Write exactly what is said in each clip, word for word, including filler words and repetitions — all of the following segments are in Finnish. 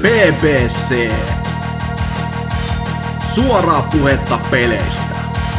B B C. Suoraa puhetta peleistä.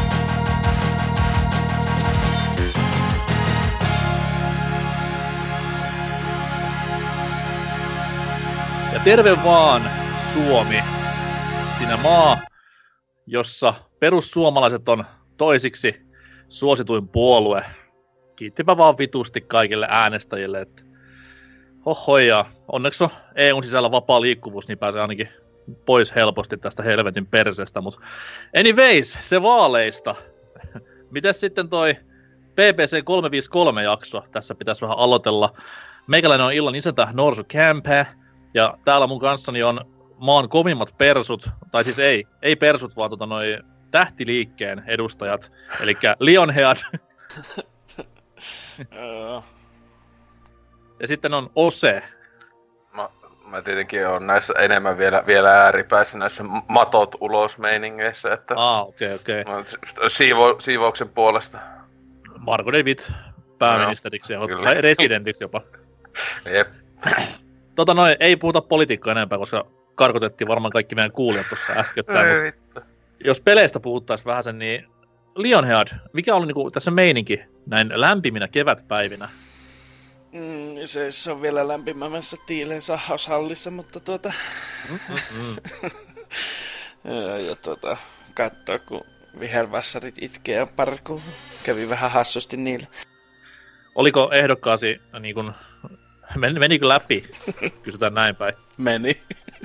Ja terve vaan Suomi, siinä maa, jossa perussuomalaiset on toisiksi suosituin puolue. Kiittipä vaan vitusti kaikille äänestäjille, että hohoi, ja onneksi on E U:n sisällä vapaa liikkuvuus, niin pääsee ainakin pois helposti tästä helvetin perseestä, mutta anyways, se vaaleista. Mites sitten toi B B C kolmesataaviisikymmentäkolme jakso? Tässä pitäisi vähän aloitella. Meikäläinen on illan isäntä Norsu Kämpä, ja täällä mun kanssani on maan kovimmat persut, tai siis ei, ei persut, vaan tota noi tähtiliikkeen edustajat, eli Lionhead. Ja sitten on Ose. Mä, mä tietenkin oon näissä enemmän vielä, vielä ääripäissä näissä matot ulos meiningeissä, että... Ah, okei, okay, okei. Okay. Siivo, siivouksen puolesta. Marko David pääministeriksi, no, tai residentiksi jopa. Jep. Tota noin, ei puhuta poliitikkoa enempää, koska karkotettiin varmaan kaikki meidän kuulijat tuossa äskettäin. Jos peleistä puhuttaisiin vähän sen, niin Lionhead, mikä on niinku tässä meininki näin lämpiminä kevätpäivinä? Mm, se, se on vielä lämpimämmässä Tiileen sahaushallissa, mutta tuota... Mm-hmm. ja, ja tuota, kattoo, kun vihervassarit itkee ja parkuu. Kävi vähän hassusti niillä. Oliko ehdokkaasi niin kun, men, menikö läpi? Kysytään näin päin. Meni.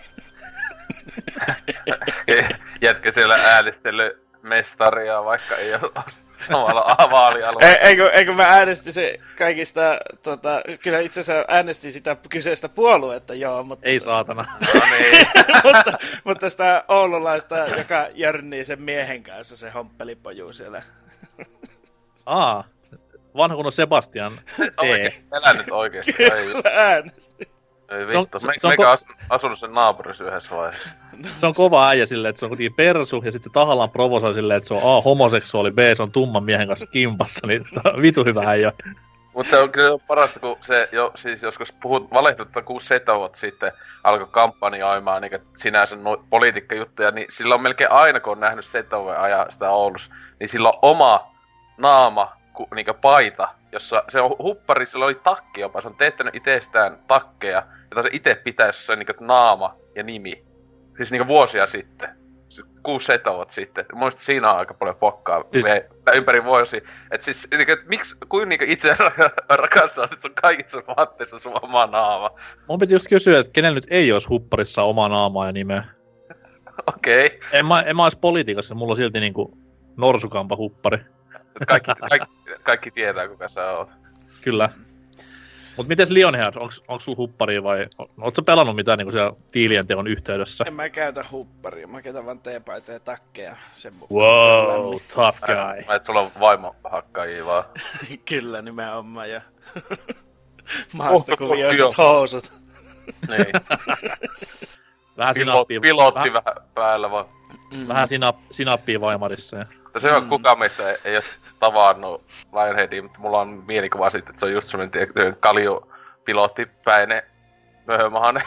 Jätkä siellä äänestely mestaria, vaikka ei ole samalla vaalialueella. Eikö, eikö mä äänestin se kaikista, tota, kyllä itse asiassa äänestin sitä kyseistä puoluetta, joo, mutta... Ei saatana. No niin. mutta, mutta sitä oululaista, joka jörnii sen miehen kanssa, se homppelipoju siellä. Aa, vanha kun on Sebastian D. Elä nyt oikeesti. Kyllä äänestin. Ei vittu, se me, on, se on meikä ko- asun, asunut sen naapurissa yhdessä vaiheessa. Se on kova äijä silleen, että se on kuitenkin persu, ja sitten se tahallaan provosoi silleen, että se on A, homoseksuaali, B, se on tumman miehen kanssa kimpassa, niin vitu hyvä äijä. Mut se on kyllä parasta, kun se jo, siis joskus puhut valehtutta kuusi seitsemän vuotta sitten alkoi kampanjoimaan niin sinänsä no, politiikkajuttuja, niin sillä on melkein aina, kun on nähnyt Setoven ajaa sitä Oulussa, niin sillä on oma naama, ku, niin paita, jossa se on huppari, sillä oli takki jopa, se on teettänyt itsestään takkeja, jota se itse pitäisi, se on niin naama ja nimi. Siis niin vuosia sitten. kuusi seitsemän vuotta sitten. Mun mielestä siinä on aika paljon pokkaa siis... ympäri vuosia. Et siis, niin, et miksi, kuin niin itse rakastaa, että sun kaikissa vaatteissa sun oma naama. Mun piti just kysyä, että kenellä nyt ei olisi hupparissa omaa naamaa ja nimeä. Okei. Okay. En mä, en mä ois politiikassa, mulla on silti niinku norsukampa huppari. Kaikki, kaikki, kaikki tietää, kuka sä oot. Kyllä. Mut mites Lionhead, onks, onks sulla huppari vai oot sä pelannut mitään niinku siellä tiilien teon yhteydessä? En mä käytä hupparia, mä käytän vaan teepaita ja takkeja. Sen wow, tough guy. Mä et sulla on vaimo hakkaajia vaan. Kyllä nimenomaan ja maastokuvioiset housut. Niin. Vähän sinappia. Pilotti vähän, vähän päällä vaan. Mm. Vähän sinap, sinappia Vaimarissa. Ja... Se on mm. kukaan meistä ei, ei ole tavannut Lionheadia, mutta mulla on mielikuva siitä, että se on just semmoinen kaljupilottipäinen möhömahanen.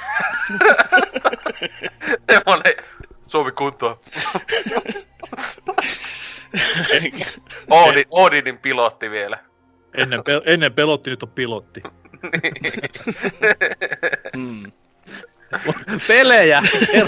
Semmoinen Suomi kuntoa. Oodin, Oodinin pilotti vielä. Ennen, pe- ennen pelotti, nyt on pilotti. mm. Pelejä!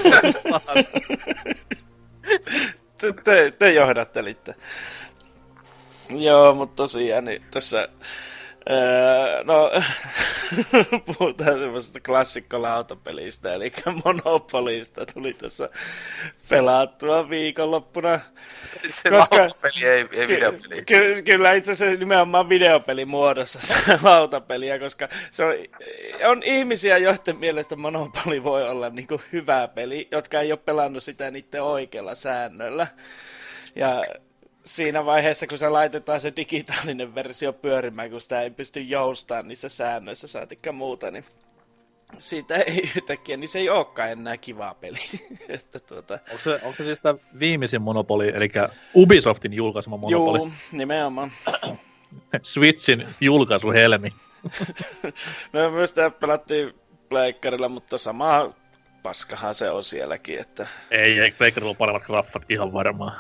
te, te, te johdattelitte. Joo, mutta tosiaan niin tässä öö, no puhutaan semmoisesta klassikkolautapelistä, eli Monopolista tuli tässä pelattua viikonloppuna. Se koska, lautapeli ei, ei videopeli. Ky- kyllä itse asiassa nimenomaan videopelin muodossa se lautapeliä, koska se on, on ihmisiä, joiden mielestä Monopoly voi olla niinku hyvä peli, jotka ei ole pelannut sitä niiden oikealla säännöllä. Ja siinä vaiheessa, kun se laitetaan se digitaalinen versio pyörimään, kun sitä ei pysty joustamaan niissä säännöissä, saatikka muuta, niin siitä ei yhtäkkiä, niin se ei olekaan enää kivaa peli. Että tuota... onko, se, onko se siis tämä viimeisin Monopoly, eli Ubisoftin julkaisema Monopoly? Juu, nimenomaan. Switchin julkaisuhelmi. No myös sitä pelattiin pleikkarilla, mutta samaa paskahan se on sielläkin, että... Ei, ei, Breakerilla on paremmat graffat ihan varmaan.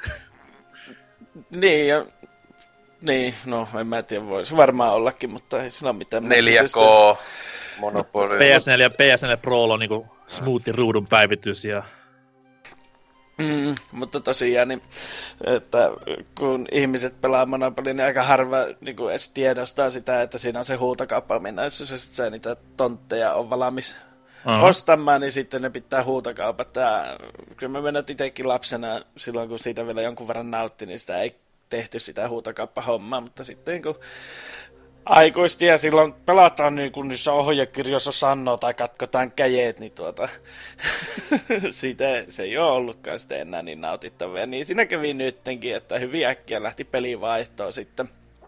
Niin, ja... Niin, no en mä tiedä, voisi varmaan ollakin, mutta ei sillä ole mitään... neljä K, Monopoly... P S neljä ja P S neljä Pro on niinku smoothi ruudun päivitys ja... Mm, mutta tosiaan, niin, että kun ihmiset pelaa Monopoly, niin aika harva niin kuin edes tiedostaa sitä, että siinä on se huutokauppaminaisuus, ja sitten se niitä tontteja on valmis uh-huh. ostamaan, niin sitten ne pitää huutokaupat. Ja kyllä mä mennään itsekin lapsena, silloin kun siitä vielä jonkun verran nautti, niin sitä ei tehty sitä huutokauppahommaa, mutta sitten kun aikuisesti ja silloin pelataan niin kuin niissä ohjekirjoissa sanoo tai katkotaan käjeet, niin tuota, siitä se ei ole ollutkaan sitten enää niin nautittavaa. Niin siinä kävi nyttenkin, että hyvin äkkiä lähti pelivaihtoon sitten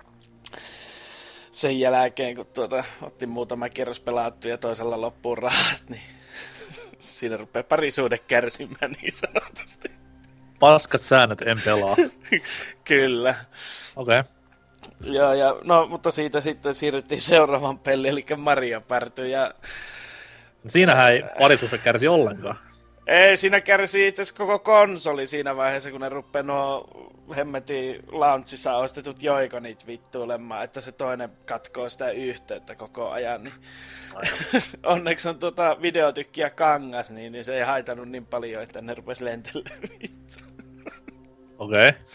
sen jälkeen, kun tuota, otti muutama kerros pelattu ja toisella loppuun rahat, niin siinä rupeaa parisuhde kärsimään niin sanotusti. Paskat säännöt, en pelaa. Kyllä. Okei. Okay. Joo, ja, no, mutta siitä sitten siirryttiin seuraavan peliin, eli Mario Party, ja... Siinähän ei parisuhde kärsi ollenkaan. Ei, siinä kärsi itse asiassa koko konsoli siinä vaiheessa, kun ne rupeaa nuo hemmetin launchissa ostetut joikonit vittuilemaan, että se toinen katkoo sitä yhteyttä koko ajan, niin... Onneksi on tuota videotykkiä kangas, niin, niin se ei haitannut niin paljon, että ne rupesi lentelemään vittu. Okei. Okay.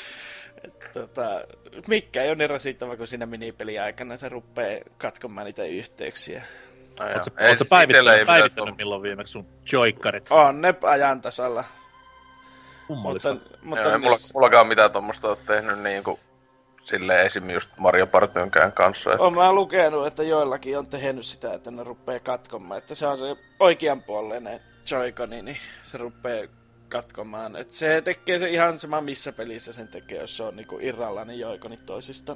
Tota, mikkä ei ole niin rasittava kuin siinä minipelin aikana, se rupeaa katkomaan niitä yhteyksiä. Oletko päivittänyt, päivittänyt milloin viimeksi sun joikkarit? On ne ajan tasalla. Kummallista. Mutta, mutta joo, ei mulla, mullakaan mitään tommoista ole tehnyt niin kuin silleen esim. Just Mario Partynkään kanssa. Että... Oon mä lukenut, että joillakin on tehnyt sitä, että ne rupeaa katkomaan, että se on se oikeanpuoleinen joikoni, niin se rupeaa katkomaan. Et se tekee se ihan sama missä pelissä sen tekee, jos se on niinku irrallaan joikonit toisista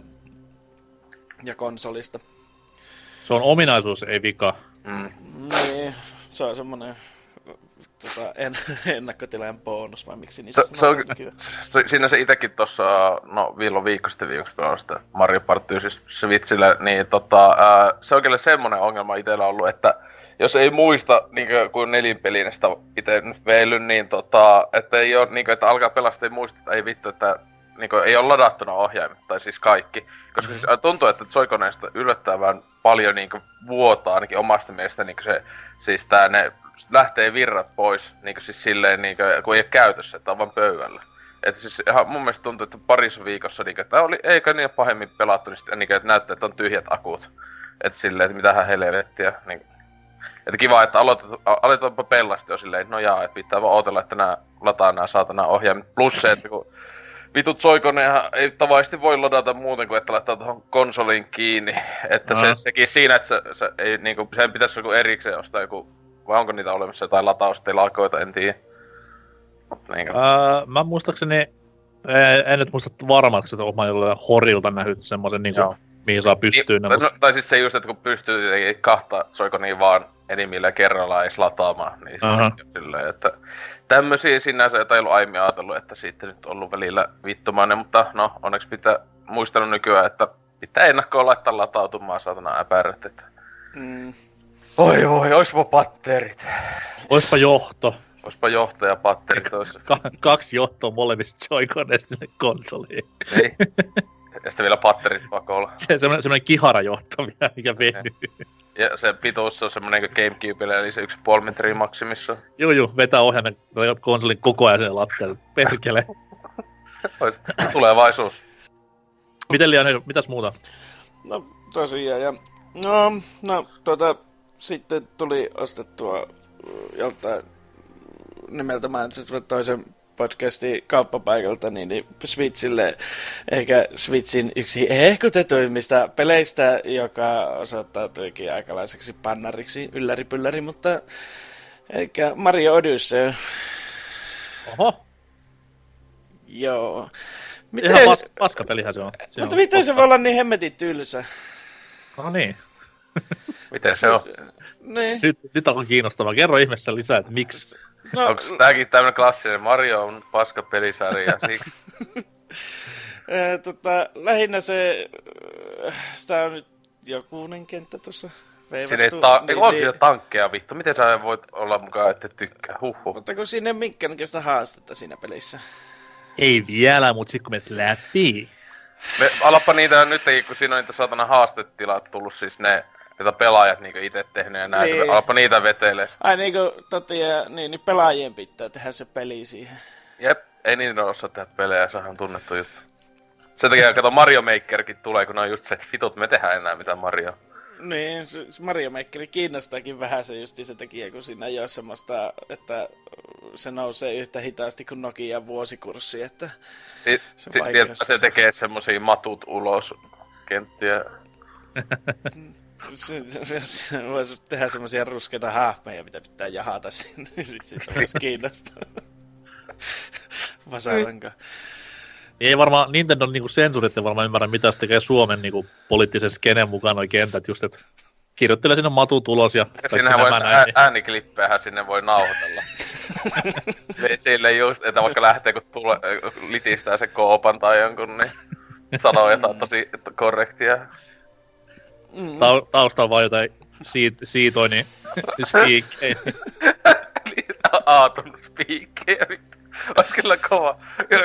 ja konsolista. Se on ominaisuus, ei vika. Mm. Niin, se on semmonen tota, en, ennakkotilajan bonus, vai miksi niitä se, se on, se, siinä se itekin tossa, no viilo viikko sitten viikoksi pelannut sitä Mario Party siis Switchille, niin tota, ää, se on kyllä semmonen ongelma itellä ollut, että jos ei muista, niin kuin nelinpelinä sitä itse nyt veily, niin tota, että ei ole, niin kuin, että alkaa pelastaa, ei muista, että ei vittu, että niin kuin, ei ole ladattuna ohjaimet, tai siis kaikki. Koska mm-hmm. siis tuntuu, että Joy-Coneista yllättävän paljon niin kuin, vuotaa ainakin omasta mielestä, niin kuin se, siis tää ne lähtee virrat pois, niin kuin siis silleen, niin kuin, kun ei ole käytössä, että on vaan pöydällä. Että siis ihan mun mielestä tuntuu, että parissa viikossa, niin kuin, että oli, eikä niin pahemmin pelattu, niin sitten, niin kuin, että näyttää, että on tyhjät akut. Että silleen, että mitähän helvettiä, niin että kiva, että aletaanpa pelaa sitten jo silleen, no jaa, että pitää vaan ootella, että nää lataa nää saatana ohjaimet. Plus se, että kun vitut Joy-Conehan ei tavallisesti voi ladata muuten kuin että laittaa tuohon konsoliin kiinni. Että se, sekin siinä, että se, se ei niinku, sen pitäisi joku erikseen ostaa joku, vai onko niitä olemassa jotain lataustelakoita, en tiedä. Niin öö, mä muistaakseni, en, en nyt muista varmaan, että oma jollain horilta nähnyt semmosen niinku, mihin saa pystyyn. Niin, no, tai siis se just, että kun pystyy tietenkin kahta Joy-Conia vaan enimmillä kerrallaan edes lataamaan, niin uh-huh. se silleen, että tämmösiä sinänsä, joita ei ollut aiemmin ajatellut, että siitä nyt on ollut välillä vittumainen, mutta no, onneksi pitää muistanut nykyään, että pitää ennakkoon laittaa latautumaan saatana äpärät, että... Mm. Oi voi, oispa patterit. Oispa johto. Oispa johto ja patterit ois. Ka- kaksi johtoa molemmista Joy-Coneista sinne konsoliin. Niin. Ja sitten vielä patterit pakolla. Se on semmonen, semmonen kiharajohto vielä, mikä venyy. Ja se pituus on semmonen kuin Gamecubelle, eli se yksi puoli metriä maksimissa. Juu, juu, vetää ohjaimen konsolin koko ajan sen lattialle. Perkele. Tulevaisuus. Miten liian, mitäs muuta? No tosiaan, ja no, no tuota, sitten tuli ostettua joltain nimeltä mainitsin toisen podcastin kauppapaikalta, niin, niin Switchille ehkä Switchin yksi ehkotetuimmista peleistä, joka osoittautuikin aikalaiseksi pannariksi, ylläripylläri, mutta eikä Mario Odyssey. Oho. Joo. Miten... Ihan pas, paskapelihän se on. Se mutta on miten paska. se voi olla niin hemmetin tylsä? No niin. Miten se on? Niin. Nyt, nyt on kiinnostavaa. Kerro ihmeessä lisää, että miksi. No, onko tääkin tämmönen klassinen Mario on paska pelisarja siksi? tota, lähinnä se, sitä on nyt jokunen kenttä tuossa Siinä ei ta- niin, on niin. Siinä tankkeja vittu. Miten sä voit olla mukaan, että tykkää? Huhhuh. Mutta kun siinä ei minkäännäköistä haastetta siinä pelissä. Ei vielä, mutta sit kun menet läpi. Me alappa niitä nytkin, kun siinä on niitä saatana haastetilat tullut siis ne, joita pelaajat niinku ite tehnyt ja näin. Niin. Alappa niitä vetelee. Ai niinku totia, niin, niin pelaajien pitää tehdä se peli siihen. Jep, ei niin osaa tehdä pelejä, se on tunnettu juttu. Sen takia, kato Mario Makerkin tulee, kun on just se, että vitut me tehdään enää mitään Mario. Niin, Mario Maker kiinnostaakin vähän se justi se tekijä, kun siinä ei ole semmoista, että se nousee yhtä hitaasti kuin Nokian vuosikurssi, että si- se, si- se tekee semmosia matut ulos kenttiä. Se, se, se voisi tehdä semmosia ruskeita hahmeja, mitä pitää jahata sinne, niin sit siitä olisi kiinnostaa. Vasaranka. Ei varmaan, Nintendo niinku sensurit ei varmaan ymmärrä, mitä se tekee Suomen niinku poliittisen skenen mukaan noi kentät, just et kirjoittelee sinne matut ulos ja... Sinnehän voi ä- ääniklippejähän sinne voi nauhoitella. Sille just, että vaikka lähtee kun tule, litistää se koopan tai jonkun, niin sanoo jotain tosi korrektia. Mm. Ta- taustalla vaan jotain siit- siitoini spiikkejä. Aatun spiikkejä, vittu. Ois kyllä kova.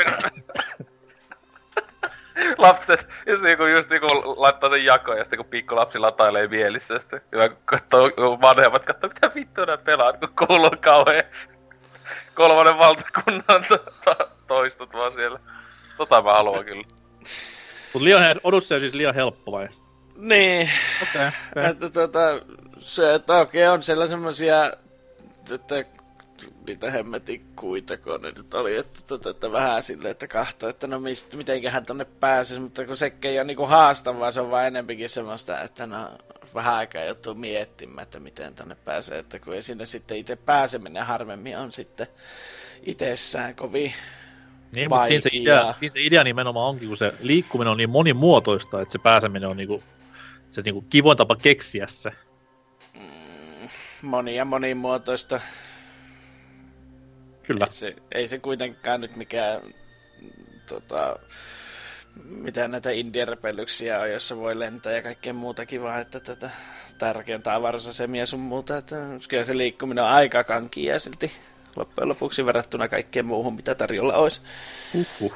Lapset, just niinku, just niinku laittaa sen jakoon ja sitten kun pikkulapsi latailee mielissä ja sitten hyvä kun kattoo, kun vanhemmat kattoo, mitä vittua nää pelaat, kun kuuluu kauheen kolmannen valtakunnan to- to- toistot vaan siellä. Tota mä haluan kyllä. Mut Lionhead Odyssey on siis liian helppo vai? Niin. Okei. Okay, okay. Että tota, se, että okei on siellä semmosia, että niitä hemmetin kuita, kun ne nyt oli, että, että, että vähän silleen, että kahtoo, että no mist, mitenköhän tonne pääsisi, mutta kun sekin ei ole niinku haastavaa, se on vaan enempikin semmoista, että no vähän aikaa joutuu miettimään, että miten tonne pääsee, että kun ei sinne sitten itse pääseminen harvemmin on sitten itsessään kovin niin, mutta siinä se, idea, siinä se idea nimenomaan onkin, kun se liikkuminen on niin monimuotoista, että se pääseminen on niinku, se niinku kivoin tapa keksiä se. Mm, monia monimuotoista. Kyllä. Ei se, ei se kuitenkaan nyt mikään, tota, mitään näitä indie-repelyksiä on, jossa voi lentää ja kaikkea muuta kivaa, että tätä tärkeintä avaruusasemia sun muuta, että kyllä se liikkuminen on aika kankia silti loppujen lopuksi verrattuna kaikkeen muuhun, mitä tarjolla olisi. Uhuh.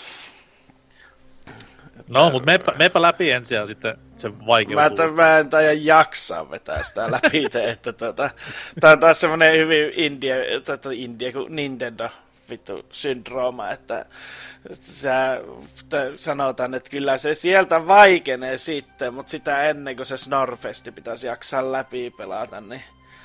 No, mutta meepä, meepä läpi ensin ja sitten se vaikeutuu. Mä, mä en taida jaksaa vetää sitä läpi, että tota, tää on taas semmonen hyvin India, tota India kuin Nintendo vittu syndrooma, että, että sä, sanotaan, että kyllä se sieltä vaikenee sitten, mutta sitä ennen kuin se Snorfesti pitäisi jaksaa läpi pelata, niin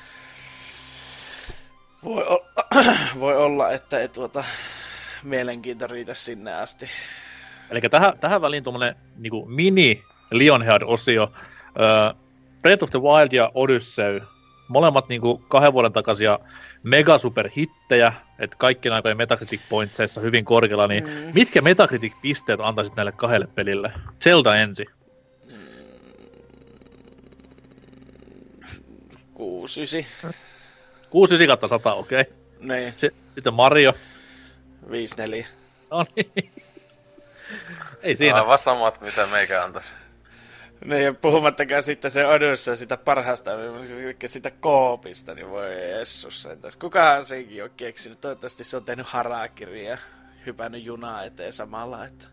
voi, o- voi olla, että ei tuota mielenkiinto riitä sinne asti. Eli tähän, tähän väliin tuommoinen niinku mini Lionhead-osio. Öö, Breath of the Wild ja Odyssey, molemmat niinku kahden vuoden takaisia mega super hittejä, että kaikkien aikojen Metacritic pointseissa hyvin korkealla, niin mm. mitkä Metacritic-pisteet antaisit näille kahdelle pelille? Zelda ensin. kuusi yhdeksän. kuusi yhdeksän kautta sata, okei. Okay. Niin. Sitten Mario. viisi neljä. No niin. Ei siinä. Aivan samat, mitä meikä antaisi. Niin, ja puhumattakaan sitten se Odyssey sitä parhaasta, eli sitä koopista, niin voi jessus sentäs. Kukahan senkin on keksinyt? Toivottavasti se on tehnyt harakiri ja hypännyt junaa eteen samalla, että...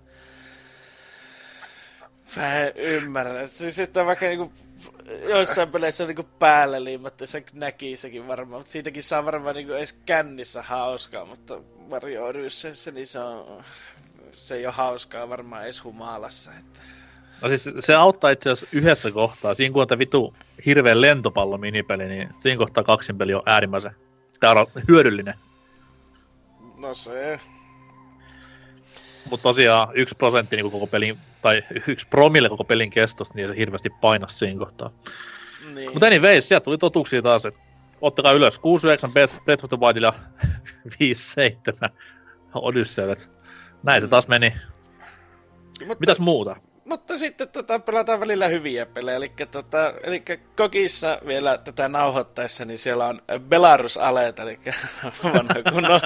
Mä en ymmärrä. Siis että vaikka niinku joissain peleissä on niinku päälle liimattu, se näki sekin varmaan, mutta siitäkin saa varmaan niinku edes kännissä hauskaa, mutta Mario Odysseyssä niin se on... Se ei ole hauskaa varmaan edes humalassa, että... No siis se auttaa itse asiassa yhdessä kohtaa. Siinä kun on tämä vitu hirveän lentopallo-minipeli, niin siinä kohtaa kaksinpeli on äärimmäisen tää on hyödyllinen. No se... Mutta tosiaan yksi prosentti niin koko pelin, tai yksi promille koko pelin kestosta, niin se hirveästi painaa siinä kohtaa. Niin. Mutta anyways, sieltä tuli totuuksia taas, että ottakaa ylös kuusi yhdeksän Breath of the Wild ja viisi seitsemän Odyssey. Näin se taas meni. Mutta, mitäs muuta? Mutta sitten tota, pelataan välillä hyviä pelejä. Eli, tota, eli Kokissa vielä tätä nauhoittaessa, niin siellä on Belarus-aleet, eli vanha kunnon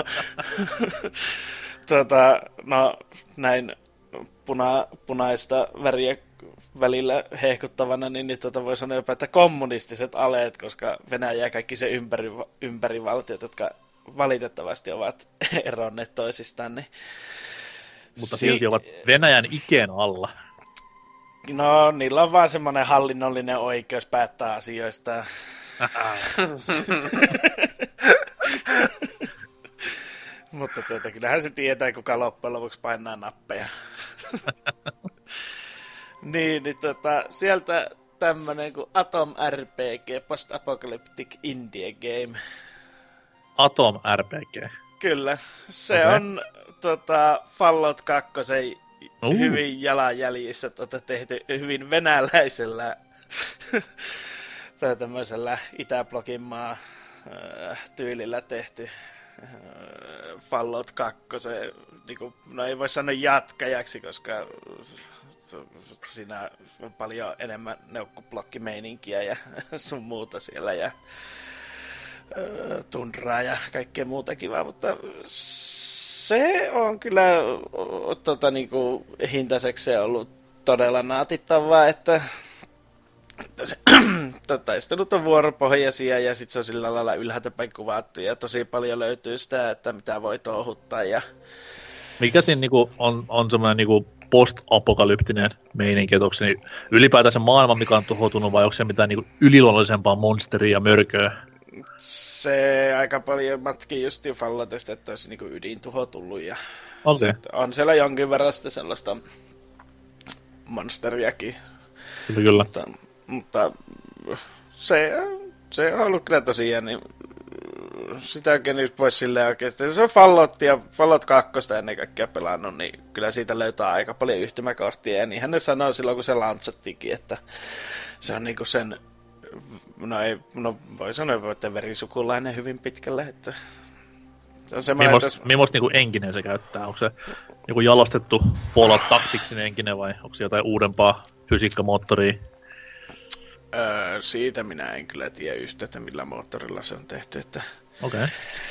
tota, no, näin puna, punaista väriä välillä hehkuttavana, niin, niin tota voi sanoa jopa, että kommunistiset aleet, koska Venäjä ja kaikki se ympäri, ympärivaltiot, jotka valitettavasti ovat eronneet toisistaan. Niin mutta silti si- ovat Venäjän ikeen alla. No, niillä on vaan semmoinen hallinnollinen oikeus päättää asioista. Mutta tuota, kyllähän se tietää, kuka loppujen lopuksi painaa nappeja. niin, niin tota, sieltä tämmönen kuin Atom R P G, Post-Apocalyptic Indie Game. Atom R P G? Kyllä. Se okay. on tota, Fallout kaksi uh. hyvin jalanjäljissä tota, tehty hyvin venäläisellä tai tämmöisellä Itäblogin maa äh, tyylillä tehty äh, Fallout kaksi. Niin kuin, no ei voi sanoa jatkajaksi, koska siinä on paljon enemmän neukkublokkimeininkiä ja sun muuta siellä ja äh, tundraa ja kaikkea muuta kivaa, mutta se on kyllä tota, niinku, hintaiseksi ollut todella naatittavaa, että, että se, taistelut on vuoropohjaisia ja sitten se on sillä lailla ylhäältäpäin kuvattu ja tosi paljon löytyy sitä, että mitä voi touhuttaa. Ja mikä siinä niinku on, on semmoinen niinku post-apokalyptinen meininki, että onko se ylipäätään se maailma, mikä on tuhoutunut vai onko se mitään niinku yliluonnollisempaa monsteria ja mörköä? Se aika paljon matki just Falloutista, että olisi niinku ydintuho tullut ja okay. on siellä jonkin verran sitä sellaista monsteriakin. Kyllä, kyllä. Mutta, mutta se, se on ollut kyllä tosiaan, niin sitä oikein nyt voisi silleen oikeasti. Se on Fallout ja Fallout kaksi ennen kaikkea pelannut, niin kyllä siitä löytää aika paljon yhtymäkohtia. Ja niinhän ne sanoo silloin, kun se launchattikin, että se on niinku sen, no ei, no voi sanoa, että verisukulainen hyvin pitkälle, että se on semmoinen, Mimmosta, että mimmosta niinku enkinen se käyttää? Onko se niinku jalostettu Fallout taktiksinen enkinen vai onko se jotain uudempaa fysiikkamoottoria? Öö, siitä minä en kyllä tiedä just, että millä moottorilla se on tehty, että okei.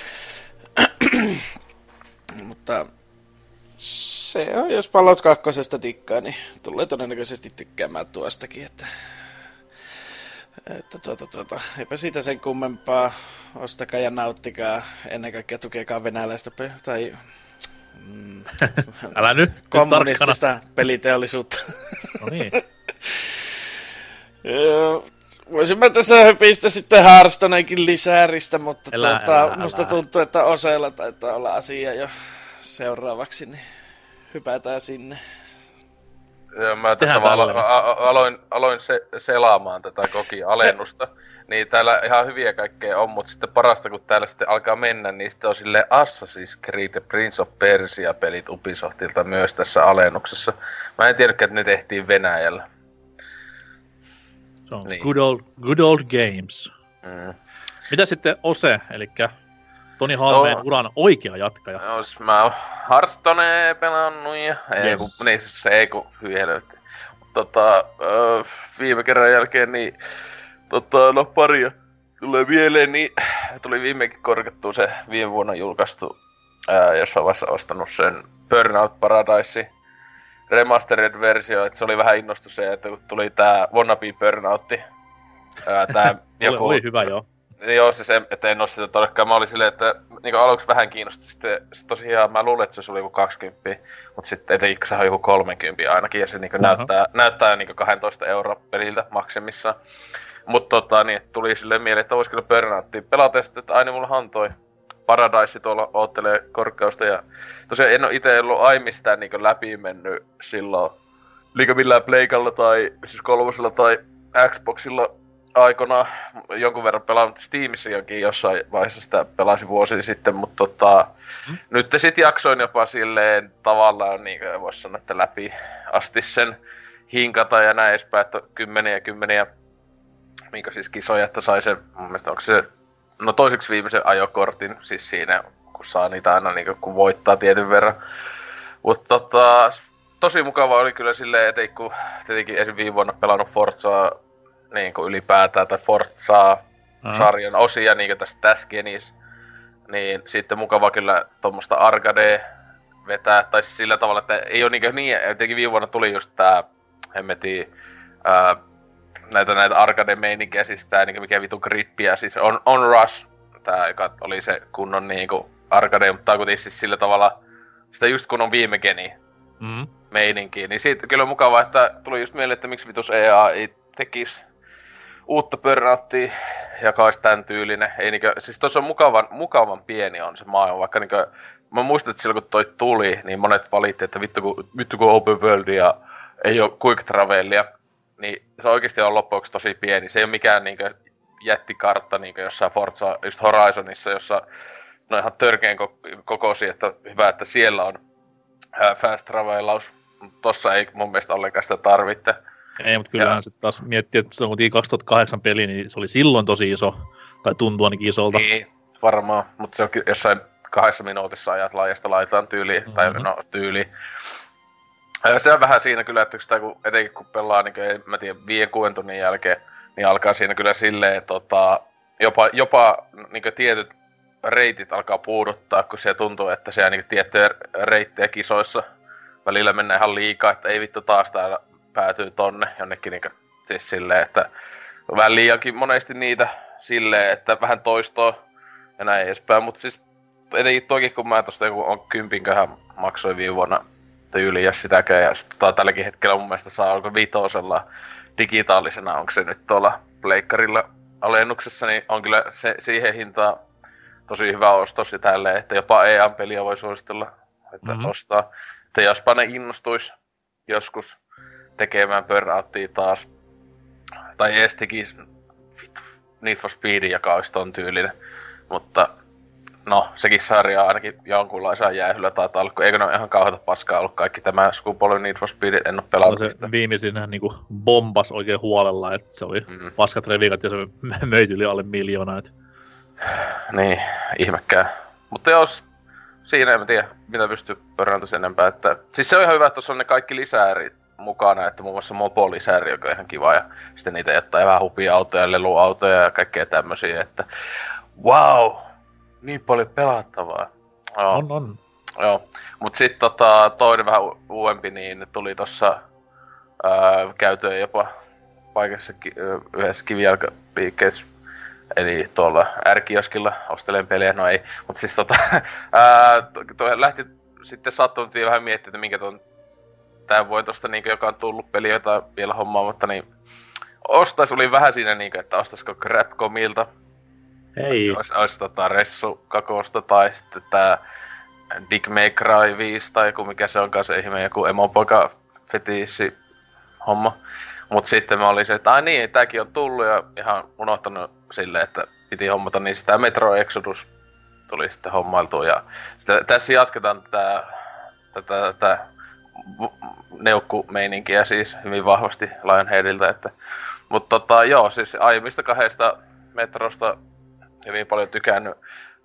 Okay. Mutta se on, jos Fallout kakkosesta dikkaa, niin tulee todennäköisesti tykkäämään tuostakin, että että tuota, tuota, eipä siitä sen kummempaa, ostakaa ja nauttikaa, ennen kaikkea tukekaa venäläistä pe- tai mm, älä nyt, kommunistista nyt peliteollisuutta. No niin. Voisin mä tässä höpistä sitten Hearthstoneenkin lisääristä, mutta älä, tuota, älä, musta älä. tuntuu, että Osella taitaa olla asia jo seuraavaksi, niin hypätään sinne. Ja mä tässä vaan alo- a- aloin, aloin se- selaamaan tätä Koki-alennusta, niin täällä ihan hyviä kaikkea on, mutta sitten parasta kun täällä sitten alkaa mennä, niin sitten on silleen Assassin's Creed ja Prince of Persia pelit Ubisoftilta myös tässä alennuksessa. Mä en tiedäkään, että ne tehtiin Venäjällä. Se on Niin. good, old, good old games. Mm. Mitä sitten Ose, eli Toni Halmeen No. uran oikea jatkaja? Jos mä oon Hearthstonea pelannut ja ei Yes. kun, niin siis se ei kun hyhelöitti. Tota, öö, viime kerran jälkeen niin tota, no paria tulee mieleen, niin tuli viimeinkin korkattua se viime vuonna julkaistu, ää, jossain vaiheessa ostanut sen Burnout Paradise remastered-versio, että se oli vähän innostus se, että kun tuli tää Wannabe Burnoutti, ää, tää Oli, oli hyvä, joo. Joo, se, se että en oo sitä todellakaan. Mä olin silleen, että niinku aluksi vähän kiinnosti. Sitten sit tosiaan mä luulin, että se oli joku kaksikymmentä, mutta sitten etenkin se on joku kolmekymmentä ainakin. Ja se niinku uh-huh. näyttää, näyttää niinku kaksitoista euroa peliltä maksimissaan. Mutta tota, niin, tuli silleen mieleen, että vois kyllä Burnouttia pelata. Ja sitten, että aina mullahan toi Paradise tuolla oottelee korkeusta. Ja tosiaan en oo ite ollut aiemmin niinku läpi mennyt silloin liikä millään Pleikalla tai siis kolmosella tai Xboxilla aikoinaan jonkun verran pelannut Steamissa jonkin jossain vaiheessa sitä pelasin vuosi sitten, mutta tota, hmm. nyt sit jaksoin jopa silleen tavallaan niin kuin vois sanoa, että läpi asti sen hinkata ja näin edespäin, että kymmeniä ja kymmeniä minkä siis kisoja, että sai sen, mun mielestä onko se, no toiseksi viimeisen ajokortin, siis siinä kun saa niitä aina niin kuin, kun voittaa tietyn verran. Mutta tota, tosi mukava oli kyllä silleen, ettei kun tietenkin esim. Viime vuonna pelannut Forzaa niin kuin ylipäätään, tai Forza-sarjan uh-huh. osia niin kuin tässä, tässä genissä, niin sitten mukava kyllä tuommoista arcadea vetää, tai siis sillä tavalla, että ei ole niin, niin jotenkin viime vuonna tuli just tää hemmetin ää, näitä näitä arcade-meininkiä, siis tää niinku mikä vitu grippiä, siis on, on Rush, tää joka oli se kunnon niinku arcade, mutta tää on kuitenkin siis sillä tavalla sitä just kun on viime geni Mm. meininkiä, niin siitä kyllä on mukavaa, että tuli just mieleen, että miksi vitus E A ei tekis uutta Burnouttia, joka olisi tän tyylinen. Ei niinkö, siis tossa on mukavan, mukavan pieni on se maailma, vaikka niinkö, mä muistan, että silloin kun toi tuli, niin monet valitti, että vittu kun, vittu kun open world ja ei oo quick travelia, niin se oikeesti on loppujen lopuksi tosi pieni. Se ei oo mikään niinkö jättikartta niinkö jossain Forza, just Horizonissa, jossa no ihan törkeen kokoisia, että hyvä, että siellä on ää, fast travelaus. Tossa ei mun mielestä ollenkaan sitä tarvitte. Ei, mutta kyllähän sitten taas miettii, että se on kuitenkin kaksituhattakahdeksan peli, niin se oli silloin tosi iso, tai tuntuu ainakin isolta. Niin, varmaan, mutta se onkin jossain kahdessa minuutissa ajat laajasta laitaan tyyliin, mm-hmm. tai no tyyliin. Ja se on vähän siinä kyllä, että sitä kun, etenkin kun pelaa, niin kuin, mä tiedän, viiden kuuden tunnin jälkeen, niin alkaa siinä kyllä silleen, että tota, jopa, jopa niin tietyt reitit alkaa puuduttaa, kun se tuntuu, että siellä niin tiettyjä reittejä kisoissa välillä mennään ihan liikaa, että ei vittu taas täällä päätyy tonne jonnekin niinku, siis silleen, että vähän liiankin monesti niitä silleen, että vähän toistoa ja näin edespäin, mutta siis etenkin toki kun mä tosta joku on kympinköhän maksoin viime vuonna tyyliin, jos sitäkään, ja sit tota, tälläkin hetkellä mun mielestä saa alko vitosella digitaalisena, onko se nyt tuolla pleikkarilla alennuksessa, niin on kyllä se, siihen hintaan tosi hyvä ostos ja tälleen, että jopa E A-peliä voi suositella, että mm-hmm. ostaa. Että jospa ne innostuis joskus tekemään Burnouttia taas, tai edes tekis vittu Need for Speedin, joka olisi ton tyylinen, mutta no, sekin sarja ainakin jonkunlaisen jäähyllä taitaa olla, kun eikö ne ole ihan kauheata paskaa ollut kaikki tämä sukupolven Need for Speed, en oo pelannut no, sitä. Se viimeisin niinku bombas oikein huolella, että se oli mm. paskat revikat ja se möi yli alle miljoonaa. Et. Niin, ihmekään. Mutta jos siinä en tiedä, mitä pystyy pörnältä enempää, että siis se on ihan hyvä, että tuossa on ne kaikki lisäärit mukana, että muun muassa mopo-lisääri, joka on ihan kiva, ja sitten niitä jättää vähän hupia-autoja, leluautoja ja kaikkea tämmösiä, että wow, niin paljon pelattavaa. Joo. On, on. Joo, mut sit tota, toinen vähän u- uudempi, niin tuli tossa ää, käytyä jopa paikassa ki- yhdessä kivijalkapiikkeessä, eli tuolla R-kioskilla ostelen pelejä, no ei, mut siis tota, ää, to, lähti sitten sattuntiin vähän miettimään, että minkä ton tää voi tosta niinku, joka on tullut peli, jota vielä hommaamatta, niin ostais, oli vähän siinä niinku, että ostaisiko Crapcomilta. Hei. Ois, ois tota Ressu Kakosta tai sitten tää Dick May Cry viisi tai joku mikä se onkaan se ihme, joku emopoika fetiissi homma. Mut sitten mä olin se, että ai niin, tääkin on tullut ja ihan unohtanut silleen, että piti hommata, niin sitä Metro Exodus tuli sitten hommailtua ja sitä, tässä jatketaan tätä, tätä, tätä neukkumeininkiä siis hyvin vahvasti Lionheadilta, että mut tota joo, siis aiemmista kahdesta Metrosta hyvin paljon tykännyt.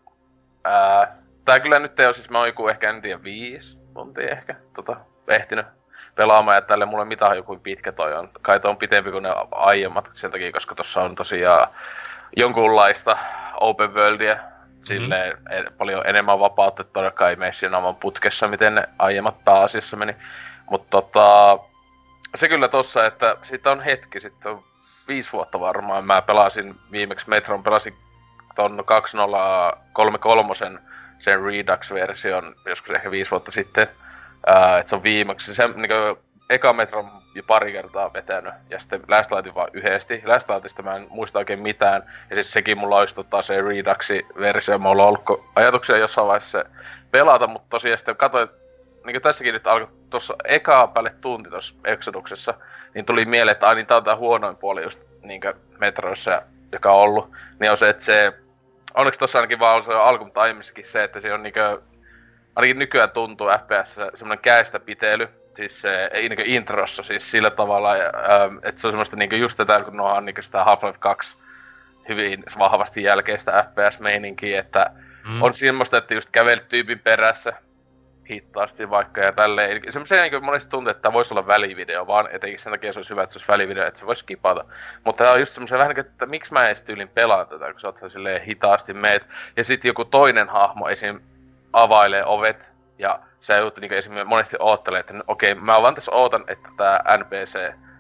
Ää, tää kyllä nyt ei oo, siis mä oon joku ehkä en tiedä viisi tuntia ehkä tota, ehtinyt pelaamaan ja tälle mulle mitään joku pitkä toi on. Kai toi on pitempi kuin ne aiemmat sen takia, koska tossa on tosiaan jonkunlaista open worldia. Silleen mm-hmm. paljon enemmän vapautta, että todellakaan ei mene siinä oman putkessa, miten ne aiemmat pääasiassa meni. Mutta tota, se kyllä tossa, että siitä on hetki, sitten on viisi vuotta varmaan. Mä pelasin viimeksi Metron, pelasin ton kaksituhattakolmekymmentäkolme sen Redux-version joskus ehkä viisi vuotta sitten. Ää, et se on viimeksi, se niinku eka Metron jo pari kertaa vetänyt, ja sitten Last Lightin vaan yhdesti. Last Lightista mä en muista oikein mitään, ja siis sekin mulla olisi tota se Redux-versio, mulla on ollut ajatuksia jossain vaiheessa pelata, mutta tosiaan sitten katsoin, niinku tässäkin nyt alkoi tuossa ekaa päälle tunti tuossa Exoduksessa, niin tuli mieleen, että ai niin tää on tää huonoin puoli just niinkö Metroissa, joka on ollut, niin on se, että se, onneksi tossa ainakin vaan on se alku, mutta aiemmissakin se, että se on niinkö, ainakin nykyään tuntuu F P S semmonen käestä pitely, siis se niinku introssa siis sillä tavalla, että se on semmoista niinku just tätä, kun nohan niinku sitä Half-Life kaksi hyvin vahvasti jälkeistä F P S-meininkiä, että mm. on semmoista, että just kävelet tyypin perässä hittaasti vaikka ja tälleen. Semmoisia niinku monesti tuntuu, että tää voisi olla välivideo, vaan etenkin sen takia se olisi hyvä, että se olisi välivideo, että se voisi skipata. Mutta tää on just semmoisia vähän niinku, että miksi mä edes tyylin pelaan tätä, kun sä oot silleen hitaasti meet. Ja sit joku toinen hahmo esim. Availee ovet ja sä joudut niinku esim. Monesti oottelee, että okei, mä vaan tässä ootan, että tää N P C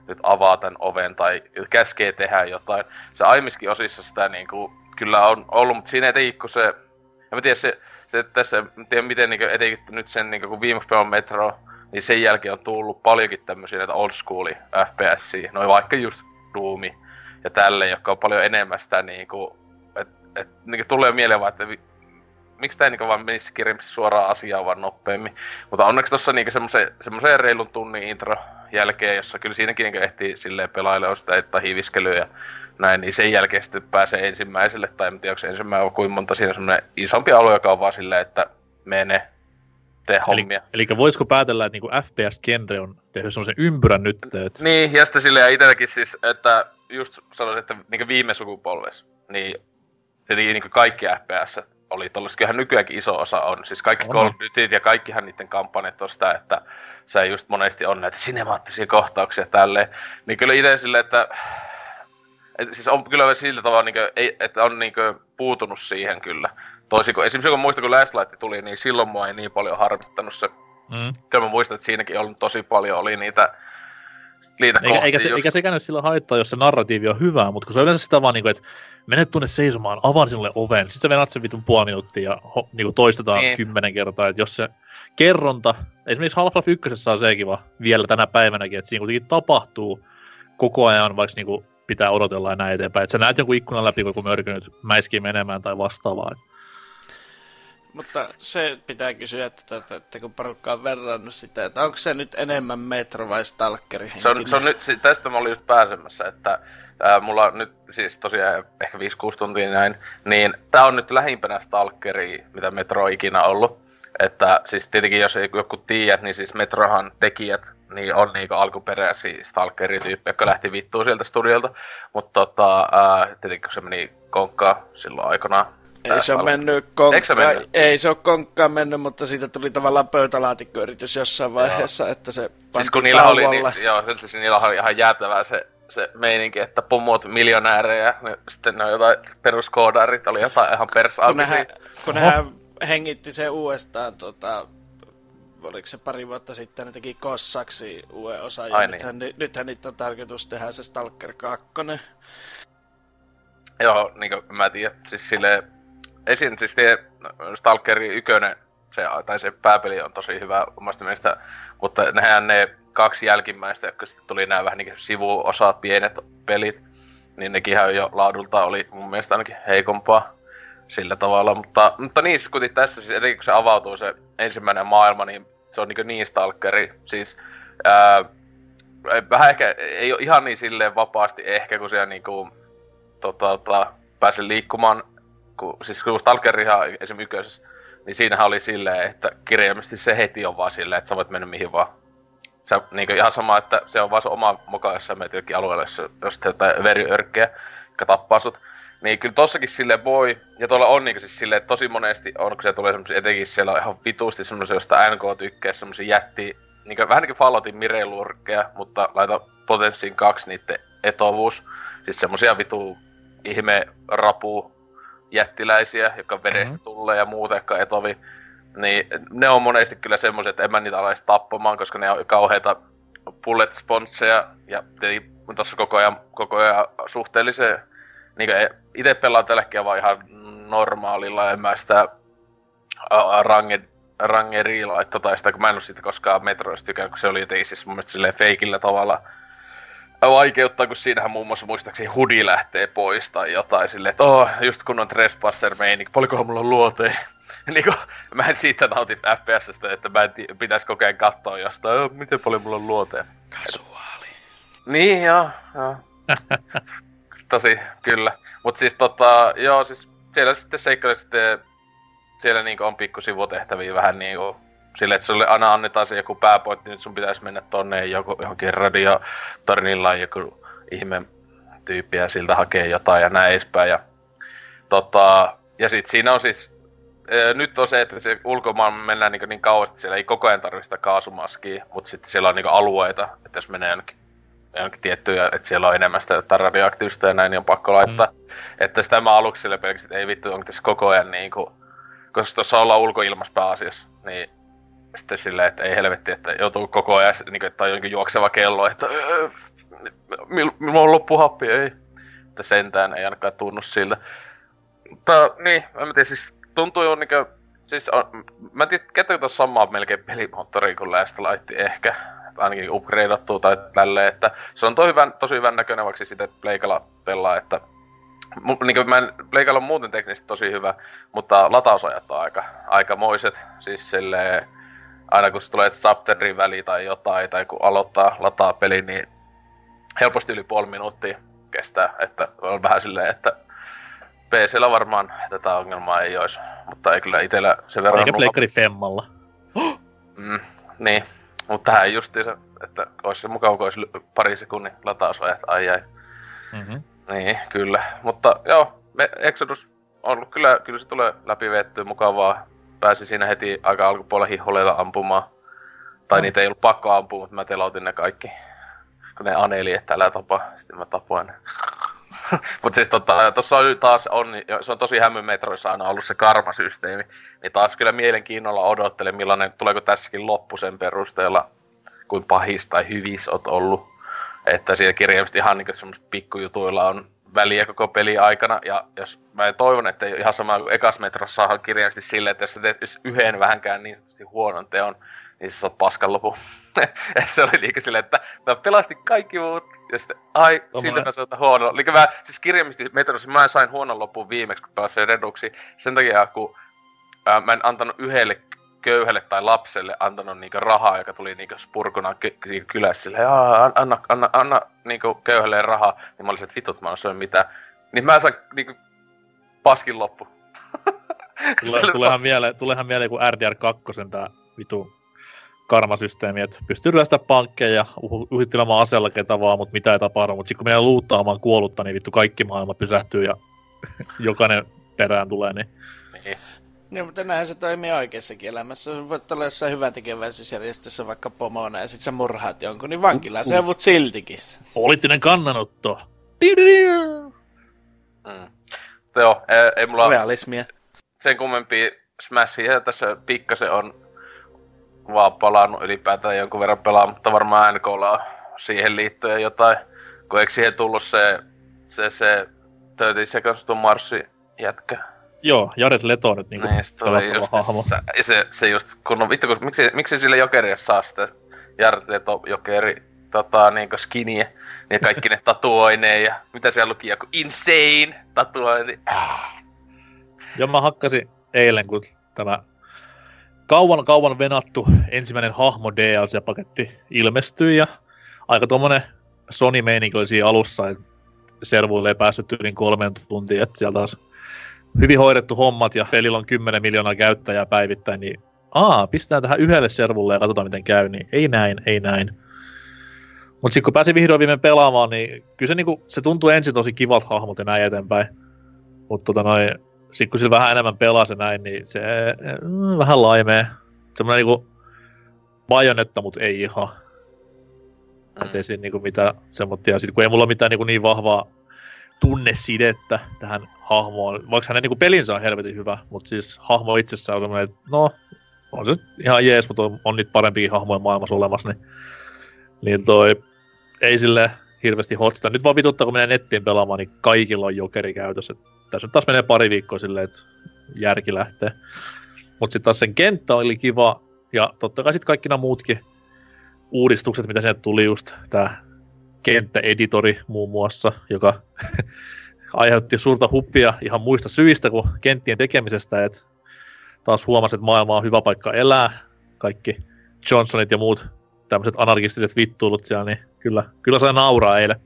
nyt avaa tän oven tai käskee tehdä jotain. Se aiemmissakin osissa sitä niinku kyllä on ollut, mutta siinä etenkin kun se, en mä tiedä se, se tässä, en tiedä miten niinku etenkin nyt sen niinku kun viimeksi pelon Metro, niin sen jälkeen on tullut paljonkin tämmösiä näitä old school F P S, no vaikka just Doomi ja tälle, jotka on paljon enemmän sitä niinku, et, et niinku tulee mieleen vaan, että vi, miksi tää niinku vaan menisi kirjallisesti suoraan asiaan vaan nopeammin. Mutta onneksi tossa niinku semmosen, semmosen reilun tunnin intro jälkeen, jossa kyllä siinäkin niinku ehtii silleen pelailemaan sitä että hiiviskelyä ja näin, niin sen jälkeen sitten pääsee ensimmäiselle, tai en tiedä onko se ensimmäinen on kuinka monta, siinä on semmonen isompi alue, joka on vaan silleen, että mene, tee hommia. Eli, eli voisiko päätellä, että niinku F P S-genre on tehnyt semmosen ympyrän nyt, että... Niin, ja sitten silleen itselläkin siis, että just sanoisin, että niinku viime sukupolves, niin tietenkin niinku kaikki F P S oli tollaista, kyllähän nykyäänkin iso osa on, siis kaikki Call of Dutyt ja kaikkihan niiden kampanjat on sitä, että se just monesti on näitä sinemaattisia kohtauksia tälleen, niin kyllä itse silleen, että et, siis on kyllä sillä tavalla, niinku, ei, että on niinku puutunut siihen kyllä. Toisin kuin esimerkiksi kun muistan, kun Last Light tuli, niin silloin mua ei niin paljon harmittanut se. Mm. Kyllä mä muistan, että siinäkin on tosi paljon oli niitä, niitä eikä, eikä, se, eikä sekään nyt sillä haittaa, jos se narratiivi on hyvä, mutta kun se on yleensä sitä vaan niinku, että menet tuonne seisomaan, avaan sinulle oven, sit sä venat sen vitun puoli minuuttia ja ho, niinku toistetaan niin. kymmenen kertaa, että jos se kerronta, esimerkiksi Half-Life ykkösessä on se kiva vielä tänä päivänäkin, että siinä kuitenkin tapahtuu koko ajan, vaikka niinku pitää odotella ja näin eteenpäin, että sä näet jonkun ikkunan läpi, kun mörkö nyt mäiskii menemään tai vastaavaa. Mutta se pitää kysyä, että, että, että kun porukka on verrannut sitä, että onko se nyt enemmän Metro vai Stalkeri se on, se on nyt, tästä mä olin just pääsemässä, että ää, mulla on nyt siis tosiaan ehkä viisi kuusi tuntia näin, niin tää on nyt lähimpänä Stalkeria, mitä Metro on ikinä ollut. Että siis tietenkin jos ei joku tiedä, niin siis Metrohan tekijät niin on niinku alkuperäisiä Stalkeri-tyyppejä, jotka lähti vittuun sieltä studiolta. Mutta tota, ää, tietenkin kun se meni konkkaan silloin aikanaan. Ei se ole mennyt konkkaan, ei se ole konkkaan mennyt, mutta siitä tuli tavallaan pöytälaatikkoyritys jossain vaiheessa, joo. Että se pantiin siis kun niillä oli, niin, joo, siis niillä oli ihan jäätävää se, se meininki, että pomot miljonäärejä, niin sitten ne on jotain peruskoodaarit, oli jotain ihan persauki. Kun nehän, kun nehän hengitti se uudestaan, tota, oliko se pari vuotta sitten, ne teki Kossaksi uuden osan, ja nythän, niin. nythän niitä on tarkoitus tehdä se Stalker kaksi. Joo, niinkö mä tiedän, siis silleen, esim. Siis tie, Stalkeri ykkönen, se, tai se pääpeli on tosi hyvä omasta mielestä, mutta nehän ne kaksi jälkimmäistä, jotka sitten tuli nämä vähän niinkö sivuosat, pienet pelit, niin nekinhän jo laadulta oli mun mielestä ainakin heikompaa sillä tavalla, mutta, mutta niin siis kuitenkin tässä, siis etenkin kun se avautuu se ensimmäinen maailma, niin se on niin, niin Stalkeri, siis ää, vähän ehkä, ei ole ihan niin silleen vapaasti ehkä, kun siellä niinku tota, tota, pääsee liikkumaan, kun, siis kun Stalkerihan esimerkiksi ykkösessä, niin siinähän oli silleen, että kirjaimellisesti se heti on vaan silleen, että sä voit mennä mihin vaan. Se niin ihan sama, että se on vaan sun oma moka, jos sä menet jokin alueelle, jos teet jotain veriörkkejä, jotka tappaa sut. Niin kyllä tossakin silleen voi, ja tuolla on niinku siis silleen, että tosi monesti on, kun se tulee semmosia, etenkin siellä on ihan vituusti semmosia, josta N K tykkää, semmosia jätti, niinku vähän niinku Falloutin Mirelurkkeja, mutta laita Potenssiin kaksi niitten etovuus. Siis semmosia vitu ihme rapu jättiläisiä, jotka vedestä mm-hmm. tulee ja muuta, jotka etovi. Niin ne on monesti kyllä semmosia, että en mä niitä ala edes tappamaan, koska ne on kauheita bullet sponseja, ja tietenkin tossa koko ajan, koko ajan suhteellisen. Niin ite pelaan tällä hetkellä vaan ihan normaalilla, en mä sitä range, rangeria laittaa tai sitä, kun mä en oo siitä koskaan Metroista tykännyt, kun se oli jotenkin siis mun mielestä silleen feikillä tavalla vaikeuttaa, kun siinähän muun muassa muistaakseni Hudi lähtee pois tai jotain silleen, että oh, just kun on Trespasser-meininki, paljonkohan mulla on luoteja. Niinku, mä en siitä nauti F P S:stä, että mä en tii, pitäis koko ajan katsoa jostain, oh, miten paljon mulla on luoteja. Kasuaali. Niin joo, joo. Tosi, kyllä. Mut siis tota, joo siis siellä sitten seikkailee sitten, siellä niinku on pikku sivutehtäviä vähän niinku silleen, että sulle aina annetaan se joku pääpointti, nyt sun pitäis mennä tonne joku, johonkin radiotornilla joku ihme tyyppi ja siltä hakee jotain ja näin edespäin. Ja, tota, ja sit siinä on siis, ää, nyt on se, että se ulkomaailma mennään niin, niin kauas, että siellä ei koko ajan tarvitse sitä kaasumaskia, mutta sitten siellä on niinku alueita, että jos menee jonnekin jonkin tiettyjä, että siellä on enemmän sitä radioaktiivista ja näin, niin on pakko laittaa. Mm. Että sitä mä aluksi sille pelkästään, että ei vittu, onko tässä koko ajan niinku, koska tuossa ollaan ulkoilmassa pääasiassa, niin sitten silleen, että ei helvetti, että joutuu koko ajan, niin kuin, että on jonkin juokseva kello, että öö, minulla on loppu happi, ei. Että sentään ei ainakaan tunnu siltä. Mutta niin, mä en tiedä, siis tuntuu jo niinkö, siis on, mä en tiedä, käyttäkö tuossa samaa melkein pelimoottoria kuin Last Light ehkä. Ainakin upgradeattua tai tälleen, että se on tosi hyvän, tosi hyvän näköinen, vaikka sitä et Pleikalla pelaa, että niinkö mä en, Pleikalla on muuten teknisesti tosi hyvä, mutta latausajat on aika, aikamoiset, siis silleen, aina kun se tulee chapterin väliin tai jotain, tai kun aloittaa lataa peli, niin helposti yli puoli minuuttia kestää, että on vähän silleen, että P C:llä varmaan tätä ongelmaa ei ois, mutta ei kyllä itellä sen verran... Eikä Pleikkari Femmalla. Mm, niin, mutta tähän justiinsa, että ois se mukava, kun ois pari sekunnin latausajat, ai ai. Mm-hmm. Niin, kyllä, mutta joo, me Exodus on ollut kyllä, kyllä se tulee läpi vettyä mukavaa. Pääsi siinä heti aika alkupuolella hiholeita ampumaan. Tai niitä ei ollut pakko ampua, mutta mä telotin ne kaikki. Kun ne aneli, että älä tapa, sitten mä tapoin ne. Mut siis tota, tossa on taas on, se on tosi hämmön metroissa aina ollut se karmasysteemi. Niin taas kyllä mielenkiinnolla odottelen, millainen, tuleeko tässäkin loppu sen perusteella, kuin pahis tai hyvis oot ollut. Että siellä kirjaimisesti ihan niinku semmoset pikkujutuilla on väliä koko peli aikana, ja jos mä toivon, että ei ihan sama kuin ekas metrossa saadaan kirjaimisesti silleen, että jos sä teet yhden vähänkään niin huonon teon, niin sä saat paskan lopun. Et se oli niinku silleen, että mä pelastin kaikki muut, ja sitten ai, siltä mä saatan huono. Eli mä, siis kirjaimisesti metrossa mä sain huonon lopun viimeksi, kun pelasin Reduxia, sen takia, kun ää, mä en antanut yhdelle köyhälle tai lapselle antanut niinku rahaa, joka tuli niinku spurkuna ky- ky- kylässä silleen, anna, anna, anna niinku köyhälle rahaa, niin mä olisin, että vitut mä en syö mitään. Niin mä sain niinku paskin loppu. Tule, tulehan, mieleen, tulehan mieleen kuin R D R kaksi tää vitu karmasysteemi, että pystyy ryöstää pankkeja ja uhittelemaan aseella ketä vaan, mutta mitä ei tapahdu. Mutta sitten kun meidän luuttaamaan kuollutta, niin vittu kaikki maailma pysähtyy ja jokainen perään tulee, niin... niin. Niin, mutta näinhän se toimii oikeassakin elämässä. Sä voit olla jossain hyvän tekeväisyysjärjestössä vaikka pomona ja sit sä murhaat jonkun, niin vankilaan uh, uh. se mut siltikin. Poliittinen kannanotto. Mm. Joo, ei, ei mulla... Realismia. Sen kummempia Smashia tässä pikkasen on vaan palannut ylipäätään jonkun verran pelaa, mutta varmaan N K:lla on siihen liittyen jotain. Kun eikö siihen tullut se, se, se kolmekymmentä Seconds to Marsin jätkä? Joo, Jared Leto nyt niinku niin, pelattava hahmo. Se, se, se just, kun on vittu, kun, miksi, miksi sille Jokeria saa sitä Jared Leto Jokeri tota niinku skiniä, niin kaikki ne tatuoineen ja mitä siellä luki, joku insane tatuointi. Joo, mä hakkasin eilen, kun tämä kauan kauan venattu ensimmäinen hahmo D L C-paketti ilmestyi ja aika tommonen Sony-meininki oli siinä alussa, että servuille ei päässyt yli kolmeen tuntiin, että siellä taas hyvin hoidettu hommat ja pelillä on kymmenen miljoonaa käyttäjää päivittäin, niin aa, pistetään tähän yhdelle servulle ja katsotaan miten käy, niin ei näin, ei näin. Mut sit kun pääsin vihdoin viimein pelaamaan, niin kyllä se, niinku, se tuntuu ensin tosi kivat hahmot ja näin eteenpäin. Mut tota noin, sit kun sillä vähän enemmän pelaa se näin, niin se mm, vähän laimee. Semmonen niinku Bayonetta, mut ei ihan. Mm. Et ei siinä niinku mitään semmoittia. Ja sit kun ei mulla mitään niinku niin vahvaa tunnesidettä tähän hahmoon, vaikka hänen niinku pelinsä on helvetin hyvä, mutta siis hahmo itsessään on semmoinen, että no, on se ihan jees, mutta on, on niitä parempia hahmoja maailmassa olemassa, niin, niin toi ei sille hirveästi hotsta. Nyt vaan vituttaa, kun menee nettiin pelaamaan, niin kaikilla on Jokeri käytössä. Tässä nyt taas menee pari viikkoa silleen, että järki lähtee. Mutta sitten taas sen kenttä oli kiva, ja totta kai sitten kaikki nämä muutkin uudistukset, mitä sieltä tuli just, tää kenttäeditori muun muassa, joka aiheutti suurta huppia ihan muista syistä kuin kenttien tekemisestä, että taas huomasi, että maailma on hyvä paikka elää, kaikki Johnsonit ja muut tämmöiset anarkistiset vittuilut siellä, niin kyllä, kyllä sai nauraa eilen.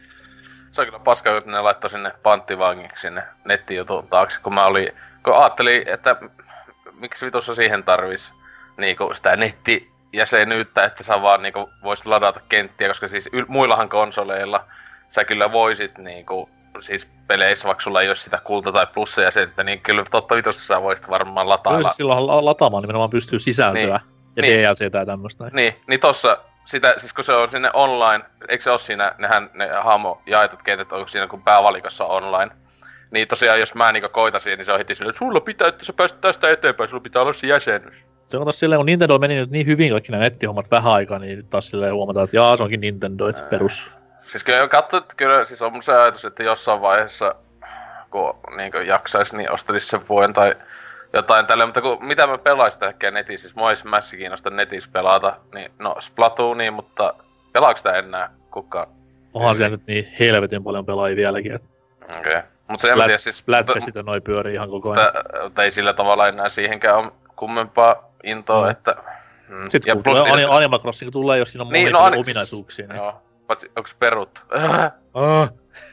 Se on kyllä paska, että ne laittoi sinne panttivangiksi sinne nettijutun taakse, kun mä olin, kun ajattelin, että miksi vitussa siihen tarvis niinku sitä nettijäsenyyttä, että sä vaan niinku voisit ladata kenttiä, koska siis yl- muillahan konsoleilla sä kyllä voisit niinku, siis peleissä, vaikka sulla ei ole sitä kulta- tai plussajäsenyyttä, niin kyllä totta vitussa sä voisit varmaan latailla. Kyllä silloin la- lataamaan nimenomaan pystyy sisältöä niin, ja niin. D L C:tä ja tämmöstä. Niin, niin tossa, sitä, siis kun se on sinne online, eikö se oo siinä, nehän ne hahmo jaetut kentät, onko siinä kun päävalikossa online, niin tosiaan jos mä niinku koitasin, niin se on heti silleen, että sulla pitää, että sä pääset tästä eteenpäin, sulla pitää olla se jäsenyys. Se on taas silleen, kun Nintendo meni nyt niin hyvin kaikki nämä nettihommat vähän aikaa, niin nyt taas silleen huomataan, että jaa, se onkin Nintendo, että perus. Siis kyllä katsoin, että kyllä siis on mun se ajatus, että jossain vaiheessa, kun niin jaksaisi, niin ostelisi sen vuoden tai jotain tälleen, mutta kun, mitä mä pelaisin ehkä netissä, siis mua ei Smash kiinnosta netissä pelata, niin no Splatoonia, mutta pelaako sitä enää kukaan? Onhan siellä nyt niin helvetin paljon pelaajia vieläkin, että okei. Okay. Mutta en tiedä siis... Splatfestit noi pyörii ihan koko ajan. Mutta ei sillä tavalla enää siihenkään ole kummempaa intoa, no. Että... Mm. Sitten kun tulee Ani- Animal Crossing tulee, jos siinä on niin, monia no, ominaisuuksia. Niin... Joo, patsi, onks peruttu? uh.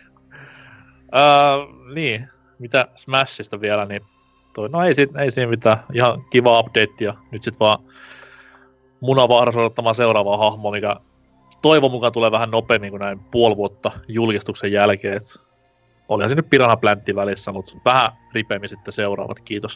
Uh, niin, mitä Smashista vielä, niin toi, no ei, sit, ei siinä mitään, ihan kiva update ja nyt sit vaan munavaahdas odottamaan seuraavaa hahmoa, mikä toivon mukaan tulee vähän nopeammin kuin näin puoli vuotta julkistuksen jälkeen. Et olihan se nyt Piranha Plantti välissä, mutta vähän ripeämmin sitten seuraavat, kiitos.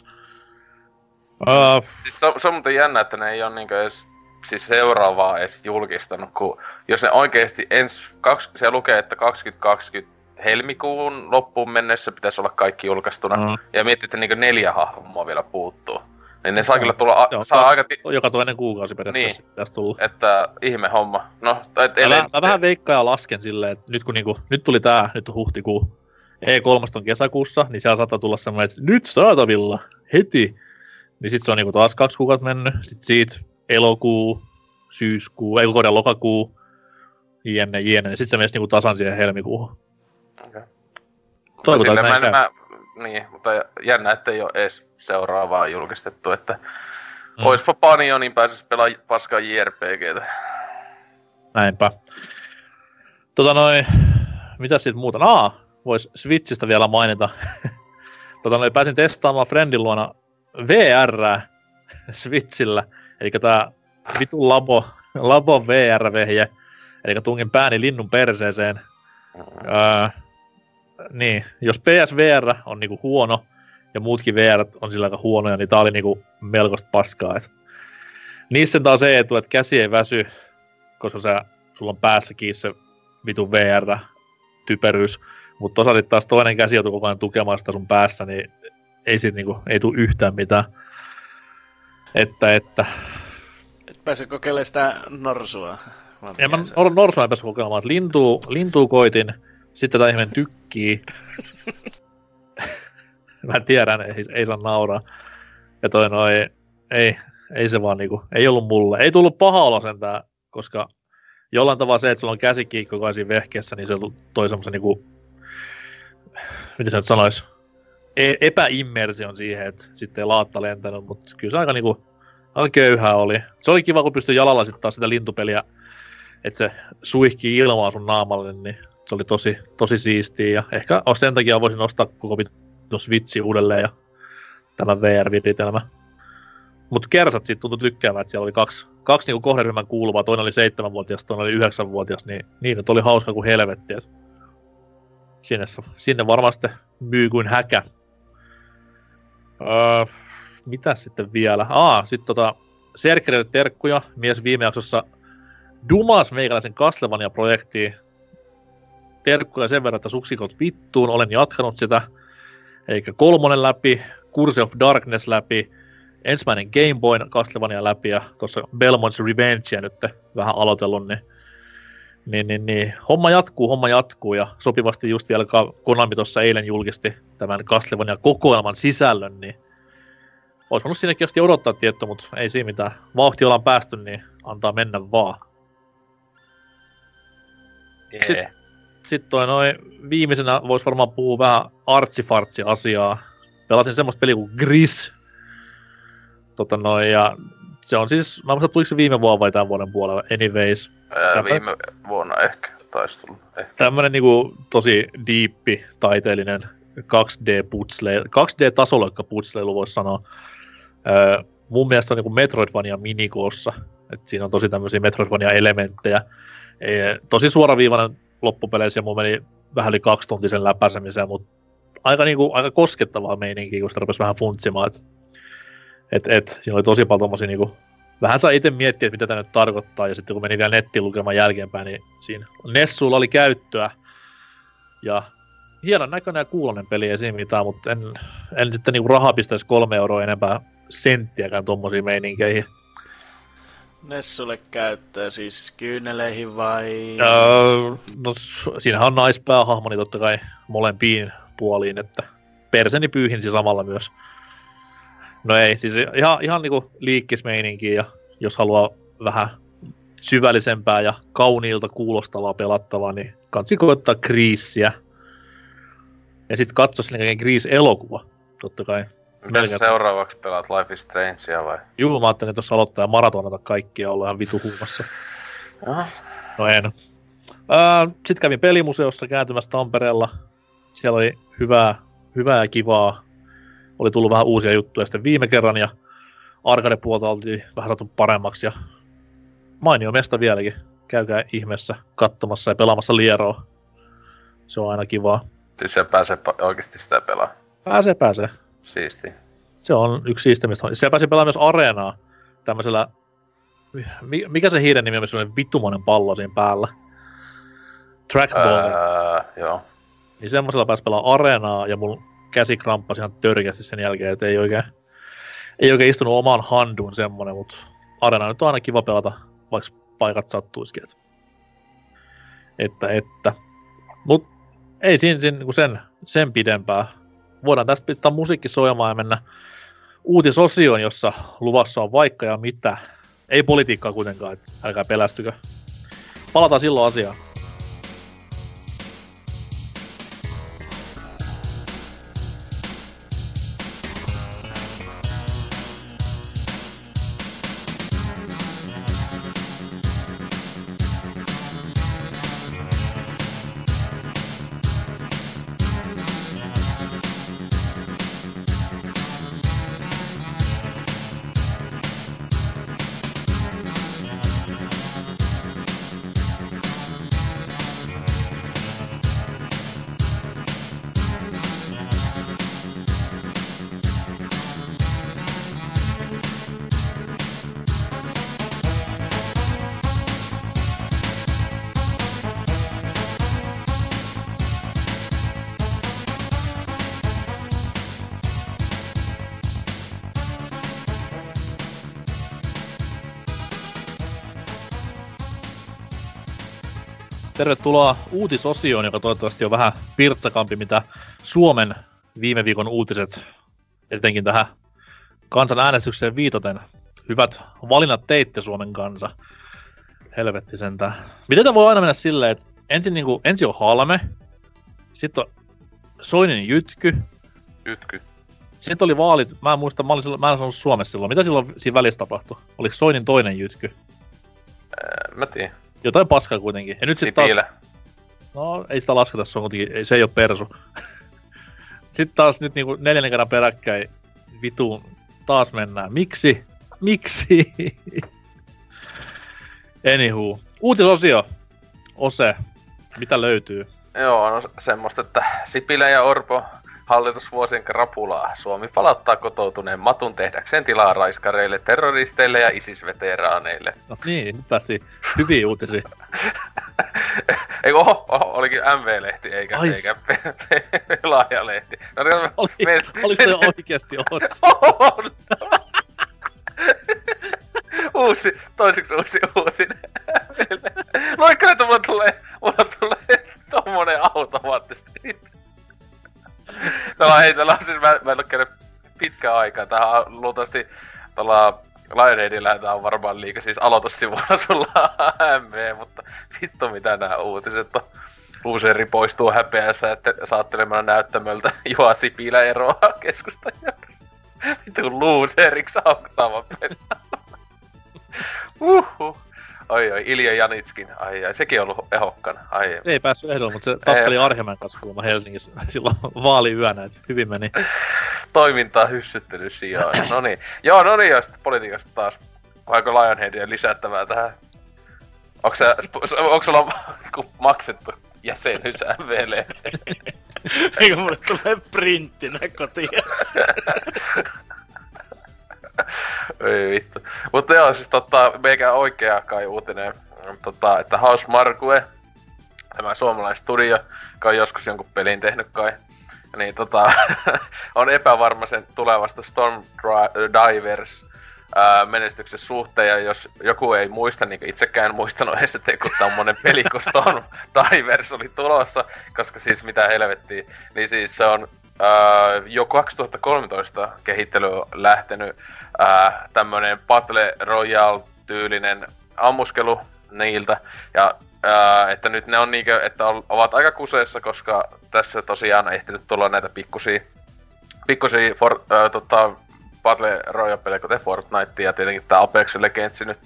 Uh, siis se, on, se on muuten jännä, että ne ei ole niinku edes siis seuraavaa edes julkistanut, kun jos ne oikeesti ens, kaks, se lukee, että kaksituhattakaksikymmentä helmikuun loppuun mennessä pitäisi olla kaikki julkaistuna, mm. ja miettii, että niinku neljä hahmoa vielä puuttuu. Niin ne saa kyllä tulla, a, joo, saa kaksi, aika... joka toinen kuukausi periaatteessa niin, pitäisi tulla. Että ihme homma. No, et, mä, mä, mä vähän veikkaan ja lasken silleen, että nyt kun niinku, nyt tuli tää, nyt on huhtikuu, E kolme on kesäkuussa, niin siellä saattaa tulla semmoinen, että nyt saatavilla, heti. Niin sit se on niinku taas kaksi kuukautta mennyt, sit siitä elokuu, syyskuu, ei koko lokakuu, jne, jne, niin sit se menisi niinku tasan siihen helmikuuhun. Okei. Toivotaan, että näin käy. Mä, niin, mutta jännä, että ei oo ees seuraavaa julkistettu, että mm. oispa Panio, niin pääsis pelaa paskaa J R P G:tä. Näinpä. Tota noin, mitä sit muuta? Aa, vois Switchistä vielä mainita. tota noin, pääsin testaamaan friendin luona V R Switchillä, eli tää vitun labo, labo V R-vehje, eli tungin pääni linnun perseeseen. Mm. Öö, niin, jos P S V R on niinku huono, ja muutkin V R on sillä aika huonoja, niin tää oli niinku melkoista paskaa. Et niissä taas se etu, että käsi ei väsy, koska sä, sulla on päässä kiinni se vitun V R-typeryys. Mutta tosa taas toinen käsi joutuu koko ajan tukemaan sitä sun päässä, niin ei siitä niinku, ei tuu yhtään mitään. Että, että... Et pääse kokeilemaan sitä norsua. Ja mä nor- norsua en pääse kokeilemaan, että lintuu, lintuu koitin, sitten tää ihmeen tykkii. Mä tiedän, ei, ei saa nauraa. Ja toi noi, ei, ei se vaan niinku, ei ollut mulle. Ei tullut paha olo sentään, koska jollain tavalla se, että sulla on käsikiikko koko ajan siinä vehkeessä, niin se toi semmosen niinku, miten sä nyt sanois, e- epäimmersion siihen, että sitten ei laatta lentänyt, mutta kyllä se aika niinku, aika köyhää oli. Se oli kiva, kun pystyi jalalla sitten taas sitä lintupeliä, että se suihkii ilmaa sun naamalle, niin se oli tosi, tosi siistiä. Ja ehkä sen takia voisin ostaa koko tuon Switchin uudelleen ja tämän V R-viritelmä. Mutta kersat siitä tuntui tykkäävää, että siellä oli kaksi, kaksi niinku kohderyhmän kuuluvaa, toinen oli seitsemänvuotias, toinen oli yhdeksänvuotias, niin niin oli hauska kuin helvetti. Sinne, sinne varmasti myy kuin häkä. Öö, mitäs sitten vielä? Aa, sit tota, Serkerille terkkuja. Mies viime jaksossa dumas meikäläisen Castlevania-projektiin. Terkkuja sen verran, että suksikot vittuun, olen jatkanut sitä. Eikä kolmonen läpi, Curse of Darkness läpi, ensimmäinen Game Boyn Castlevania läpi ja tuossa Belmont's Revengea nyt vähän aloitellut, niin, niin, niin, niin homma jatkuu, homma jatkuu ja sopivasti just vielä Konami tuossa eilen julkisti tämän Castlevania kokoelman sisällön, niin olisi voinut sinnekin asti odottaa tietty, mutta ei siinä mitään. Vauhti ollaan päästy, niin antaa mennä vaan. Yeah. Sitten sit toi noin viimeisenä vois varmaan puhua vähän artsifartsi-asiaa. Pelasin semmoista peliä kuin Gris. Tota noin, ja se on siis, mä muistan, tuliko se viime vuonna vai tämän vuoden puolella, anyways. Ää, viime vuonna ehkä, taisi tulla. Ehkä. Tämmönen niinku tosi diippi, taiteellinen kaksi D-putsleilu, kaksi D-tasoloikka putsleilu voisi sanoa. Öö, mun mielestä on niinku Metroidvania minikoossa, että siinä on tosi tämmöisiä Metroidvania-elementtejä. E, tosi suoraviivainen loppupeleissä ja mun meni vähän yli kaksituntisen läpäisemiseen, mutta aika, niinku, aika koskettavaa meininkiä, kun sitä rupesi vähän funtsimaan. Et, et, et, siinä oli tosi paljon tommosia, niinku, vähän saa itse miettiä, että mitä tämä nyt tarkoittaa, ja sitten kun meni vielä nettiin lukemaan jälkeenpäin, niin siinä Nessulla oli käyttöä, ja hienon näköinen ja kuulonen peli ei siinä mitään, mutta en, en sitten niinku rahaa pistäisi kolme euroa enempää senttiäkään tommosiin meininkeihin. Nessulle käyttää siis kyyneleihin vai? Öö, no siinähän on naispäähahmo, niin totta kai molempiin puoliin, että perseni pyyhinsi samalla myös. No ei, siis ihan, ihan niinku liikkismeininkiä, ja jos haluaa vähän syvällisempää ja kauniilta kuulostavaa pelattavaa, niin kansi koittaa Greaseä. Ja sit katso sinne Grease-elokuva, totta kai. Mitäs seuraavaksi pelaat Life is Strangea vai? Juu, mä ajattelin tuossa aloittaa ja maratonata kaikkia, olla ihan vitu huumassa. No en. Öö, Sitten kävin pelimuseossa kääntymässä Tampereella. Siellä oli hyvää, hyvää ja kivaa. Oli tullut vähän uusia juttuja sitten viime kerran ja arcade-puolta oltiin vähän saatu paremmaksi. Ja mainio mesta vieläkin. Käykää ihmeessä katsomassa ja pelaamassa Lieroa. Se on aina kivaa. Siis se pääsee oikeesti sitä pelaa? Pääsee, pääsee. Siisti. Se on yksi siistemmistä. Siellä pääsi pelaamaan myös areenaa tämmöisellä, mikä se hiiren nimi on, missä on vittumainen pallo siinä päällä? Trackball. Öö, joo. Niin semmoisella pääsi pelaamaan areenaa ja mun käsi kramppasi ihan törkeästi sen jälkeen, että ei oikein, ei oikein istunut oman handuun semmonen, mutta areena nyt on aina kiva pelata, vaikka paikat sattuisikin. Että, että. Mut ei siinä, siinä sen, sen pidempää. Voidaan tästä pitää musiikki soimaan ja mennä uutisosioon, jossa luvassa on vaikka ja mitä. Ei politiikkaa kuitenkaan, että älkää pelästykö. Palataan silloin asiaan. Tervetuloa uutisosioon, joka toivottavasti on vähän pirtsakampi, mitä Suomen viime viikon uutiset, etenkin tähän kansanäänestykseen viitoten. Hyvät valinnat teitte, Suomen kansa. Helvetti sentään. Miten tämä voi aina mennä silleen, että ensin, niin kuin, ensin on Halme, sitten on Soinin Jytky. Jytky. Sitten oli vaalit, mä en muista, mä, olin silloin, mä en ollut Suomessa silloin. Mitä silloin siinä välissä tapahtui? Oliko Soinin toinen Jytky? Ää, mä tiedän. Jotain paskaa kuitenkin. Ja nyt sit taas... No, ei sitä lasketa, se on kuitenkin, se ei oo persu. Sitten taas nyt niinku neljännen kerran peräkkäin vituun taas mennään. Miksi? Miksi? Anywho. Uutisosio. Ose. Mitä löytyy? Joo, no semmoista, että Sipilä ja Orpo hallitusvuosien krapulaa. Suomi palauttaa kotoutuneen matun tehdäkseen tilaa raiskareille, terroristeille ja ISIS-veteraaneille. No niin, nyt päästiin hyviä uutisia. Eikö, oho, oho, olikin M V-lehti, eikä, eikä pe- pe- pelaajalehti. No, oli, me... oli se oikeesti otsi. Uusi, toiseksi uusi uutinen. Loikka, että mulla tulee, mulla tulee tommonen automaattisesti. No hei, tällä on siis, mä, mä en oo käynyt pitkään aikaa. Tähän on luultavasti tuolla Lionheadillä tää on varmaan liikaa siis aloitussivuilla sulla M V, mutta vittu mitä nää uutiset on. Luuseri poistuu häpeässä, että saattelemalla näyttämöltä Juha Sipilä eroaa keskustajana. Vittu kun luuseriksi auktava pelaa. Uhuh. Oi oi, Ilja Janitskin, ai ai, sekin on ollut ehokkana, ai ai. Ei päässyt ehdolle, mutta se tappeli Arhemäen kanssa kuulemma Helsingissä silloin vaaliyönä, et hyvin meni. Toimintaa hyssyttely sijaan, noniin. Joo, noniin, ja sitten politiikasta taas. Vaiko Lionheadia lisättävää tähän? Onks sä, onks sulla maksettu jäsenyys M V-lehteen? Eikö mulle tulee printtinä kotiin? Ei vittu. Mutta joo, siis tota, meikä oikea kai uutinen, tota, että House Marque, tämä suomalainen studio, joka on joskus jonkun pelin tehnyt kai, niin tota, on epävarma sen tulevasta Storm Divers ää, menestyksen suhteen, ja jos joku ei muista, niin itsekään en muistanut edes, että kun tommonen peli kun Storm Divers oli tulossa, koska siis mitä helvettiä, niin siis se on ää, jo kaksituhattakolmetoista kehittely lähtenyt ää, tämmönen Battle Royale-tyylinen ammuskelu niiltä, ja ää, että nyt ne on niinkö, että ovat aika kuseessa, koska tässä tosiaan on ehtinyt tulla näitä pikkusia, pikkusia for, ää, tota, Battle Royale-pelejä, kuten Fortnite ja tietenkin tää Apex Legends nyt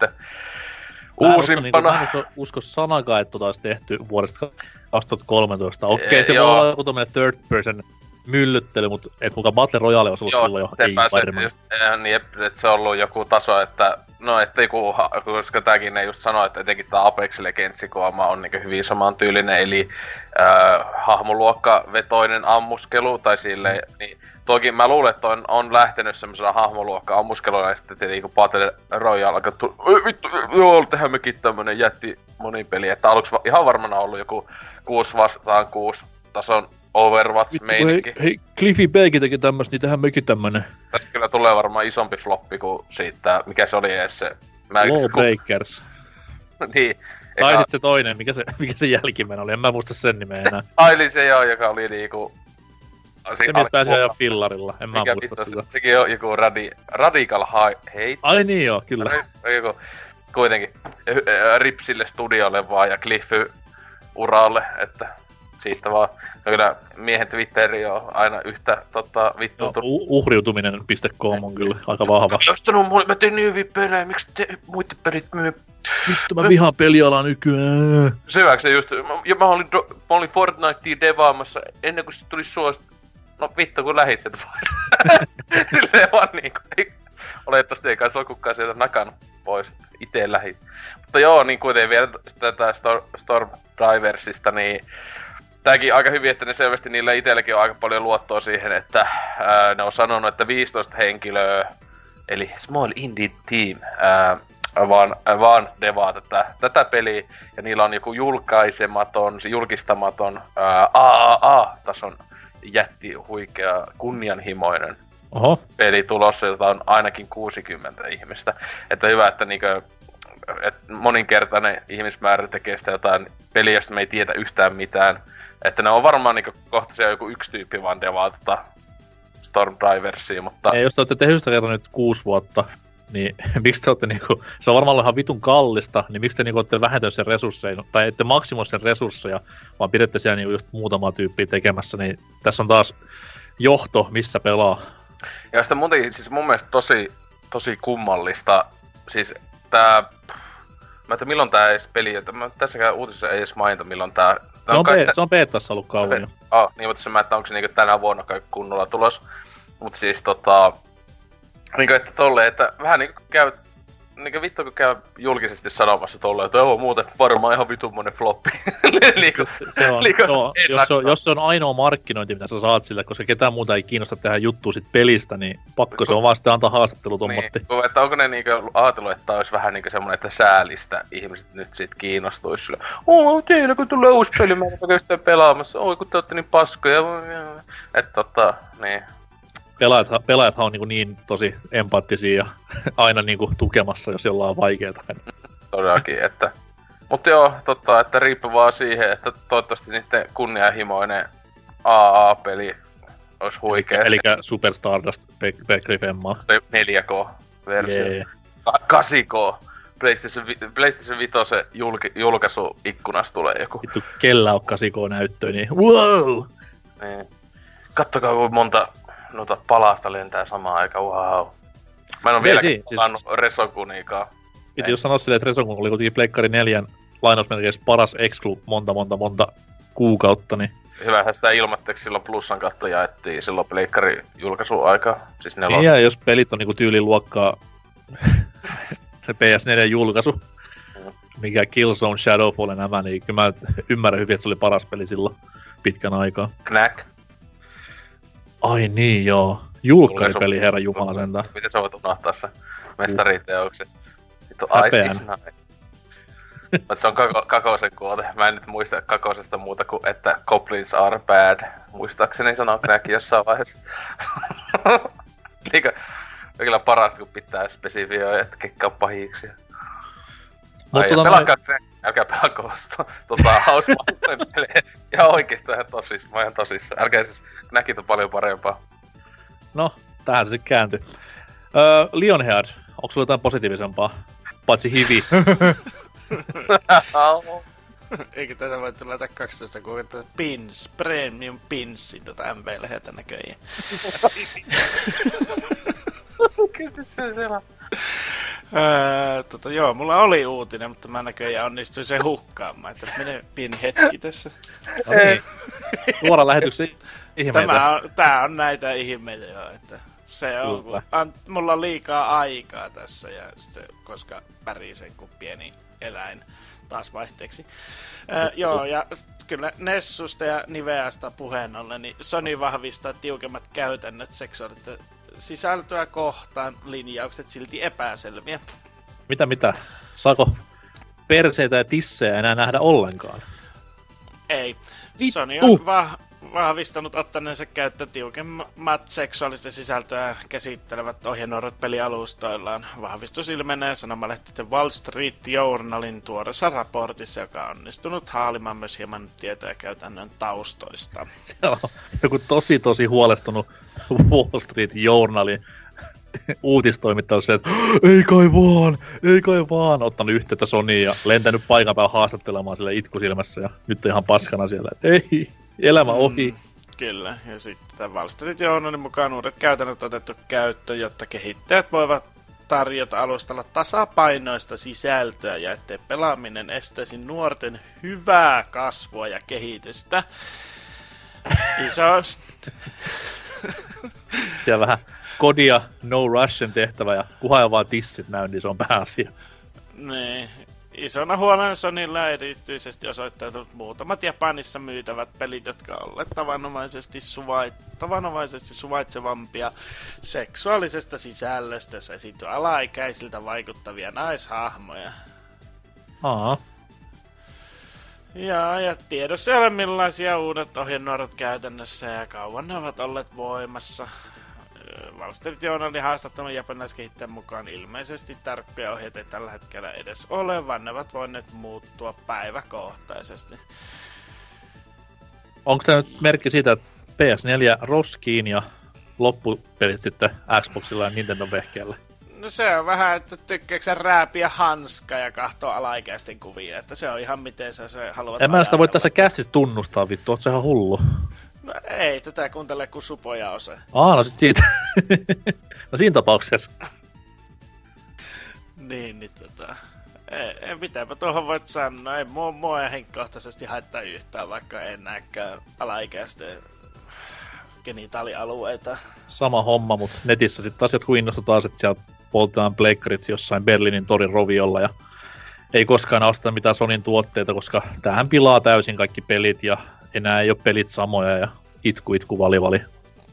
uusimpana. Mä en usko, usko sanakaan, että tota olisi tehty vuodesta kaksituhattakolmetoista. Okei, E, se joo. voi olla joku tämmönen third person myllyttely, mutta et mukaan Battle Royale olisi ollut Joo, silloin jo, ei sepä se, varmaan. just, eh, niin, että se on ollut joku taso, että no ettei ku, koska tääkin ne just sanoo, että etenkin tää Apex Legends kooma on niinku hyvin samantyylinen, eli äh, hahmoluokkavetoinen ammuskelu, tai silleen, mm. niin toki mä luulen, että on, on lähtenyt semmosena hahmoluokka-ammuskeluna, ja sitten tietenkin kun Battle Royale alkaa tulla, vittu, joo, tehdään mekin tämmönen jätti monipeli, että aluksi va- ihan varmana ollut joku kuusi vastaan kuusi tason Overwatch-meininki. Hei, hei, Cliffy Bag teki tämmöstä, niin tehdään mekin tämmönen. Tästä kyllä tulee varmaan isompi floppi kuin siitä, mikä se oli edes se... Mä Lawbreakers. niin. Tai eka... sit se toinen, mikä se, mikä se jälkimmäinen oli, en mä muista sen nimeä enää. Ai eli se joo, joka oli niinku... Se mies pääsi ajaa fillarilla, en mä mikä muista vittu, sitä. Se, sekin on joku radi, Radical Hate. Ai niin joo, kyllä. Joku, kuitenkin Ripsille studiolle vaan ja Cliffy uralle, että siitä vaan. Ja kyllä miehen Twitteri on aina yhtä tota, vittuutunut. U- uhriutuminen piste com on kyllä aika vahva. Ostanut mulle, mä tein niin hyviä pelejä, miksi te muiden pelit myy? Vittu mä vihaan pelialaa nykyään. Se hyväksi just, mä, mä olin, do, mä olin Fortnitea devaamassa ennen kuin se tuli suosta. No vittu kun lähit sieltä pois. Silleen vaan niinku, ei, olettavasti ei kai se ole kukaan sieltä nakannut pois. Ite lähit. Mutta joo, niin kuitenkin vielä tätä Storm, Storm Diversista, niin tääkin aika hyvin, että ne selvästi niillä itselläkin on aika paljon luottoa siihen, että ää, ne on sanonut, että viisitoista henkilöä, eli small indie team, ää, vaan, vaan devaa tätä, tätä peliä, ja niillä on joku julkaisematon, julkistamaton ää, A A A-tason jätti huikea kunnianhimoinen Oho. peli tulossa, jota on ainakin kuusikymmentä ihmistä. Että hyvä, että niinkö, et moninkertainen ihmismäärä tekee sitä jotain peliä, josta me ei tiedä yhtään mitään. Että ne on varmaan niinku kohta se on joku yksi tyyppi vaan devaa tota Storm Diversia, mutta... Ei, jos te olette tehnyt sitä kerran nyt kuusi vuotta, niin miksi te olette niinku... Se on varmaan ollut ihan vitun kallista, niin miksi te niinku olette vähentänyt sen resursseja, tai ette maksimoi sen resursseja, vaan pidätte siellä niinku just muutamaa tyyppiä tekemässä, niin tässä on taas johto, missä pelaa. Ja sitten muuten, siis mun mielestä tosi, tosi kummallista, siis tää... Mä en milloin tää edes peli, että mä tässäkään uutisessa ei edes mainita milloin tää... Se on, kai... be- se on beetassa ollut kauan jo. Ah, niin mutta se mä, että onko se niinku tänä vuonna kai kunnolla tulos. Mut siis tota... Niinku että tolleen, että vähän niinku käy... Niinku vittu kun käy julkisesti sanomassa tolleen, että joo muuten varmaan ihan vitun monen floppi. Liiku, se, se on, liiku, se on, jos, se on, jos se on ainoa markkinointi, mitä sä saat sille, koska ketään muuta ei kiinnosta tehdä juttua sit pelistä, niin pakko se on vaan sitten antaa haastattelu tommotti. Niin, että onko ne niinku ajatellut, että olisi vähän niinku semmonen, että säälistä ihmiset nyt sit kiinnostuis sille. Oo, teillä kun tulee uusi peli, mä en oikeastaan pelaamassa. Oi kun te ootte niin paskoja. Että tota, niin. Pelaajat, pelaajathan on niin, niin tosi empaattisia ja aina niin kuin tukemassa, jos jollain on vaikeeta. Todellakin, että... Mutta joo, totta, että riippuu vaan siihen, että toivottavasti niiden kunnianhimoinen A A A-peli olisi huikea. Elikkä Super Stardust Bakery Femmaa. Se neljä K-versio. Jee. Ka- kahdeksan K. PlayStation, vi- PlayStation viisi julki- julkaisuikkunasta tulee joku. Vittu, kellä on kahdeksan K-näyttöä, niin wow! Niin. Kattokaa kuinka monta noita palasta lentää samaan aikaan, wow. Mä en oo vielä pelannut siis... Resokuniikaan. Piti just sanoa silleen, että Resokun oli kuitenkin Pleikkari neljän lainausmerkeissä paras exclu monta monta monta kuukautta, niin... Hyvähän sitä ilmatteeksi silloin plussan katto jaettiin silloin Pleikkari julkaisuaikaa, siis nelon. Niin ja jos pelit on niinku tyylin luokkaa se P S neljä julkaisu, mm. mikä Killzone, Shadowfall ja nämä, niin kyllä mä ymmärrän hyvin, että se oli paras peli silloin pitkän aikaa. Knack. Ai niin joo. Julkkaripeli, herra jumala sentään. Miten sä voit unohtaa se mestariteoksen? Vittu Häpeän. Ice is Night. Mutta se on kako- Kakosen kuote. Mä en nyt muista Kakosesta muuta kuin, että goblins are bad. Muistaakseni sanoo Knäki jossain vaiheessa. Niinkö, kyllä parasta kun pitää spesifioida, että ketkä on pahiksia. Ai, tota pelaakaa mä... Knäki, älkää pelako sitä. Tota, hauska pelejä. Ihan oikeesti ihan tosis, mä ihan tosissa. Älkää siis, Knäkit on paljon parempaa. No, tähän se sitten kääntyi. Öö, Lionhead, onko sulla jotain positiivisempaa? Paitsi hivi. Eikö tätä voi laittaa kaksitoista kuukautta pins, premium pinsin tota M V-läheltä näköjään. Oikeesti se on siellä. Öö, tota, joo, mulla oli uutinen, mutta mä näköjään onnistuin sen hukkaamaan, että menee pieni hetki tässä. No niin, suoraan lähetyksen ihmeitä. Tämä on, tää on näitä ihmeitä joo, että se on, kun an, mulla on liikaa aikaa tässä, ja sitten, koska pärisen kuin pieni eläin taas vaihteeksi. Öö, joo, ja kyllä Nessusta ja Niveasta puheen ollen, niin Sony vahvistaa tiukemmat käytännöt seksuaalista sisältöä kohtaan, linjaukset silti epäselviä. Mitä mitä? Saako perseitä ja tissejä enää nähdä ollenkaan? Ei. Sony on va- vahvistanut ottaneensa käyttöön tiukemmat seksuaalista sisältöä käsittelevät ohjenuorat pelialustoillaan. Vahvistus ilmenee sanomalehti Wall Street Journalin tuoreessa raportissa, joka on onnistunut haalimaan myös hieman tietoja käytännön taustoista. Se on joku tosi tosi huolestunut Wall Street Journalin uutistoimittaja se, että ei kai vaan, ei kai vaan, ottanut yhteyttä Sonyin ja lentänyt paikan päällä haastattelemaan sille itkusilmässä ja nyt on ihan paskana siellä, että ei, elämä ohi. Mm, kyllä, ja sitten tämän Wall Street Journalin mukaan uudet käytännöt otettu käyttöön, jotta kehittäjät voivat tarjota alustalla tasapainoista sisältöä ja ettei pelaaminen estäisi nuorten hyvää kasvua ja kehitystä. Iso... Siellä vähän kodia No Russian tehtävä ja kuhaan vaan tissit näy, niin se on pääasia. Niin. Isona huolena Sonylla erityisesti osoittautunut muutamat Japanissa myytävät pelit, jotka ovat olleet tavanomaisesti, suvait- tavanomaisesti suvaitsevampia seksuaalisesta sisällöstä, jossa esiintyy alaikäisiltä vaikuttavia naishahmoja. Aa. Ja, ja tiedossa ei ole millaisia uudet ohjenuorat käytännössä ja kauan ne ovat olleet voimassa. Wall Street Journalin haastattelun japanilaiskehittäjän mukaan ilmeisesti tarkkoja ohjeita ei tällä hetkellä edes ole, vaan ne ovat voineet muuttua päiväkohtaisesti. Onko tämä nyt merkki siitä, että P S neljä roskiin ja loppupelit sitten Xboxilla ja Nintendo vehkeellä? No se on vähän, että tykkääkö sä rääpiä hanskaa ja katsoa alaikäisten kuvia, että se on ihan miten sä se haluat. En mä sitä voi tässä kästissä tunnustaa, vittu, oot sä ihan hullu. No ei, tätä kuuntele kuin supoja ose. Aa, no sit siitä. No siinä tapauksessa. niin, niin tota... Ei, ei mitäänpä tuohon voit sanoa, ei mua, mua henkkohtaisesti haittaa yhtään, vaikka en näkään alaikäisten genitaalialueita. Sama homma, mutta netissä sitten taas jotkut innostuu taas, että sieltä poltetaan pleikkarit jossain Berliinin torin roviolla ja ei koskaan osteta mitään Sonyn tuotteita, koska tähän pilaa täysin kaikki pelit ja enää ei ole pelit samoja ja itku itku vali vali.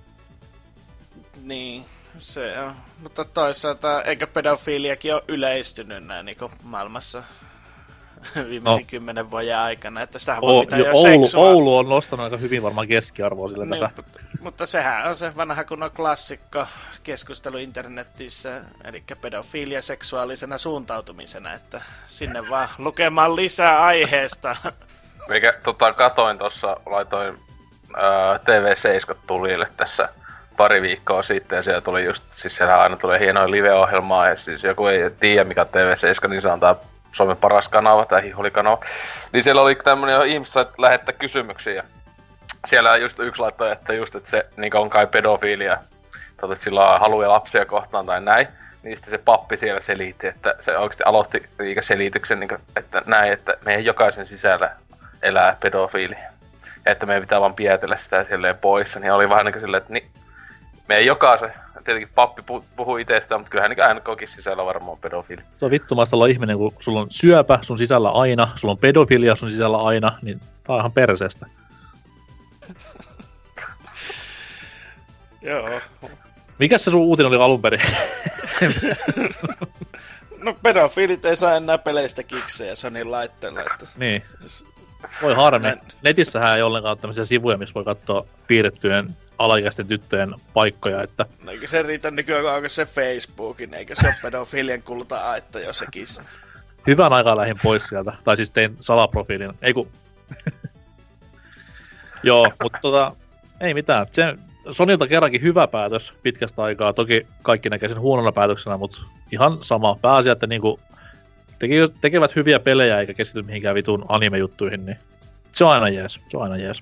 Niin, se on. Mutta toisaalta eikö pedofiiliakin ole yleistynyt näin niin maailmassa viimeisen no. kymmenen vuoden aikana, että sitähän voi pitää jo Oulu, seksua... Oulu on nostanut aika hyvin varmaan keskiarvoa sille niin, mutta, mutta sehän on se vanha kunnon klassikko keskustelu internetissä, eli pedofiilia seksuaalisena suuntautumisena, että sinne vaan lukemaan lisää aiheesta. Mikä tota, katoin tossa, laitoin ää, T V seitsemän tulille tässä pari viikkoa sitten, ja siellä tuli just, siis siellä aina tulee hienoja live-ohjelmaa, ja siis joku ei tiedä mikä T V seitsemän, niin se on tää Suomen paras kanava, tää hihulikanava. Niin siellä oli tämmönen, jo ihmiset sait lähettää kysymyksiä, ja siellä just yksi laittoi, että just, että se niin on kai pedofiilia, tota, että sillä on haluja lapsia kohtaan tai näin. Niin sitten se pappi siellä selitti, että se oikeesti aloitti selityksen, niin kuin, että näin, että meidän jokaisen sisällä elää pedofiili. Ja että meidän pitää vaan pietellä sitä silleen poissa, niin oli vähän niin kuin silleen, että niin, meidän jokaisen, tietenkin pappi puhuu itsestään, mutta kyllähän niin N K:kin sisällä varmaan pedofiili. Se on vittumaista olla ihminen, kun sulla on syöpä sun sisällä aina, sulla on pedofilia sun sisällä aina, niin tää on ihan perseestä. Joo. Mikäs se sun uutinen oli alun perin? No pedofiilit ei saa enää peleistä kiksejä Sonyn laitteella. Että... Niin. Voi harmi. Netissähän ei ollenkaan tämmöisiä sivuja, missä voi katsoa piirrettyjen alaikäisten tyttöjen paikkoja, että... No eikö se riitä nykyään, onko se Facebookin, eikö se ole pedofilien kulta-aitta jo sekin? Hyvän aikaa lähdin pois sieltä, tai siis tein salaprofiilin, ei ku... Joo, mutta tota, ei mitään. Se, Sonylta kerrankin hyvä päätös pitkästä aikaa, toki kaikki näkee sen huonona päätöksenä, mutta ihan sama. Pääasia, että niinku teke, tekevät hyviä pelejä eikä keskity mihinkään vitun anime-juttuihin, niin se on aina jees, se on aina jees.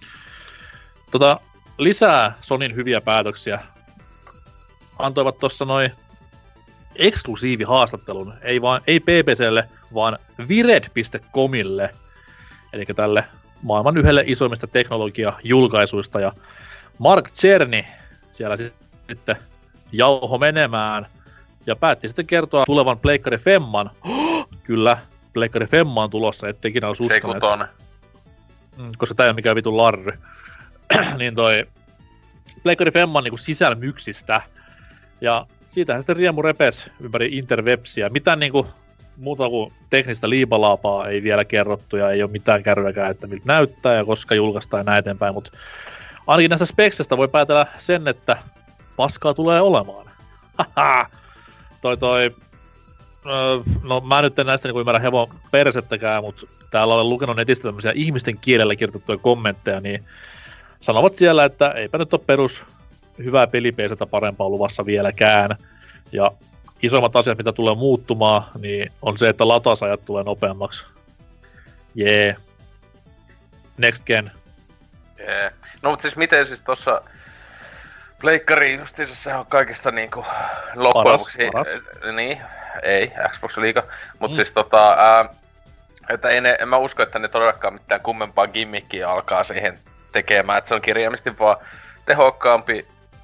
Tota, lisää Sonyn hyviä päätöksiä antoivat tossa noin eksklusiivihaastattelun, ei, vaan, ei P B C:lle, vaan Vired piste comille, eli tälle maailman yhdelle isoimmista teknologia-julkaisuista, ja Mark Cerny siellä sitten jauho menemään, ja päätti sitten kertoa tulevan Pleikkari Femman. Kyllä, Pleikkari Femma on tulossa, ettei ikinä olisi uskonut. Mm, koska tää ei ole mikään vitun larry. Niin toi Pleikkari Femman niinku sisälmyksistä, ja siitähän sitten riemu repes ympäri interwebsiä. Mitään niinku muuta kuin teknistä liipalaapaa ei vielä kerrottu ja ei ole mitään kärryäkään, että miltä näyttää ja koska julkaistaan ja näin eteenpäin, mutta ainakin näistä speksestä voi päätellä sen, että paskaa tulee olemaan. Haha! Toi toi... No mä nyt en näistä niinku ymmärrä hevon persettäkään, mutta täällä olen lukenut netistä tämmöisiä ihmisten kielellä kirjoitettuja kommentteja, niin sanovat siellä, että eipä nyt ole perus hyvää pelipeisetä parempaa luvassa vieläkään. Ja isommat asiat, mitä tulee muuttumaan, niin on se, että latausajat tulee nopeammaksi. Jee. Yeah. Next gen. Yeah. No mut siis miten siis tossa Pleikkari justiinsa se on kaikista niinku loppujen lopuksi... Niin, ei, Xbox liiga. Mut mm. siis tota... Ää, että ei ne, en mä usko, että ne todellakaan mitään kummempaa gimmickia alkaa siihen tekemään. Että se on kirjaimisesti vaan tehokkaampi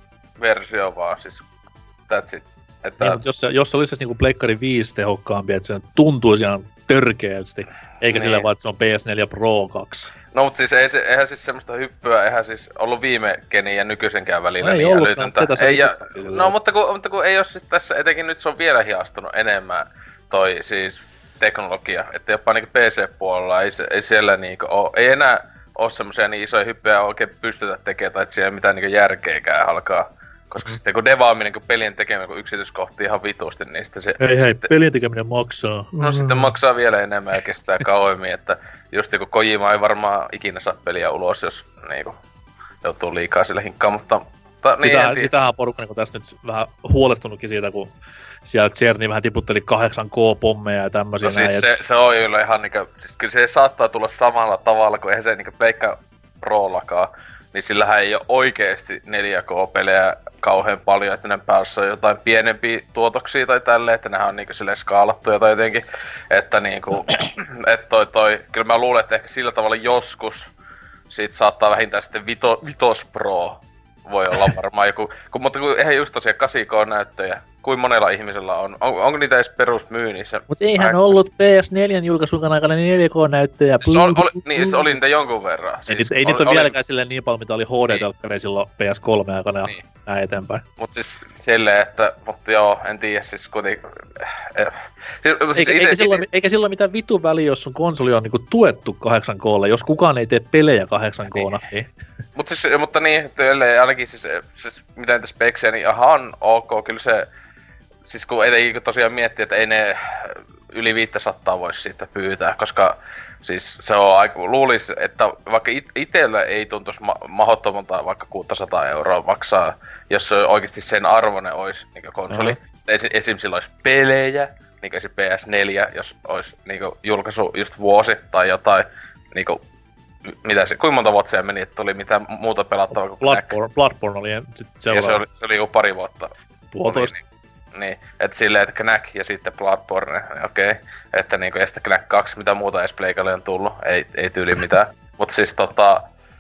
versio vaan, siis that's it. Että... Niin, jos, se, jos se olisi siis niinku Pleikkari viisi tehokkaampi, että se tuntuisi ihan törkeästi, eikä niin. Sillä vaan, että se on P S neljä Pro kaksi. No mut siis ei se, eihän siis semmoista hyppyä, eihän siis ollut viime genin ja nykyisenkään välillä no, niin ollut, älytöntä. No, ei, ja, no mutta kun, mutta kun ei oo siis tässä, etenkin nyt se on vielä hiastunut enemmän toi siis teknologia, että jopa niinku P C-puolella ei, ei siellä niinku oo, ei enää oo semmosia niin isoja hyppyjä oikein pystytä tekemään, tai et siellä ei mitään niinku järkeäkään alkaa. Koska sitten kun devaaminen, kun pelien tekeminen, kun yksityiskohtia ihan vitusti, niin sitten se... Hei hei, sitten, pelien tekeminen maksaa. No mm. sitten maksaa vielä enemmän ja kestää kauemmin, että just kun Kojima ei varmaan ikinä saa peliä ulos, jos niinku joutuu liikaa sille hinkkaan, mutta... Ta, niin, Sitä, sitähän on porukka niin tässä nyt vähän huolestunutkin siitä, kun sieltä Cerny vähän tiputteli kahdeksan K-pommeja ja tämmösiä. No siis näin, se, et... se on kyllä ihan niinku... Siis kyllä se saattaa tulla samalla tavalla, kun eihän se niinku Pleikka Prollakaan. Niin sillähän ei oo oikeesti neljä K-pelejä kauhean paljon, että ne päässä on jotain pienempiä tuotoksia tai tälleen, että nehän on niinku silleen skaalattuja tai jotenkin, että niinku, et toi toi, kyllä mä luulen, että ehkä sillä tavalla joskus siitä saattaa vähintään sitten Vito, Vitos Pro voi olla varmaan joku, kun, mutta kun eihän just tosiaan kahdeksan K-näyttöjä, kuin monella ihmisellä on, on onko niitä edes perusmyynnissä? Mut eihän Mä... ollut P S neljä julkaisun aikana niin neljä K-näyttöjä. Se oli, oli, niin, se oli niitä jonkun verran. Siis, ei ei niitä ole vieläkään silleen niin paljon, mitä oli H D-telkkari niin. Silloin P S kolme aikana ja niin. Näin eteenpäin. Mut siis silleen, että, mutta joo, en tiedä siis kuitenkin... Eh, siis, eikä, ite, eikä, ite, silloin, ite... eikä silloin mitään vitun väliä, jos sun konsoli on niinku tuettu kahdeksan K:lle, jos kukaan ei tee pelejä kahdeksan K:na. Niin. Mut siis, mutta niin, että ainakin siis, siis miten tässä speksejä, niin ihan ok, kyllä se... Siis kun etenkin tosiaan miettii, että ei ne yli viisisataa voisi siitä pyytää, koska siis se on aika, luulis, että vaikka it, itellä ei tuntuisi ma- mahdottomalta vaikka kuusisataa euroa maksaa, jos se oikeasti sen arvoinen olisi niin konsoli. Mm-hmm. Esim, esim. sillä olisi pelejä, niin esim. P S neljä, jos olisi niin julkaisu just vuosi tai jotain, niin kuin, mitä se, kuinka monta vuotta se meni, että tuli mitään muuta pelattavaa kuin Bloodborne, Bloodborne oli seuraava. Ja se oli, se oli jo pari vuotta. Puolitoista. Niin, niin, että silleen, että Knack ja sitten Bloodborne, okei. Okay. Että niinku, ja sitten Knack kaksi, mitä muuta edes Pleikalle on tullut, ei, ei tyyli mitään. Mut siis tota...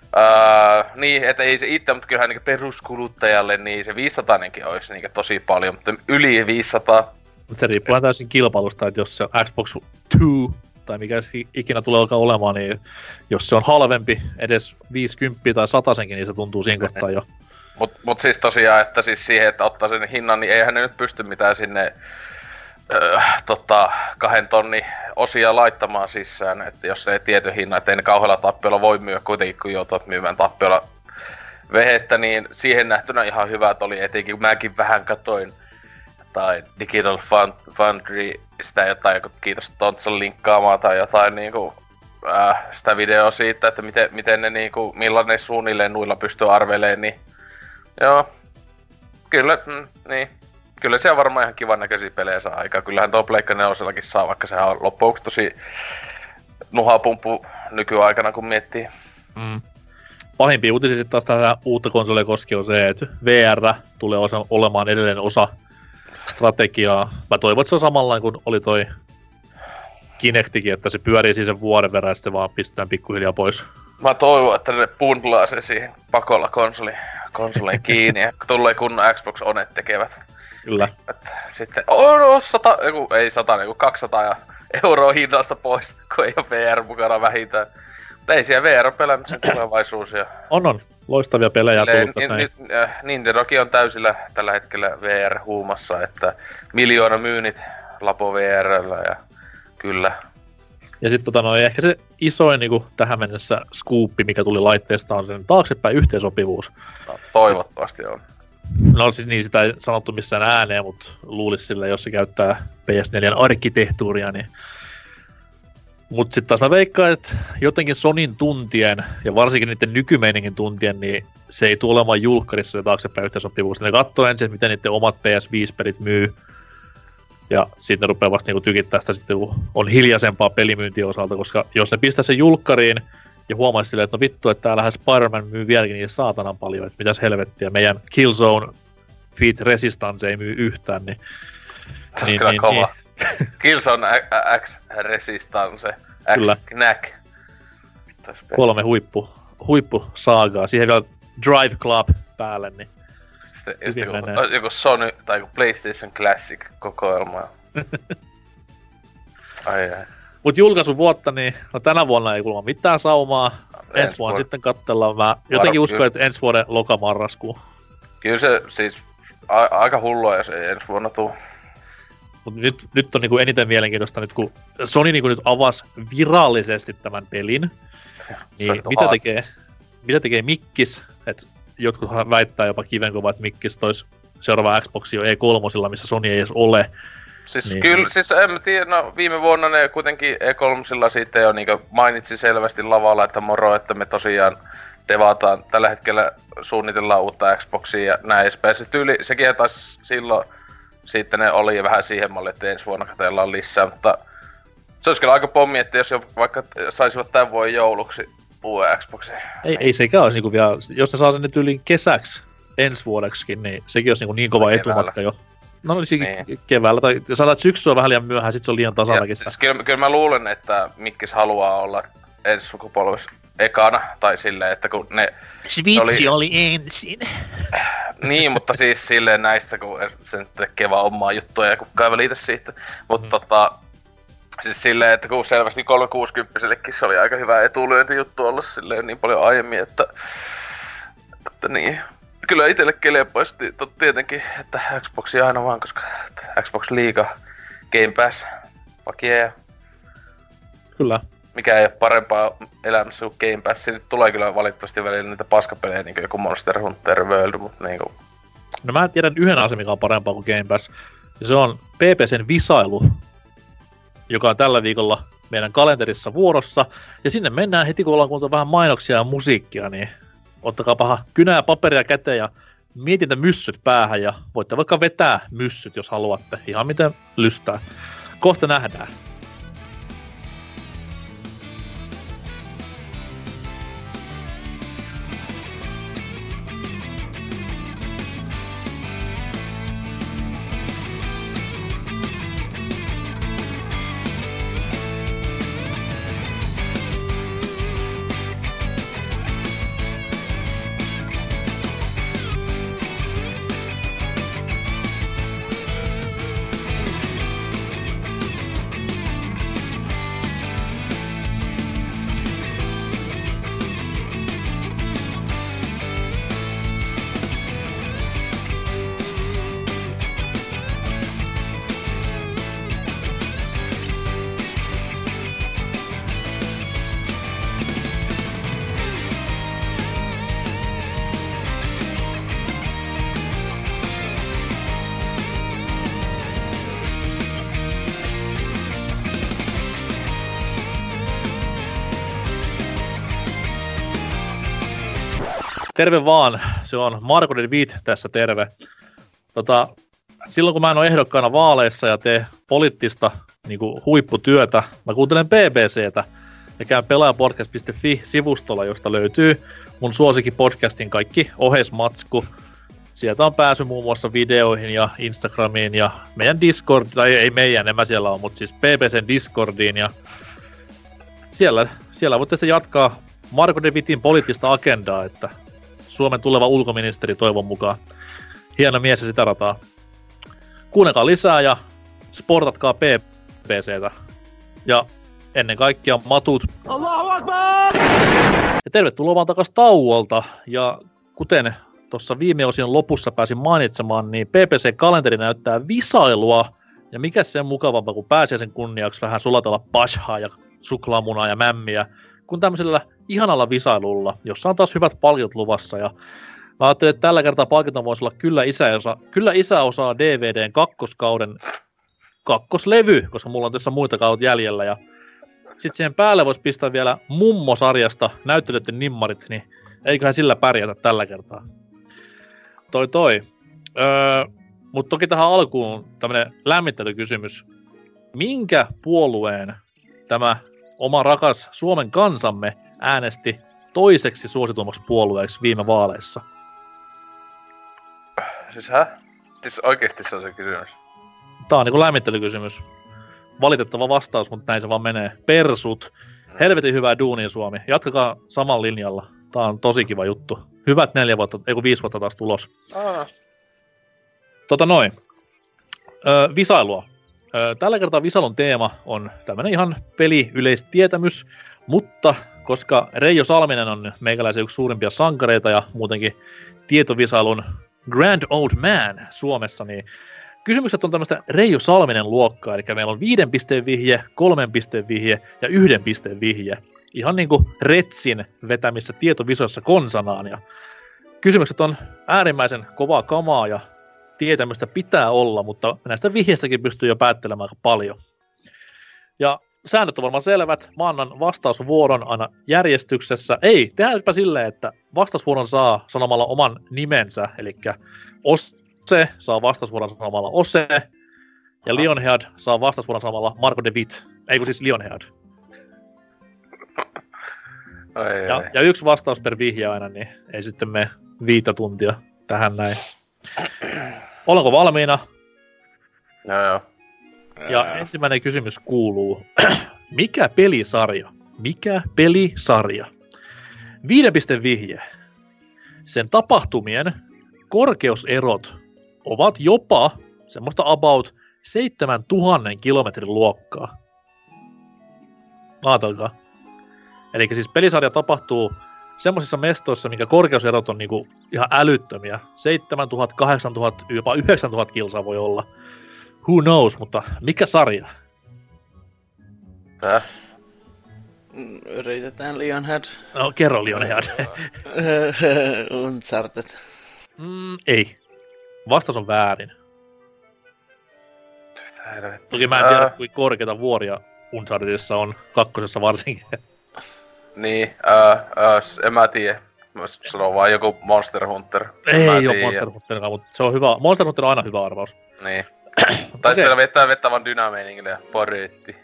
Ää, niin, että ei se itse, mutta kyllähän niinku peruskuluttajalle niin se viisisatanenkin olisi niinku tosi paljon, mutta yli viisisataa... Mut se riippuu täysin kilpailusta, että jos se on Xbox kaksi, tai mikä ikinä tulee alkaa olemaan, niin jos se on halvempi, edes viisikymmentä tai satasenkin, niin se tuntuu siinä kohtaa jo. Mut, mut siis tosiaan, että siis siihen, että ottaa sen hinnan, niin eihän ne nyt pysty mitään sinne öö, tota, kahden tonni osia laittamaan sisään, että jos ei tietyn hinnan, ettei ne kauhealla tappiolla voi myydä kuitenkin, kun joutuvat myymään tappiolla vehettä, niin siihen nähtynä ihan hyvät oli, etenkin kun mäkin vähän katoin tai Digital Foundry, sitä jotain, kiitos Tontsan linkkaamaan tai jotain niinku, äh, sitä videoa siitä, että miten, miten ne niinku, millainen ne suunnilleen nuilla pystyy arvelemaan, niin joo, kyllä, mm, niin, kyllä se on varmaan ihan kivan näköisiä pelejä saa aikaa. Kyllähän tuo Pleikka nelosellakin saa, vaikka sehän on loppuksi tosi nuhapumppu nykyaikana, kun miettii. Mm. Pahimpia uutisia sitten taas tätä uutta konsolia koskee on se, että V R tulee osa, olemaan edelleen osa strategiaa. Mä toivon, että se on samanlainen kuin oli toi Kinectikin, että se pyörii siis sen vuoden verran ja sitten vaan pistetään pikkuhiljaa pois. Mä toivon, että ne bundlaa se siihen pakolla konsoli, konsolin kiinni ja tulee kunnon Xbox Onet tekevät. Kyllä. Että sitten on oh, sata, eiku, ei sata, eiku kaksisataa ja euroa hinnasta pois, kun ei ole V R mukana vähintään. Mutta ei siellä V R pelannut sen tulevaisuus. Ja on on, loistavia pelejä tullut tässä näin. Nintendokin on täysillä tällä hetkellä V R-huumassa, että miljoona myynnit Lapo V R:llä ja kyllä. Ja sitten tota, no, ehkä se isoin niin tähän mennessä skuuppi, mikä tuli laitteesta, on sen taaksepäin yhteensopivuus. No, toivottavasti on. No siis niin, sitä ei sanottu missään ääneen, mutta luulisi sille, jos se käyttää P S neljän arkkitehtuuria, niin... Mut sit taas mä veikkaan, että jotenkin Sonin tuntien, ja varsinkin niiden nykymeiningin tuntien, niin se ei tule olemaan julkkarissa se taaksepäin yhteensopivuus. Ne katsoo ensin, miten niiden omat P S viisi-pelit myy, ja sitten ne rupeaa vasta niinku tykittää sitä sitten, kun on hiljaisempaa pelimyyntiä osalta, koska jos ne pistää sen julkkariin, ja huomaisi silleen, että no vittu, että täällähän Spider-Man myy vieläkin niin saatanan paljon, että mitäs helvettiä, meidän Killzone Feat Resistance ei myy yhtään, niin... Se on niin, kyllä niin, kova. Niin. Killzone X Resistance, X Knack. Kolme huippu, huippu saagaa, siihen vielä Drive Club päälle, niin... Sitten just joku, joku Sony tai joku PlayStation Classic kokoelma. Ai ai. Mut julkaisun vuotta, niin no tänä vuonna ei kuulemma mitään saumaa. Ensi vuonna sitten katsellaan. Mä jotenkin uskon, että ensi vuoden lokamarraskuu. Kyllä se siis a- aika hullua, jos ei ensi vuonna tuu. Mut nyt, nyt on niinku eniten mielenkiintoista, nyt kun Sony niinku nyt avasi virallisesti tämän pelin. Niin mitä tekee, mitä tekee Mikkis? Et jotkut väittää jopa kivenkova, että Mikkis tois seuraava Xbox jo E kolme, missä Sony ei edes ole. Siis niin. Kyllä, siis en mä tiedä, no viime vuonna ne kuitenkin E kolme siitä jo niinku mainitsi selvästi lavalla, että moro, että me tosiaan devataan, tällä hetkellä suunnitellaan uutta Xboxia ja näin edespäin. Se tyyli, sekin taas silloin, sitten ne oli vähän siihen malliin, että ensi vuonna katsellaan lisää, mutta se olisi kyllä aika pommi, että jos jo vaikka saisivat tämän vuoden jouluksi uuden Xboxin. Ei, ei sekään olisi niinku vielä, jos ne saa sen nyt yli kesäksi ensi vuodeksikin, niin sekin olisi niinku niin kova etumatka jo. No olisi niin. Keväällä, tai sanotaan, että syksy on vähän liian myöhään, sit se on liian tasanakin. Siis kyllä, kyllä mä luulen, että Mikkis haluaa olla ensi sukupolvessa ekana, tai silleen, että kun ne... Switch oli, oli ensin. Niin, mutta siis silleen näistä, kun se nyt tekee vaan omaa juttua ja kukaan ei välitä siitä. Mutta mm. tota, siis silleen, että kun selvästi kolmesataakuusikymmentäsellekin se oli aika hyvä etulyöntijuttu olla silleen niin paljon aiemmin, että... että niin... Kyllä itelle kelpaisi tietenkin, että Xboxia aina vaan, koska Xbox Liiga, Game Pass, fuck yeah. Kyllä. Mikä ei ole parempaa elämässä kuin Game Pass. Nyt tulee kyllä valitettavasti välillä niitä paskapelejä, niin kuin joku Monster Hunter World, mutta niinku... No mä tiedän yhden asian, mikä on parempaa kuin Game Pass. Ja se on P P C:n visailu, joka on tällä viikolla meidän kalenterissa vuorossa. Ja sinne mennään heti, kun ollaan kuultu vähän mainoksia ja musiikkia, niin... Ottakaapa kynää paperia käteen ja mietintä myssyt päähän ja voitte vaikka vetää myssyt, jos haluatte. Ihan miten lystää. Kohta nähdään. terve vaan. Se on Marko de Witt tässä terve. Tota, silloin kun mä en ole ehdokkaana vaaleissa ja tee poliittista niin kuin huipputyötä, mä kuuntelen B B C:tä ja käyn pelaajapodcast piste fi-sivustolla, josta löytyy mun suosikkipodcastin kaikki oheismatsku. Sieltä on pääsy muun muassa videoihin ja Instagramiin ja meidän Discord, tai ei meidän, en mä siellä ole, mutta siis B B C:n Discordiin. Ja siellä, siellä voitte sitten jatkaa Marko de Wittin poliittista agendaa, että Suomen tuleva ulkoministeri toivon mukaan. Hieno mies ja sitä rataa. Kuunnelkaa lisää ja sportatkaa B B C:tä. Ja ennen kaikkea matut. Allahu Akbar! Ja tervetuloa vaan takas tauolta. Ja kuten tuossa viime osion lopussa pääsin mainitsemaan, niin P P C-kalenteri näyttää visailua. Ja mikä sen mukavampaa, kun pääsee sen kunniaksi vähän sulatella pashaa ja suklaamunaa ja mämmiä, kun tämmöisellä ihanalla visailulla, jossa on taas hyvät palkiot luvassa. Ja mä ajattelin, että tällä kertaa palkinto voisi olla Kyllä isä osaa, Kyllä isä osaa D V D:n kakkoskauden kakkoslevy, koska mulla on tässä muita kautta jäljellä. Ja sitten siihen päälle voisi pistää vielä Mummo-sarjasta näyttelijöiden nimmarit, niin eiköhän sillä pärjätä tällä kertaa. Toi toi. Öö, Mutta toki tähän alkuun tämmönen lämmittelykysymys. Minkä puolueen tämä oma rakas Suomen kansamme äänesti toiseksi suosituimmaksi puolueeksi viime vaaleissa? Siis hä? Siis oikeesti se on se kysymys. Tää on niinku lämmittelykysymys. Valitettava vastaus, mutta näin se vaan menee. Persut. Helvetin hyvää duunia Suomi. Jatkakaa samalla linjalla. Tää on tosi kiva juttu. Hyvät neljä vuotta, ei kun viisi vuotta taas tulos. Aa. Tota noin. Öö, visailua. Öö, tällä kertaa visailun teema on tämmönen ihan peliyleistietämys, mutta koska Reijo Salminen on meikäläisen yksi suurimpia sankareita ja muutenkin tietovisailun grand old man Suomessa, niin kysymykset on tämmöistä Reijo Salminen luokkaa, eli meillä on viiden pisteen vihje, kolmen pisteen vihje ja yhden pisteen vihje. Ihan niinku Retsin vetämissä tietovisoissa konsanaan. Ja kysymykset on äärimmäisen kovaa kamaa ja tietämystä pitää olla, mutta näistä vihjeistäkin pystyy jo päättelemään aika paljon. Ja säännöt on varmaan selvät. Mä annan vastausvuoron aina järjestyksessä. Ei, tehdäänpä silleen, että vastausvuoron saa sanomalla oman nimensä, eli Ose saa vastausvuoron sanomalla Ose, ja Lionhead saa vastausvuoron sanomalla Marko de Witt. Ei kun siis Lionhead. Ai, ja, ai. ja yksi vastaus per vihje aina, niin ei sitten mene viittä tuntia tähän näin. Ollaanko valmiina? Joo, joo. Ja Ää. ensimmäinen kysymys kuuluu, mikä pelisarja, mikä pelisarja, viiden pisteen vihje, sen tapahtumien korkeuserot ovat jopa semmoista about seitsemäntuhatta kilometrin luokkaa. Aatelkaa. Eli siis pelisarja tapahtuu semmoisissa mestoissa, minkä korkeuserot on niinku ihan älyttömiä. seitsemäntuhatta, kahdeksantuhatta, jopa yhdeksäntuhatta kilsaa voi olla. Who knows, mutta mikä sarja? Tää? Yritetään Lionhead. No, kerro Lionhead. Uncharted. Mm, ei. Vastaus on väärin. Toki mä en tiedä, kuinka korkeita vuoria Unchartedissa on, kakkosessa varsinkin. Niin, ää, ää, en mä tiedä. Mä sanon vaan joku Monster Hunter. Ei oo Monster Hunterkaan, mutta se on hyvä. Monster Hunter on aina hyvä arvaus. Niin. Tai okay. Sitten vetää vettä vaan dynameiningille ja poreetti.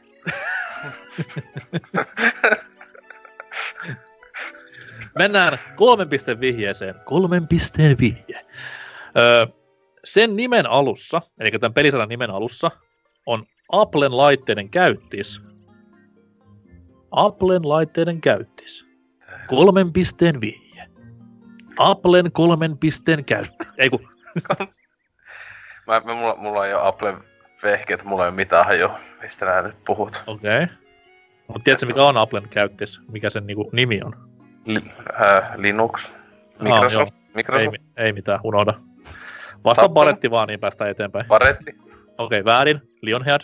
Mennään kolmen pisteen vihjeeseen. Kolmen pisteen vihje. Öö, sen nimen alussa, eli tämän pelisarjan nimen alussa, on Applen laitteiden käyttis. Applen laitteiden käyttis. Kolmen pisteen vihje. Applen kolmen pisteen käyttis. Ei kun. mä, mä, mulla, mulla ei oo Applen vehkeet, mulla ei oo mitään hajoa, mistä nää nyt puhut. Okei. Okay. Mutta tiedätkö mikä on Applen käyttis? Mikä sen niinku nimi on? Li, äh, Linux. Microsoft. Ah, Microsoft. Ei, ei mitään, unohda. Vasta Baretti vaan, niin päästään eteenpäin. Baretti. Okei, okay, väärin. Lionhead.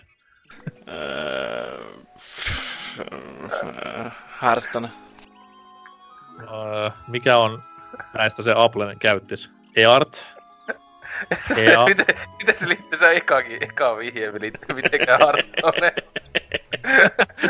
Hearthstone. Öö, mikä on näistä se Applen käyttis? Eart? Ea? miten, miten se liittyy se ekakin, eka vihje, liittyy mitenkään Hearthstoneen?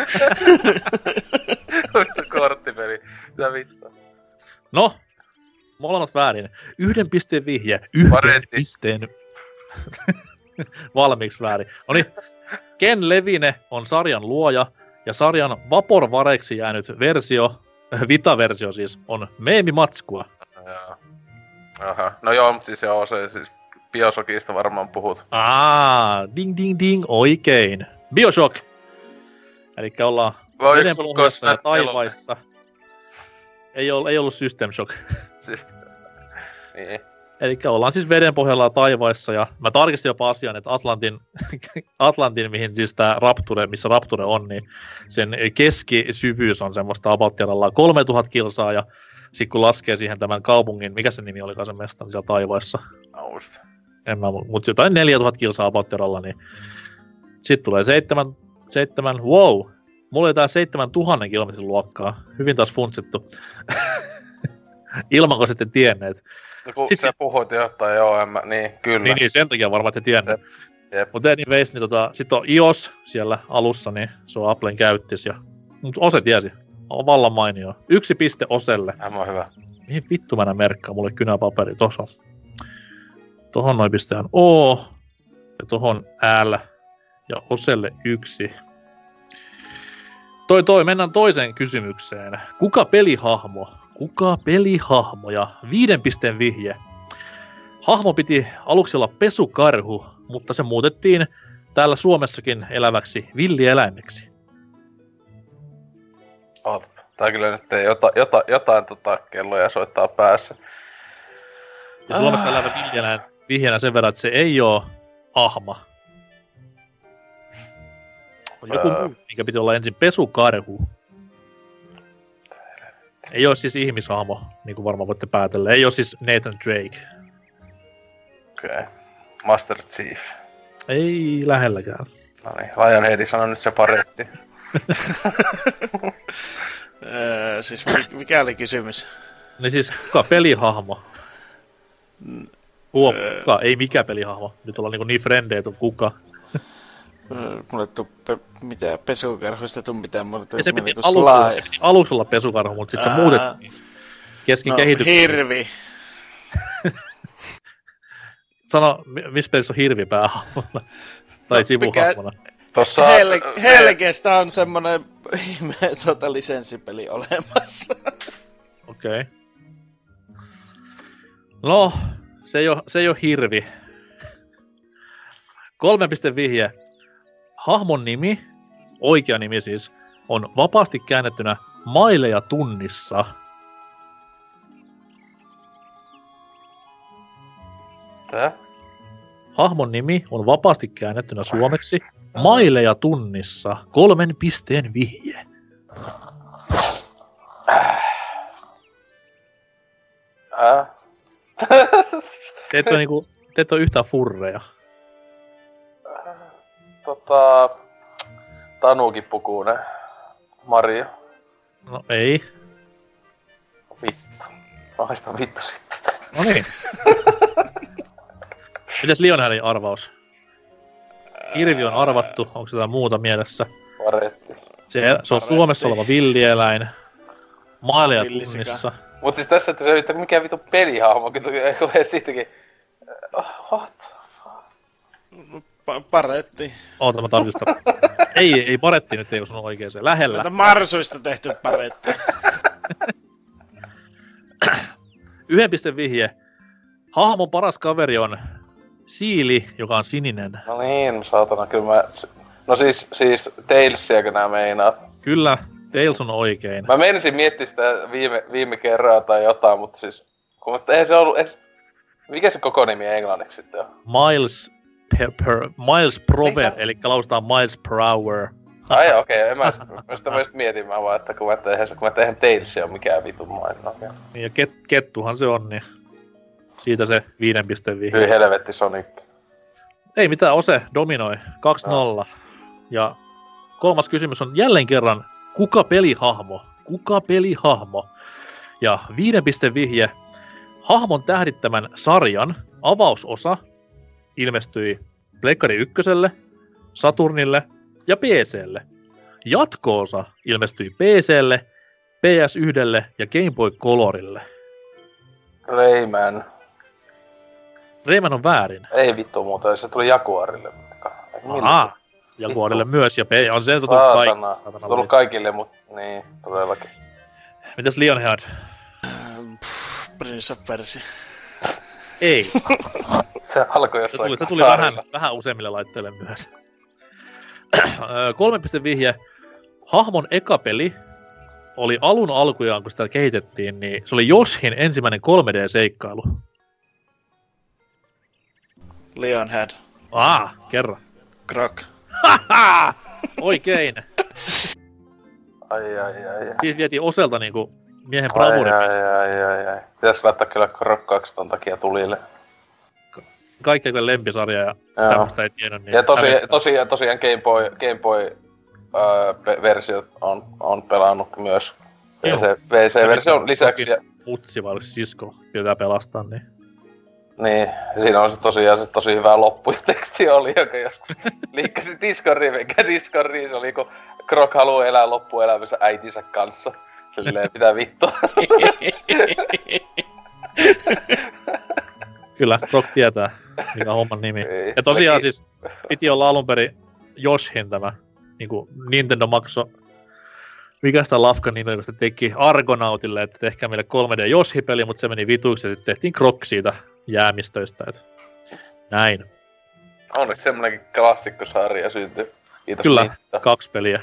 Vittu korttipeli. Mitä vittua? No, Molemmat väärin. Yhden pisteen vihje. Yhden Paretti. pisteen. Valmiiksi väärin. Noniin. Ken Levine on sarjan luoja, ja sarjan vaporvareiksi jäänyt versio, Vita-versio siis, on meemimatskua. Joo. Aha. No joo, mutta siis joo, se siis Bioshockista varmaan puhut. Aa, ding ding ding, oikein. Bioshock. Elikkä ollaan Vai veden eikö sulla pohjassa ja Snap nelonen? taivaissa. Ei ollut, ei ollut System Shock. Siis... Niin. Elikkä ollaan siis veden pohjalla ja taivaissa, ja mä tarkistin jopa asian, että Atlantin, Atlantin mihin siis tää Rapture, missä Rapture on, niin sen keskisyvyys on semmoista about kolmetuhatta kilsaa, ja sit kun laskee siihen tämän kaupungin, mikä se nimi olikaan se mestan siellä taivaissa? Austa. En mä, mut jotain neljätuhatta kilsaa about niin sit tulee seitsemän, seitsemän, wow! Mulla oli tää seitsemän tuhannen kilometrin luokkaa. Hyvin taas funtsittu. Ilman, kun sitten tienneet. No kun Sit sä se- puhuit jotain, joo, en mä, niin, kyllä. Niin, niin, sen takia varmaan te tienneet. Jep. Mutta anyways, niin tota, sit on iOS siellä alussa, niin se on Applen käyttis. Ja... Mut Ose tiesi. On vallan mainio. Yksi piste Oselle. Tämä on hyvä. Mihin vittu mä näin merkkaa? Mulla ei kynäpaperi. Tossa on. Tohon noin pistetään O. Ja tohon L. Ja Oselle yksi. Toi toi, mennään toiseen kysymykseen. Kuka pelihahmo? Kuka pelihahmo? Ja viiden pisteen vihje. Hahmo piti aluksi olla pesukarhu, mutta se muutettiin täällä Suomessakin eläväksi villieläimeksi. Oot. Tää kyllä nyt ei jota, jota, jotain tota kelloja soittaa päässä. Ja Suomessa elävä villieläin vihjenä sen verran, että se ei oo ahma. On joku Öö. muu, mikä piti olla ensin pesukarhu. Ei oo siis ihmishahmo, niin kuin varmaan voitte päätellä. Ei oo siis Nathan Drake. Okei. Okay. Master Chief. Ei lähelläkään. No niin, Lionhead sanoi nyt se paretti. Öö, siis mi- mikä oli kysymys? Niin siis kuka pelihahmo? Huom, Öö. kuka? Ei mikä pelihahmo. Nyt ollaan niinku niin frendejä, että kuka. Öö, Mulle tuu pe- mitään pesukarhuista tuu mitään. Mulle tuu Ja se semmonen piti, niinku aluksi, Sly. se piti aluksi olla pesukarhu, mutta sitten se Ää. muutettiin kesken No, kehityksen. hirvi. Sano, mi- missä pelissä on hirvi päähahmona? Tai No, sivuhahmona? Tossa... Hel- Helgestä on semmonen ihme tota, lisenssipeli olemassa. Okei. Okay. No, se ei oo, se ei oo hirvi. Kolme piste vihje. Hahmon nimi, oikea nimi siis, on vapaasti käännettynä maileja tunnissa. Tää? Hahmon nimi on vapaasti käännettynä suomeksi maileja tunnissa. Kolmen pisteen vihje. Ää? Te ette ole, niinku, te ette ole yhtään furreja. tota... Tanuki Pukunen. Mario. No ei. Vittu. Haista vittu sitten. No niin. Mitäs Lionheadin arvaus? Hirvi on arvattu. Onko jotain muuta mielessä? Paretti. Se, se on Paretti. Suomessa oleva villieläin. Maileja Villisika. tunnissa. Mut siis tässä, että se on, että mikä vittu pelihahmo, kun tuli sittenkin... What? Pa- paretti. Oota, mä tarkistan. ei, ei paretti nyt ei osunut oikein se. Lähellä. Tätä marsuista tehty paretti. Yhden pisteen vihje. Hahmon paras kaveri on Siili, joka on sininen. No niin, saatana, kyllä mä... No siis, siis Tailsiakö nää meinaat? Kyllä, Tails on oikein. Mä menisin miettiä sitä viime, viime kerralla tai jotain, mutta siis... Kun ei se ollut edes... Mikä se koko nimi englanniksi sitten on? Miles per, per Miles Prover, Mikä? eli lausutaan Miles per hour. Ai okei, okay, en mä, mä sitä mä just mietin mä vaan, että kun mä tein, kun mä tein Tailsia on mikään vitun maino. Okay. Niin, ja ket, kettuhan se on, niin siitä se viiden pisteen vihje. Hyi helvetti Sonic. Ei mitään, Ose dominoi. kaksi nolla. Ja kolmas kysymys on jälleen kerran, kuka pelihahmo? Kuka pelihahmo? Ja viiden pisteen vihje. Hahmon tähdittämän sarjan avausosa ilmestyi Pleikkari ykköselle, Saturnille ja P C:lle. Jatko-osa ilmestyi P C:lle, P S yhdelle ja Game Boy Colorille. Rayman. Rayman on väärin. Ei vittu muuta, se tuli Jaguarille. Ahaa, Jaguarille myös, ja P on se tullut Saatana. kaikille. Tullut kaikille, mut niin, todellakin. Mitäs Lionheart? Ähm, Prince of Persia. Ei. Se alkoi Se jossain tuli, se tuli vähän, vähän useimmille laitteille myös. Kolme piste vihje. Hahmon eka peli oli alun alkujaan, kun sitä kehitettiin, niin se oli Yoshin ensimmäinen kolme D-seikkailu. Lionhead. Ah, kerran. Croc. Haha! Oikein. Ai ai ai ai. Siis vietiin Oselta niinku miehen Ai bravuri. ai ai ai ai. Pitäisikö laittaa kyllä Croc kaksi ton takia tulille? Kaikki kyllä lempisarja ja Joo. tämmöstä ei tiedä. Niin Ja tosi, hävettää. tosiaan, tosiaan Game Boy, Game Boy öö, versiot on, on pelannut myös. Joo. V C-version lisäksi. Ja, Mutsi vai oliko sisko pitää pelastaa, niin. niin, siinä on se tosiaan se tosi hyvä lopputeksti oli, joka joskus liikkasi Discordiin, mikä Discordiin se oli, kun Croc haluaa elää loppuelämänsä äitinsä kanssa. Silleen, mitä vittua. Kyllä, Croc tietää, mikä on homman nimi. Ei. Ja tosiaan Mekin- siis piti olla alun perin Yoshin tämä, niinku Nintendo makso, mikä sitä lafkan nimi, kun se teki Argonautille, että tehkää meille kolme D Yoshi-peli, mutta se meni vituiksi ja sitten tehtiin Croc siitä jäämistöistä, että näin. On nyt semmonenkin klassikkosarja syntyi. Kiitos Kyllä, Nitta. kaksi peliä.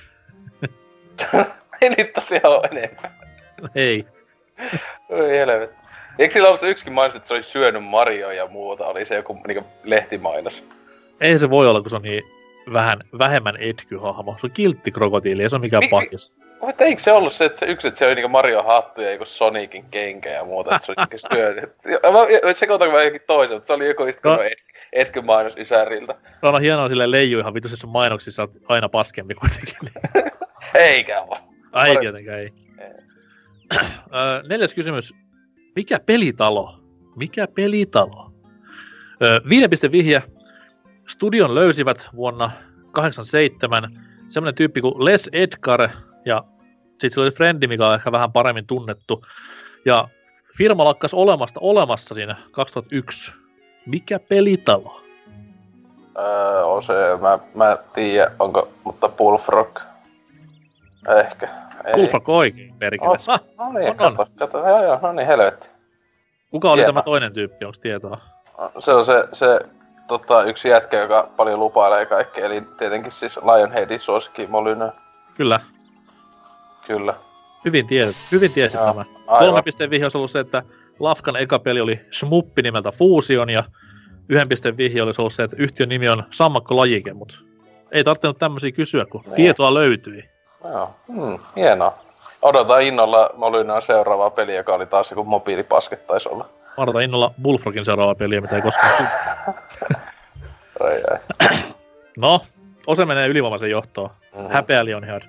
Ei niitä tosiaan oo enemmän. Ei. Oi helvet. Eikö sillä ollut se yksikin mainos, että se oli syönyt Marioa ja muuta? Oli se joku niinku lehtimainos. Ei se voi olla, kun se on niin vähän, vähemmän etky-hahmo. Se on kiltti krokotiili, ei se ole mikään Mik- pahis. Mutta eikö se ollut se, että se yksi, että se oli niinku Mario hattu ja joku Sonicin kenkä ja muuta, että se oli niinku syönyt. Mä sekoitanko mä jokin toisen, mutta se oli joku just No. no. et, etky mainos Ysäriltä. Se on hienoa silleen leiju ihan vituisessa mainoksissa, oot aina paskempi kuitenkin. Eikä oo. Ai Pare- tietenkään ei. Ö, Neljäs kysymys. Mikä pelitalo? Mikä pelitalo? Ö, Viiden piste vihje. Studion löysivät vuonna kahdeksankymmentäseitsemän semmoinen tyyppi kuin Les Edgar, ja sitten se oli Frendi, mikä on ehkä vähän paremmin tunnettu. Ja firma lakkas olemasta olemassa siinä kaksituhattayksi. Mikä pelitalo? Öö, on se, mä, mä tiedä, onko, mutta Bullfrog. Ehkä. Ei. Bullfrog oikein, perkele. Oh. Ah, No niin, On, kato, kato, joo joo, no niin, helvetti. kuka oli Hieno. tämä toinen tyyppi, onko tietoa? Se on se, se tota, yksi jätkä, joka paljon lupailee kaikkea, eli tietenkin siis Lionheadin suosikki Molyneux. Kyllä, Kyllä. hyvin tiesit, hyvin tiesit Joo, tämä. aivan. Kolme pisteen vihje olisi ollut se, että Lafkan eka peli oli Smuppi nimeltä Fusion, ja yhden pisteen vihje olisi ollut se, että yhtiön nimi on Sammakko Lajike, mutta ei tarvinnut tämmöisiä kysyä, kun Niin. tietoa löytyi. Joo, hmm, hienoa. Odotan innolla Molyneux seuraavaa peliä, joka oli taas joku mobiilipasket taisi olla. Mä odotan innolla Bullfrogin seuraavaa peliä, mitä ei koskaan tule. Ai ai. No, Ose menee ylivoimaisen johtoon. Mhm. Häpeä Lionheart.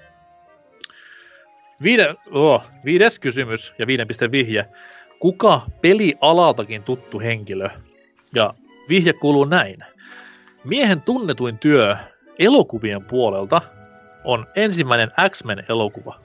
Viide, oh, viides kysymys ja viiden pisteen vihje. Kuka pelialaltakin tuttu henkilö? Ja vihje kuuluu näin. Miehen tunnetuin työ elokuvien puolelta on ensimmäinen X-Men elokuva.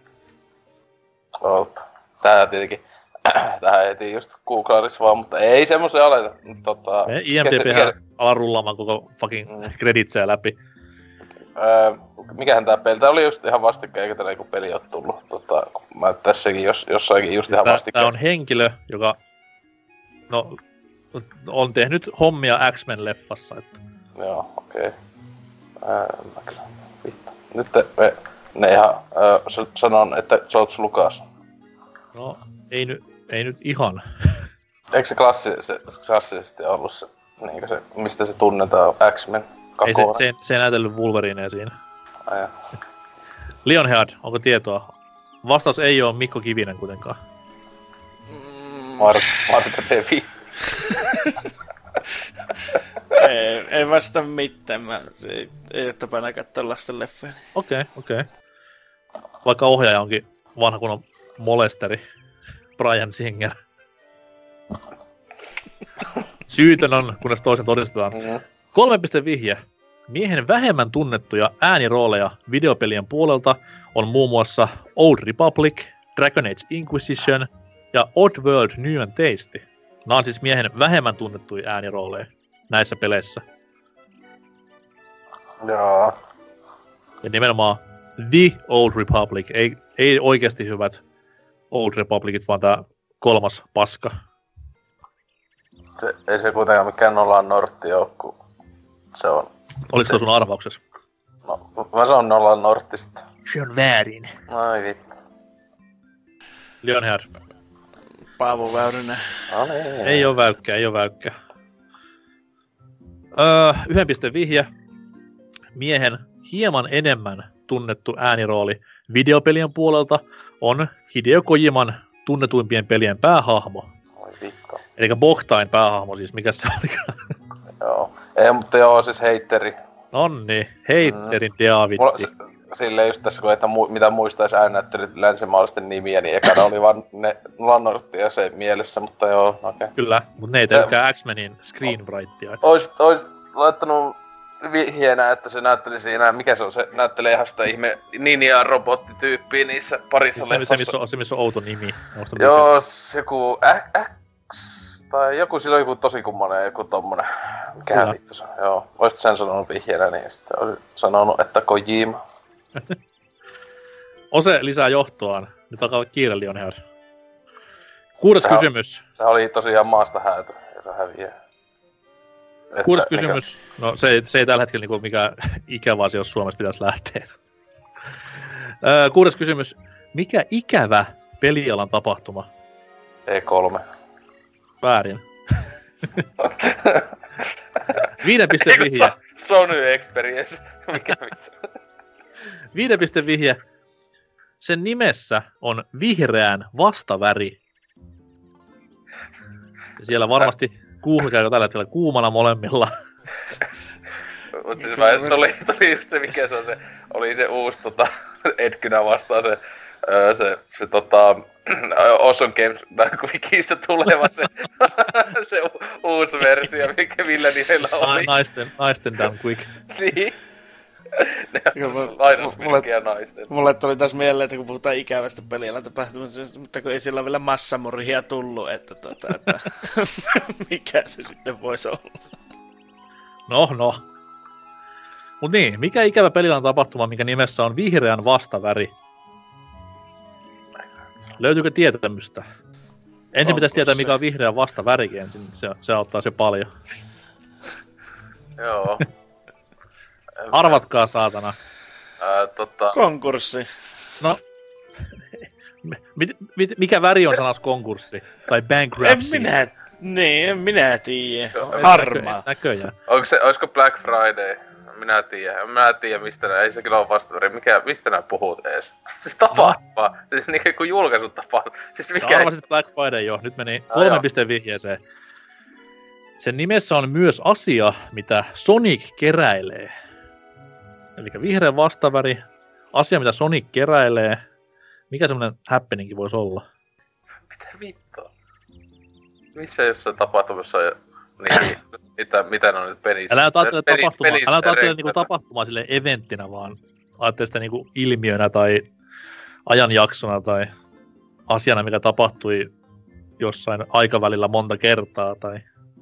Oota. Tää tietenkin. Tähän heti just googlaris vaan, mutta ei semmosen aleta. Tota, Me mikä se- I M D mikä- B alan rullaamaan koko fucking Mm. kreditsejä läpi. Öö, mikähän tää peli? Tää oli just ihan vastikään, eikä tällä joku peli oo tullut. Tota, kun mä tässäkin jos, jossakin just Siis ihan tää, vastikään. tää on henkilö, joka no, on tehnyt hommia X-Men-leffassa. Että Joo, okei. Okay. Vittu. Nyt te, me, ne ihan öö, s- sanon, että George Lucas. no, ei, ny, ei nyt ihan. Eikö se, klassi, se klassisesti ollut se, niinkö se, mistä se tunnetaan, X-Men Ei se, kakoinen? se, se ei näytellyt Wolverinea siinä. Ai jaa. Lionheart, onko tietoa? Vastaus ei ole Mikko Kivinen kuitenkaan. Mm, Mar- Marko Devi. ei, ei vasta mitään. Mä, ei, ei ole tapana katsoa lasten leffoja. Okei, okay, okei. Okay. Vaikka ohjaaja onkin vanha kun on molesteri. Brian Singer. Syytön on, kunnes toisen todistetaan. Mm. Kolme piste vihje. Miehen vähemmän tunnettuja äänirooleja videopelien puolelta on muun muassa Old Republic, Dragon Age Inquisition, ja Oddworld New and Tasty. Nämä on siis miehen vähemmän tunnettuja äänirooleja näissä peleissä. Joo. Ja nimenomaan The Old Republic, ei, ei oikeasti hyvät Old Republicit, vaan tää kolmas paska. Se, ei se kuitenkaan mikään Nolan Nortti oo, kun se on... Oliko se sun arvauksessa? No, mä sanon Nolan Norttista. Se on väärin. Ai vittu. Lionhead. Paavo Väyrynen. No niin. Ei oo väykkää, ei oo väykkää. Öö, yhden pisteen vihje. Miehen hieman enemmän tunnettu äänirooli videopelien puolelta on Hideo Kojiman tunnetuimpien pelien päähahmo. Oi vittu. Elikkä Bohtain päähahmo siis, mikä se oli? Joo. Ei, mutta joo, siis heitteri. Nonni, heitterin mm. David. Silleen just tässä, kun että mu- mitä muistaisi ääninäyttelyt länsimaalaisten nimiä, niin ekana oli vaan ne Lannortti ja se mielessä, mutta joo, okei. Okay. Kyllä, mutta ne ei teekään X-Menin screenwritea. Ois, ois laittanut vihjeenä, että se näytteli siinä, mikä se on, se näyttelee ihan sitä ihme ninja-robottityyppiä niissä parissa se, leffassa. Se, missä on, se, missä on outo nimi. Joo, joku X, tai joku, sillä on joku tosi kummonen, joku tommonen, mikähän vittu se on, joo. Oisit sen sanonut vihjeenä, niin sitten olisin sanonut, että Kojima. Ose lisää johtoaan. Nyt alkaa olla kiire Lionhead. Kuudes sehän, kysymys. Se oli tosiaan maasta häätö, joka häviää. Että, Kuudes kysymys. Mikä... No se ei, se ei tällä hetkellä niinku mikään ikävä asia, jos Suomessa pitäisi lähteä. öö, kuudes kysymys. Mikä ikävä pelialan tapahtuma? E kolme. Väärin. Viiden pisteen vihje. Sony Experience. Mikä vittu? Viiden pisteen vihje. Sen nimessä on vihreän vastaväri. Ja siellä varmasti kuuma käy tällä hetkellä kuumana molemmilla. Mut siis mä, tuli, tuli just se, mikä se on se, oli se uusi tota, Edkynä vastaan se, öö, se, se tota, Awesome Games Wikistä tuleva se, se u, uusi versio, mikä millä niillä oli. Naisten, naisten Damn Quick. Niin. Ne on lainausmerkkiä naisten. Mulle tuli taas mieleen, että kun puhutaan ikävästä pelialan tapahtumasta, mutta kun ei sillä ole vielä massamurhia tullut, että, tota, että mikä se sitten voisi olla. No, no. Mut niin, mikä ikävä pelialan tapahtuma, minkä nimessä on vihreän vastaväri? Löytyykö tietämystä? Ensin pitäisi tietää, mikä on vihreän vastavärikin ensin, se, se auttaa se paljon. Joo. Arvatkaa, saatana. Ää, tota... Konkurssi. No, mit, mit, mikä väri on sanas konkurssi? Tai bankruptcy? En minä, niin, en minä tiedä. Harmaa. Näköjään. Onko se, olisiko Black Friday? Minä tiedän. Minä tiedän, mistä nää, ei se kyllä ole vastaväri. Mikä, mistä nää puhut ees? Siis tapahtuma. No. Siis niinku kuin julkaisut tapahtuma. Siis mikä... Sä arvasit Black Friday jo. Nyt meni kolmen pisteen vihjeeseen. Sen nimessä on myös asia, mitä Sonic keräilee. Eli vihreä vastaväri, asia mitä Sonic keräilee. Mikä semmonen happeningi voisi olla? Mitä vittua? Missä jossain tapahtumassa on niin, mitä, mitä ne on nyt pelissä? Älä ajattele tapahtumaa, älä ajattele niinku tapahtumaa silleen eventtinä, vaan ajattele sitä niinku ilmiönä tai ajanjaksona tai asiana, mikä tapahtui jossain aikavälillä monta kertaa tai...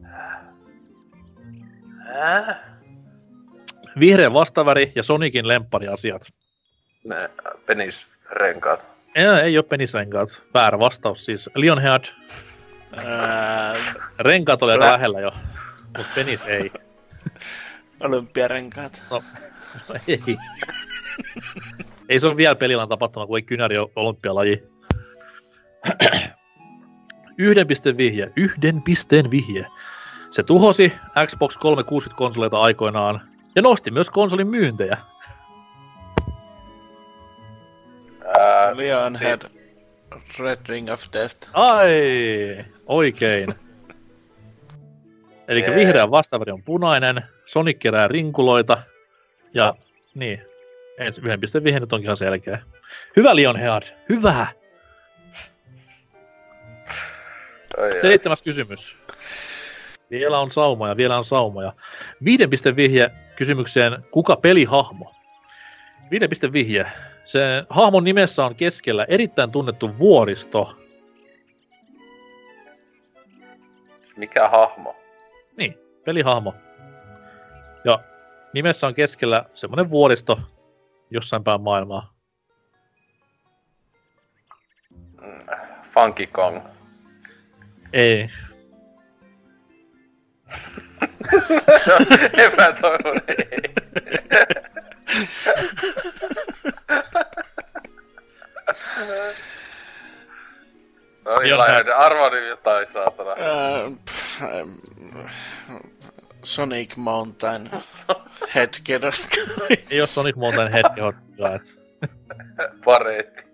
Äh? Vihreä vastaväri ja Sonicin lemppariasiat. Ne penisrenkaat. Ei, ei ole penisrenkaat. Väärä vastaus siis. Lionhead. Ää... Renkaat oli aika lähellä jo, mutta penis ei. Olympiarenkaat. No, no ei. Ei se ole vielä pelialan tapahtuma, kun ei kynäri ole olympialaji. Yhden pisteen vihje. Yhden pisteen vihje. Se tuhosi Xbox kolmesataakuusikymmentä-konsoleita aikoinaan ja nosti myös konsolin myyntejä. Ää, Lionhead. Red Ring of Death. Ai, oikein. Eli yeah. Vihreä vastaväri on punainen, Sonic kerää rinkuloita ja niin, yhden pisteen vihje nyt onkin ihan selkeä. Hyvä Lionhead, hyvä! Seitsemäs kysymys. Vielä on saumoja, vielä on saumoja. Viiden pisteen vihje kysymykseen, kuka pelihahmo? Viiden pisteen vihje. Se hahmon nimessä on keskellä erittäin tunnettu vuoristo. Mikä hahmo? Niin, pelihahmo. Ja nimessä on keskellä semmonen vuoristo jossain päin maailmaa. Funky Kong. Ei. Epätoivon ei. No niin, Lionhead, arvaa nyt jotain, saatana. Uh, pff, ähm, Sonic Mountain Headgear. Ei oo Sonic Mountain Headgear. Paretti.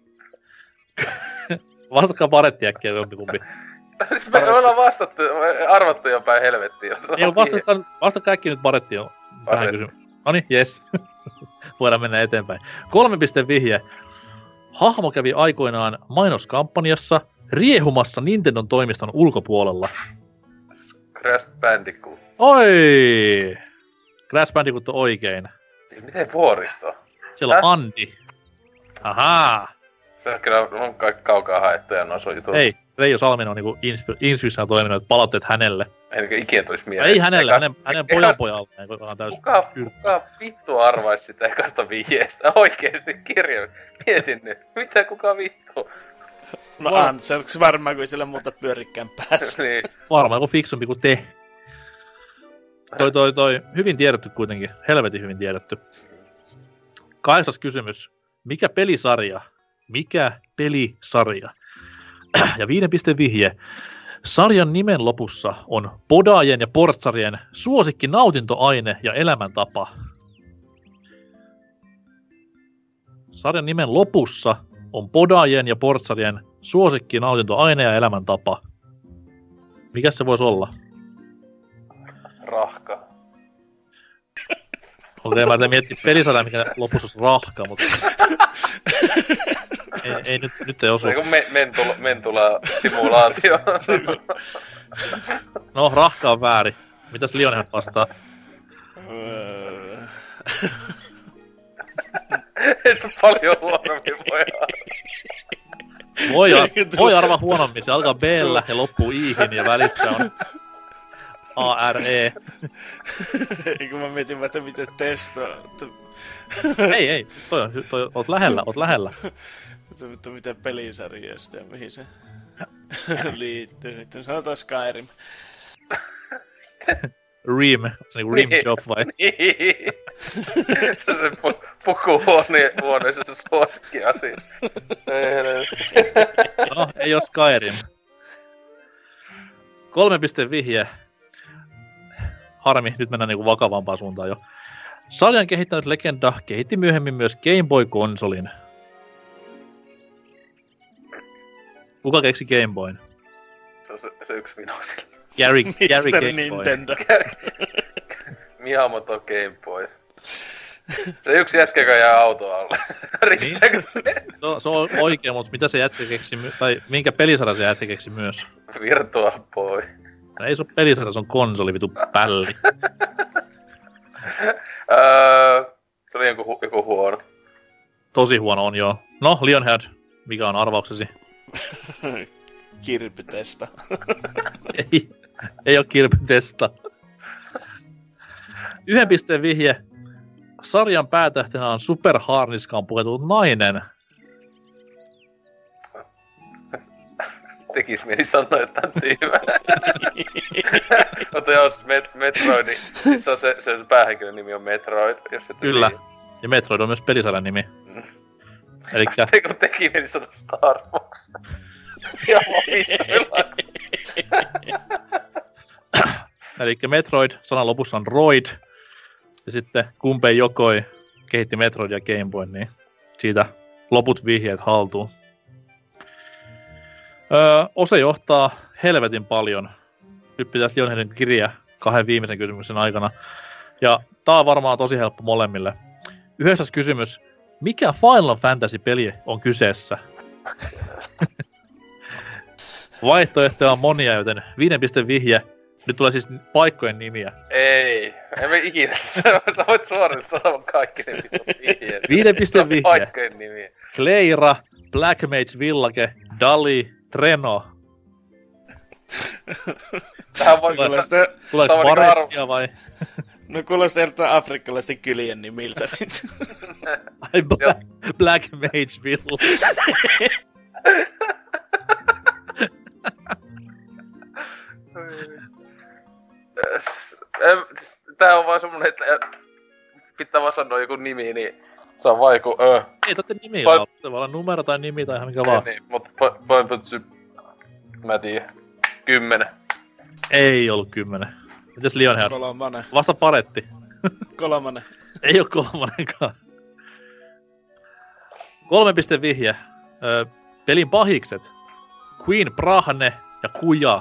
Vastatkaa paretti äkkiä jompikumpi. Siis me ollaan vastattu, arvattu jo päin helvettiin. Ei oo vastatkaa, vastatkaa äkkiä nyt paretti jo tähän kysymykseen. Noniin, jes. Voidaan mennä eteenpäin. Kolme piste vihje. Hahmo kävi aikoinaan mainoskampanjassa riehumassa Nintendon toimiston ulkopuolella. Crash Bandicoot. Oi! Crash Bandicoot on oikein. Miten vuoristo? Siellä on Andy. Ahaa! Se on kyllä on kaikki kaukaa haettuja noin sun jutut. Ei, Reijo Salminen on niinku Inspirationa toiminut, että palautteet hänelle. Ei niinku ikinä tulisi mieleen. Ei hänelle, ekasta, hänen, hänen pojan pojalle. Kuka, kuka vittu arvaisi sitä ekasta vihjeestä? Oikeesti kirja. Mietin nyt. Mitä kuka vittu? No Var... Anserks varmaan, kun sillä muuta pyörikkään päässä. Niin. Varmaan joku fiksumpi kuin te. Toi toi toi. Hyvin tiedetty kuitenkin. Helvetin hyvin tiedetty. Kahdeksas kysymys. Mikä pelisarja? Mikä pelisarja? Ja viiden piste vihje. Sarjan nimen lopussa on podaajien ja portsarien suosikki nautintoaine ja elämäntapa. Sarjan nimen lopussa on podaajien ja portsarien suosikki nautintoaine ja elämäntapa. Mikä se voisi olla? Rahka. Okei, mä miettiä pelisarjaa, mikä lopussa olisi rahka, mutta... ei, ei nyt, nyt ei osu. Eiku me, mentula, mentula simulaatio. No, rahka on väärin. Mitäs Lionhead vastaa? Et se paljon huonommin voi arvaa. Voi, ar- voi arvaa huonommin. Se alkaa B-llä ja loppuu I-hin ja välissä on A R E. Eikö mä mietin, että miten testoa. ei, ei. Toi on, toi, oot lähellä, oot lähellä. Mutta miten pelisarjasta ja mihin se liittyy. Nyt sanotaan Skyrim. Rim. Se niinku Rim Job vai? Niin. Se on se pu- pukuhuoneessa se suosikki asia. No, ei oo Skyrim. Kolme piste vihje. Harmi, nyt mennään niinku vakavampaan suuntaan jo. Sarjan kehittänyt legenda kehitti myöhemmin myös Game Boy-konsolin. Kuka keksi Game Boyn? Se on se, se yksi minua sillä. Gary, Gary Game Nintendo. Boy. Miyamoto Game Boy. Se yksi jätkä, joka jää auto alle. Riittääkö se? No, se on oikein, mutta mitä se jätkä keksi, my- tai minkä pelisarja se jätkä keksi myös? Virtua Boy. No, ei se ole pelisarja, se on konsoli, vitu pälli. öö, se oli joku, joku huono. Tosi huono on, joo. No, Lionhead, mikä on arvauksesi? Kirpytesta. ei, ei ole kirpytesta. Yhden pisteen vihje. Sarjan päätähtenä on superharniskaan pukeutunut nainen. Tekis mieli sanoa, että on tyhmä. Mutta jos Met- Metroid, niin siis se, on se, se päähenkilön nimi on Metroid. Jos et Kyllä. Niin... Ja Metroid on myös pelisarjan nimi. Mm. Elikkä... Sitten kun teki mieli sanoa Star Fox. Ja vittuilla. Elikkä Metroid, sanan lopussa on Roid. Ja sitten Gunpei Yokoi kehitti Metroid ja Game Boy, niin siitä loput vihjeet haltuun. Öö, Ose johtaa helvetin paljon. Nyt pitäisi Lionheadin kirja kahden viimeisen kysymyksen aikana. Ja tää on varmaan tosi helppo molemmille. Yhdessä kysymys. Mikä Final Fantasy-peli on kyseessä? Vaihtoehtoja on monia, joten viiden pisteen vihje. Nyt tulee siis paikkojen nimiä. Ei, en mä ikinä. Sä voit suoraan sanoa kaikki ne vihjeet. Viiden pisteen vihje. Paikkojen nimiä. Kleira, Black Mage Village, Dali, Treno. Tähän voi Tulee kyllä... sitä, Tuleeko Tämä on niinku Barettia vai? no kuulostaa jotain afrikkalaisten kylien nimiltä. Ai Black, Black Mage Bill. Tää on vaan semmonen, että pitää vaan sanoa joku nimi, niin se on vaan joku öö. Ei totta nimi Vai- vaan. Se voi olla numero tai nimi tai ihan mikä vaan. Niin, mutta Point and Shoot, mä tiedän, kymmenen. Ei ollut kymmenen. Mitäs Lionheart? Kolmonen. Vasta paretti. Kolmonen. Ei oo kolmonenkaan. Kolme piste vihje. Öö, pelin pahikset. Queen Brahne ja Kuja.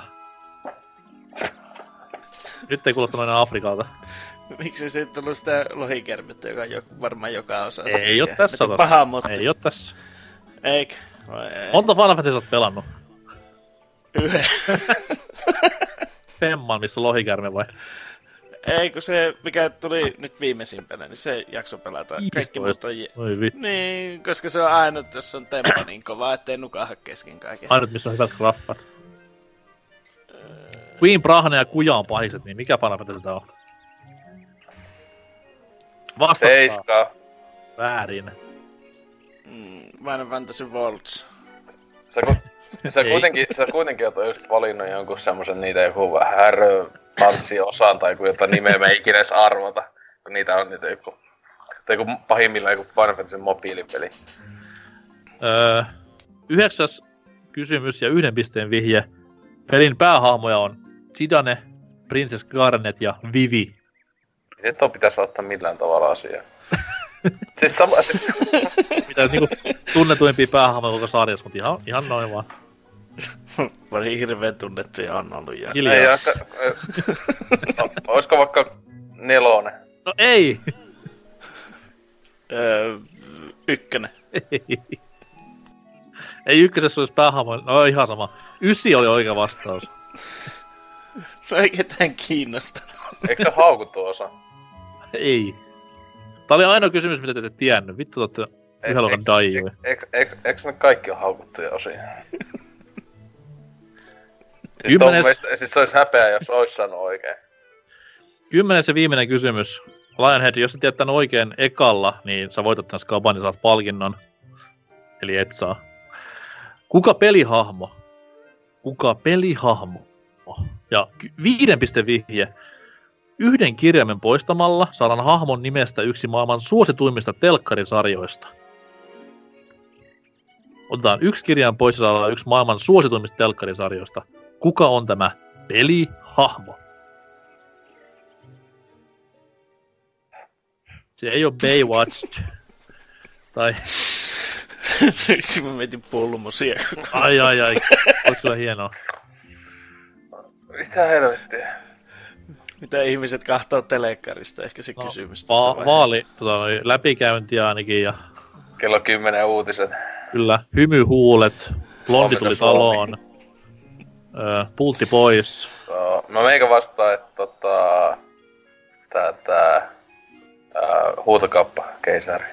Nyt ei kuulosta noin Afrikalta. Miksi se ei tullut sitä lohikermettä, joka on jo, varmaan joka osa. Ei oo tässä osassa. Paha, mutta... Ei oo tässä. Eikö? Vai ei. Monta Final Fantasy oot pelannut? Yhden. Femman, missä on lohikärme vai? Ei, kun se, mikä tuli nyt viimeisimpänä, niin se jakso pelata. Kaikki muut on... Oi vittu. Niin, koska se on ainut, jos on tempo niin kova, ettei nukaha kesken kaiken. Ainut, missä on hyvät graffat. Queen Brahne ja Kuja on pahikset, niin mikä Final Fantasy tää on? Vastatkaa. Seiska. Väärin. Mm, Final Fantasy Worlds. Sä, ku, sä, Ei. kuitenkin, sä kuitenkin oot just valinnut jonkun semmosen niitä joku härö tanssiosan tai joku jota nimeä mä ei ikinä edes arvota. Kun niitä on niitä joku, tai joku pahimmillaan joku Final Fantasy mobiilipeli. Öö, yhdeksäs kysymys ja yhden pisteen vihje. Pelin päähahmoja on Zidane, Princess Garnet ja Vivi. Ei tuo pitäisi ottaa millään tavalla asiaa. Siis sama... Siis, Mitä niinku tunnetuimpia päähahmoja koko sarjassa, mutta ihan, ihan noin vaan. Mä olin hirveen tunnettuja on ollut. Ja... Hiljaa. ei, aika, no, oisko vaikka nelonen? No ei! Öö, ykkönen. Ei. Ei ykkösessä olisi päähahmo, no ihan sama. Ysi oli oikea vastaus. No ei ketään kiinnosta. Eikö se haukuttu osa? Ei. Tää oli ainoa kysymys, mitä te ette tiennyt. Vittu te ootte yhden luokan daijui. Eikö eikö- eikö ne kaikki ole haukuttuja osia? Siis, Kymmenes- mielestä, siis se olisi häpeä, jos ois sanonut oikein. Kymmenes ja viimeinen kysymys. Lionhead, jos sä tiedät tän oikein ekalla, niin sä voitat tän skaban ja saat palkinnon. Eli et saa. Kuka pelihahmo? Kuka pelihahmo? Ja ky- viiden piste vihje. Yhden kirjaimen poistamalla saadaan hahmon nimestä yksi maailman suosituimmista telkkarisarjoista. Otetaan yksi kirjain pois ja saadaan yksi maailman suosituimmista telkkarisarjoista. Kuka on tämä pelihahmo? Se ei oo Baywatch. Tai Yksi mä mietin pulmusia. ai ai ai. Olis kyllä hienoa. Mitä helvettiä? Mitä ihmiset kahtoo telekkarista, ehkä se No, kysymys. va- tässä vaiheessa. vaali, tota, noi, läpikäyntiä ainakin ja Kello kymmenen uutiset. kyllä hymyhuulet, blondi tuli Suomi. taloon, öö, pultti pois. So, mä meikä vastaan, että tota... Tää, tää... tää huutokauppa, keisari.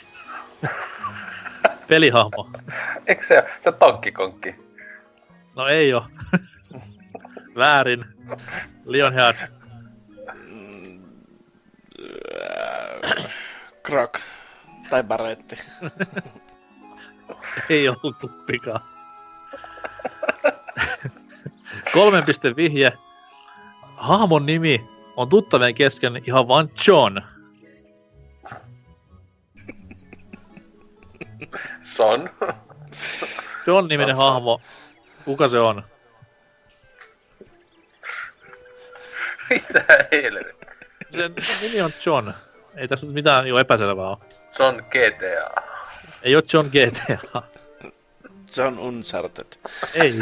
Pelihahmo. Eikö se, se tankkikonkki? No ei oo. Väärin. Lionheart. Krok. Tai baretti. Ei ollut tuppikaan. Kolmen piste vihje. Hahmon nimi on tuttavien kesken ihan vaan John. Son. John-niminen Tossa. hahmo. Kuka se on? Mitä helvettiä? Sen, sen nimi on John. Ei tässä nyt mitään jo epäselvää ole. Son G T A. Ei oo John G T A. Se on Uncharted. Ei.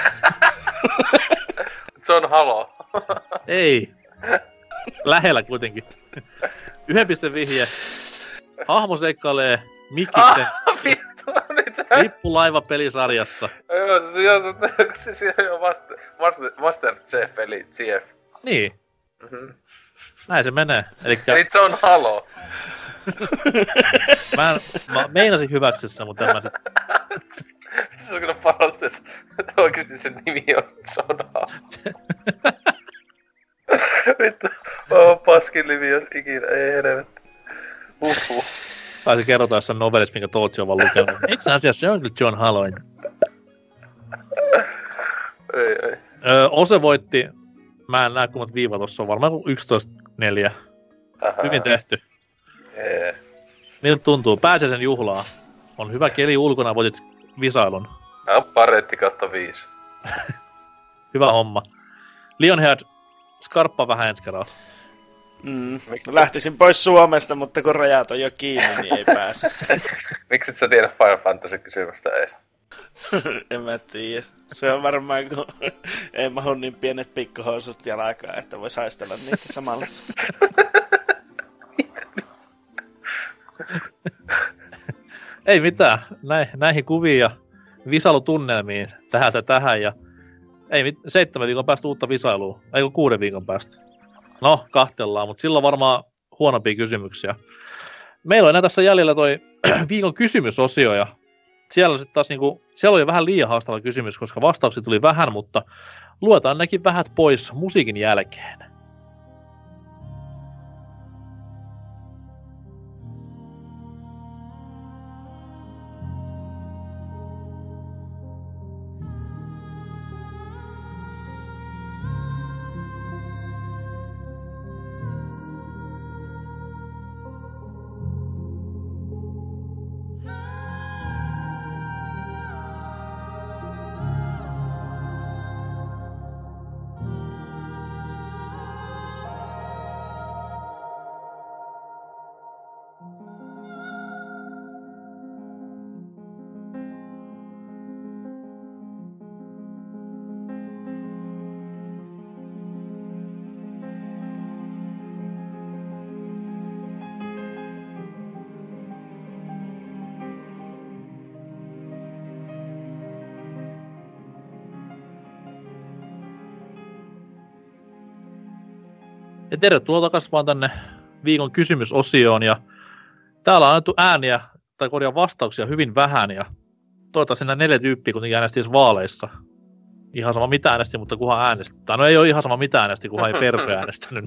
Son Halo. Ei. Lähellä kuitenkin. Yhden pisteen vihje. Hahmo seikkailee Mikiksen Ah, vittu, mitä? lippulaiva-pelisarjassa. Joo, se on se se on Master, Master, Master Chief, eli Chief. Niin, Mhm. näin se menee. Elikkä Eli se on Halo. mä, en, mä meinasin hyväksyä sen, mutta en mä sit... Se on kyllä parasta, että oikeesti sen nimi on Soda. Vittu, oh, paskin nimi jos ikinä, ei helvetti. Uhuh. Tai se kerrotaan jossain novellissa, minkä Tootsi on vaan lukenut. Itse asiassa se on kyllä John Haloin. Ei, ei. Öö, Ose voitti, mä en näe kummat viiva tossa on varmaan yksitoista neljä. Hyvin tehty. Ei. Miltä tuntuu? Pääsiäisen juhlaa. On hyvä keli ulkona, voitit visailun. Mä oon paretti kautta viisi. Hyvä homma. Lionhead, skarppaa vähän ensi kerralla. Mm. Lähtisin pois Suomesta, mutta kun rajat on jo kiinni, niin ei pääse. Miksi et sä tiedä Final Fantasy-kysymystä ees? En mä tiedä. Se on varmaan, kun ei mahu niin pienet pikkuhousut jalkaan, että vois haistella niitä samalla. Ei mitään. Näin, näihin kuviin ja visailutunnelmiin tähän tähän ja ei mit, seitsemän viikon päästä uutta visailua. Ei kun kuuden viikon päästä. No, kahtellaan, mutta silloin varmaan huonompia kysymyksiä. Meillä on enää tässä jäljellä toi viikon kysymysosio ja siellä sitten taas niinku, siellä oli vähän liian haastava kysymys, koska vastauksia tuli vähän, mutta luetaan nekin vähät pois musiikin jälkeen. Ja tervetuloa takaisin vaan tänne viikon kysymysosioon. Ja täällä on annettu ääniä tai korjaa vastauksia hyvin vähän. Ja toivottavasti nämä neljä tyyppiä kuitenkin äänesti edes vaaleissa. Ihan sama mitä äänesti, mutta kunhan äänesti. Tai no ei ole ihan sama mitä äänesti, kunhan ei perso äänestänyt.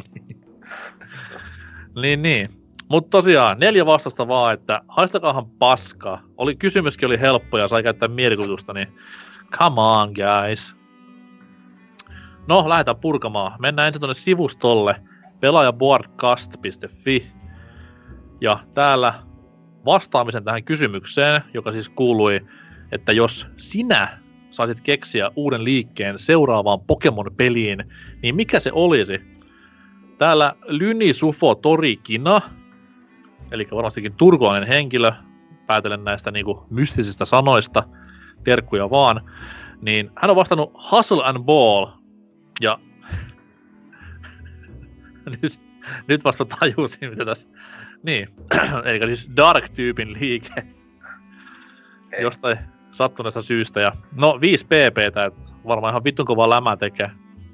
niin, niin. Mutta tosiaan, neljä vastausta vaan, että haistakaahan paskaa. Oli, kysymyskin oli helppo ja sai käyttää mielikuvitusta, niin come on guys. No, lähdetään purkamaan. Mennään ensin tuonne sivustolle pelaajaboardcast piste fi. Ja täällä vastaamisen tähän kysymykseen, joka siis kuului, että jos sinä saisit keksiä uuden liikkeen seuraavaan Pokemon-peliin, niin mikä se olisi? Täällä Lyni Sufo Torikina, eli varmastikin turkulainen henkilö, päätellen näistä niinku mystisistä sanoista, terkkuja vaan, niin hän on vastannut Hustle and Ball, ja nyt, nyt vasta tajusin, mitä tässä, niin, eli siis Dark-tyypin liike, Hei. jostain sattuneesta syystä, ja no viisi pptä, että varmaan ihan vittun kovaa lämää tekee.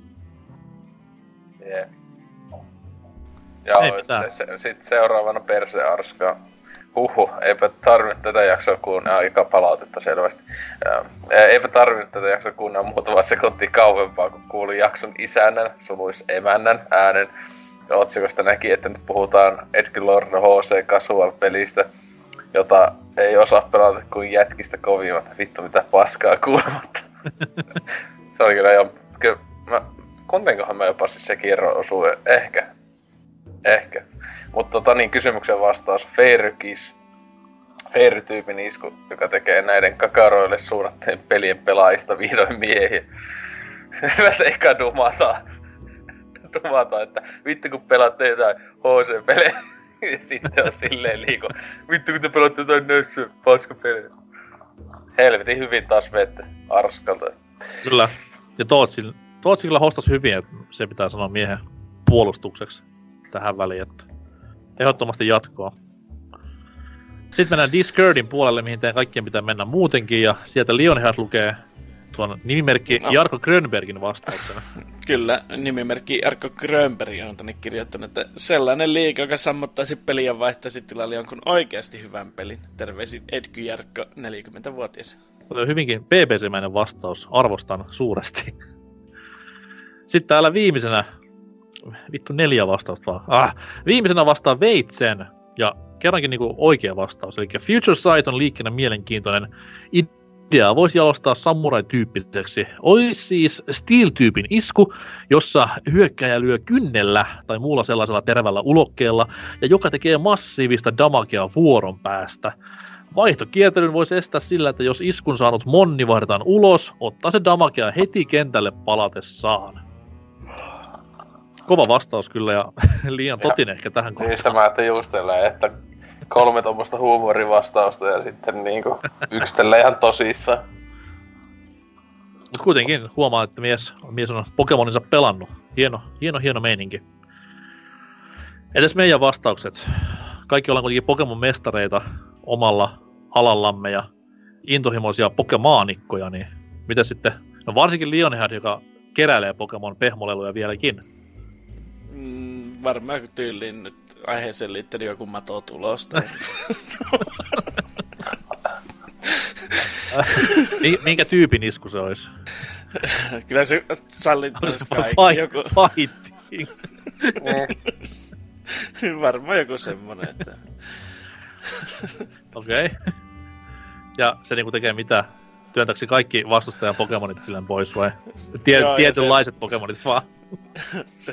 Yeah. Joo, sitten se, sit seuraavana Perse Arska. Huhu, eipä tarvinnut tätä jaksoa kuunnella, aika palautetta selvästi. Ää, eipä tarvinnut tätä jaksoa kuunnella muutama sekuntia kauempaa, kun kuulin jakson isännän, suluis emännän äänen. Otsikosta näki, että nyt puhutaan Edgelord H C Casual-pelistä, jota ei osaa pelata kuin jätkistä kovimmat. Vittu mitä paskaa kuulematta. Se oli kyllä jo... Kyllä, mä, kontenkohan mä jopa siis se kierro osuu, ehkä. Ehkä. Mutta tota niin, kysymyksen vastaus. Feirykis. Feiry-tyypin isku, joka tekee näiden kakaroille suunnattujen pelien pelaajista vihdoin miehiä. Hyvät eikä dumata. Dumata, että vittu kun pelaatte jotain H C-pelejä. Ja sitten on silleen liiko. Vittu kun te pelaatte jotain nössö paskapelejä. Helvetin hyvin taas vette Arskalta. Kyllä. Ja Tootsi, Tootsi kyllä hostas hyvin, että se pitää sanoa miehen puolustukseksi tähän väliin, että ehdottomasti jatkoa. Sitten mennään Discordin puolelle, mihin teidän kaikkien pitää mennä muutenkin, ja sieltä Lionhead lukee tuon nimimerkki no. Jarkko Grönbergin vastauksena. Kyllä, nimimerkki Jarkko Grönberg on tänne kirjoittanut, että sellainen liiga, joka sammuttaisi peliä ja vaihtaisi tilalle jonkun oikeasti hyvän pelin. Terveisin Edky Jarkko, neljäkymmentävuotias. Hyvinkin P B C-mäinen vastaus, arvostan suuresti. Sitten täällä viimeisenä, vittu neljä vastausta vaan. Ah, viimeisenä vastaa Veitsen, ja kerrankin niinku oikea vastaus. Eli Future Sight on liikkeenä mielenkiintoinen idea. Voisi jalostaa samurai-tyyppiseksi. Olisi siis Steel-tyypin isku, jossa hyökkäjä lyö kynnellä tai muulla sellaisella terävällä ulokkeella, ja joka tekee massiivista damagea vuoron päästä. Vaihtokiertelyn voisi estää sillä, että jos iskun saanut monni vaihdetaan ulos, ottaa se damagea heti kentälle palatessaan. Kova vastaus kyllä, ja liian totin ehkä tähän kohtaan. Niistä mä ajattelin justella, että kolme tuommoista huumorivastausta ja sitten niinku yksitellen ihan tosissaan. Mutta kuitenkin huomaa, että mies, mies on Pokemoninsa pelannut. Hieno, hieno, hieno meininki. Edes meidän vastaukset. Kaikki ollaan kuitenkin Pokemon-mestareita omalla alallamme ja intohimoisia pokemaanikkoja, niin mitä sitten, no varsinkin Lionhead, joka keräilee Pokemon pehmoleluja vieläkin. Mm, varmaan tyyliin nyt aiheeseen liittyen joku mato tulosta. Minkä tyypin isku se olisi? Kyllä se sallittaisi kaikki. Fight, joku... Fighting. Varmaan joku semmonen, että... Okei. Okay. Ja se niinku tekee mitä? Työntäksi kaikki vastustajan Pokemonit silleen pois vai? Tie- Joo, tietynlaiset se... Pokemonit vaan. se...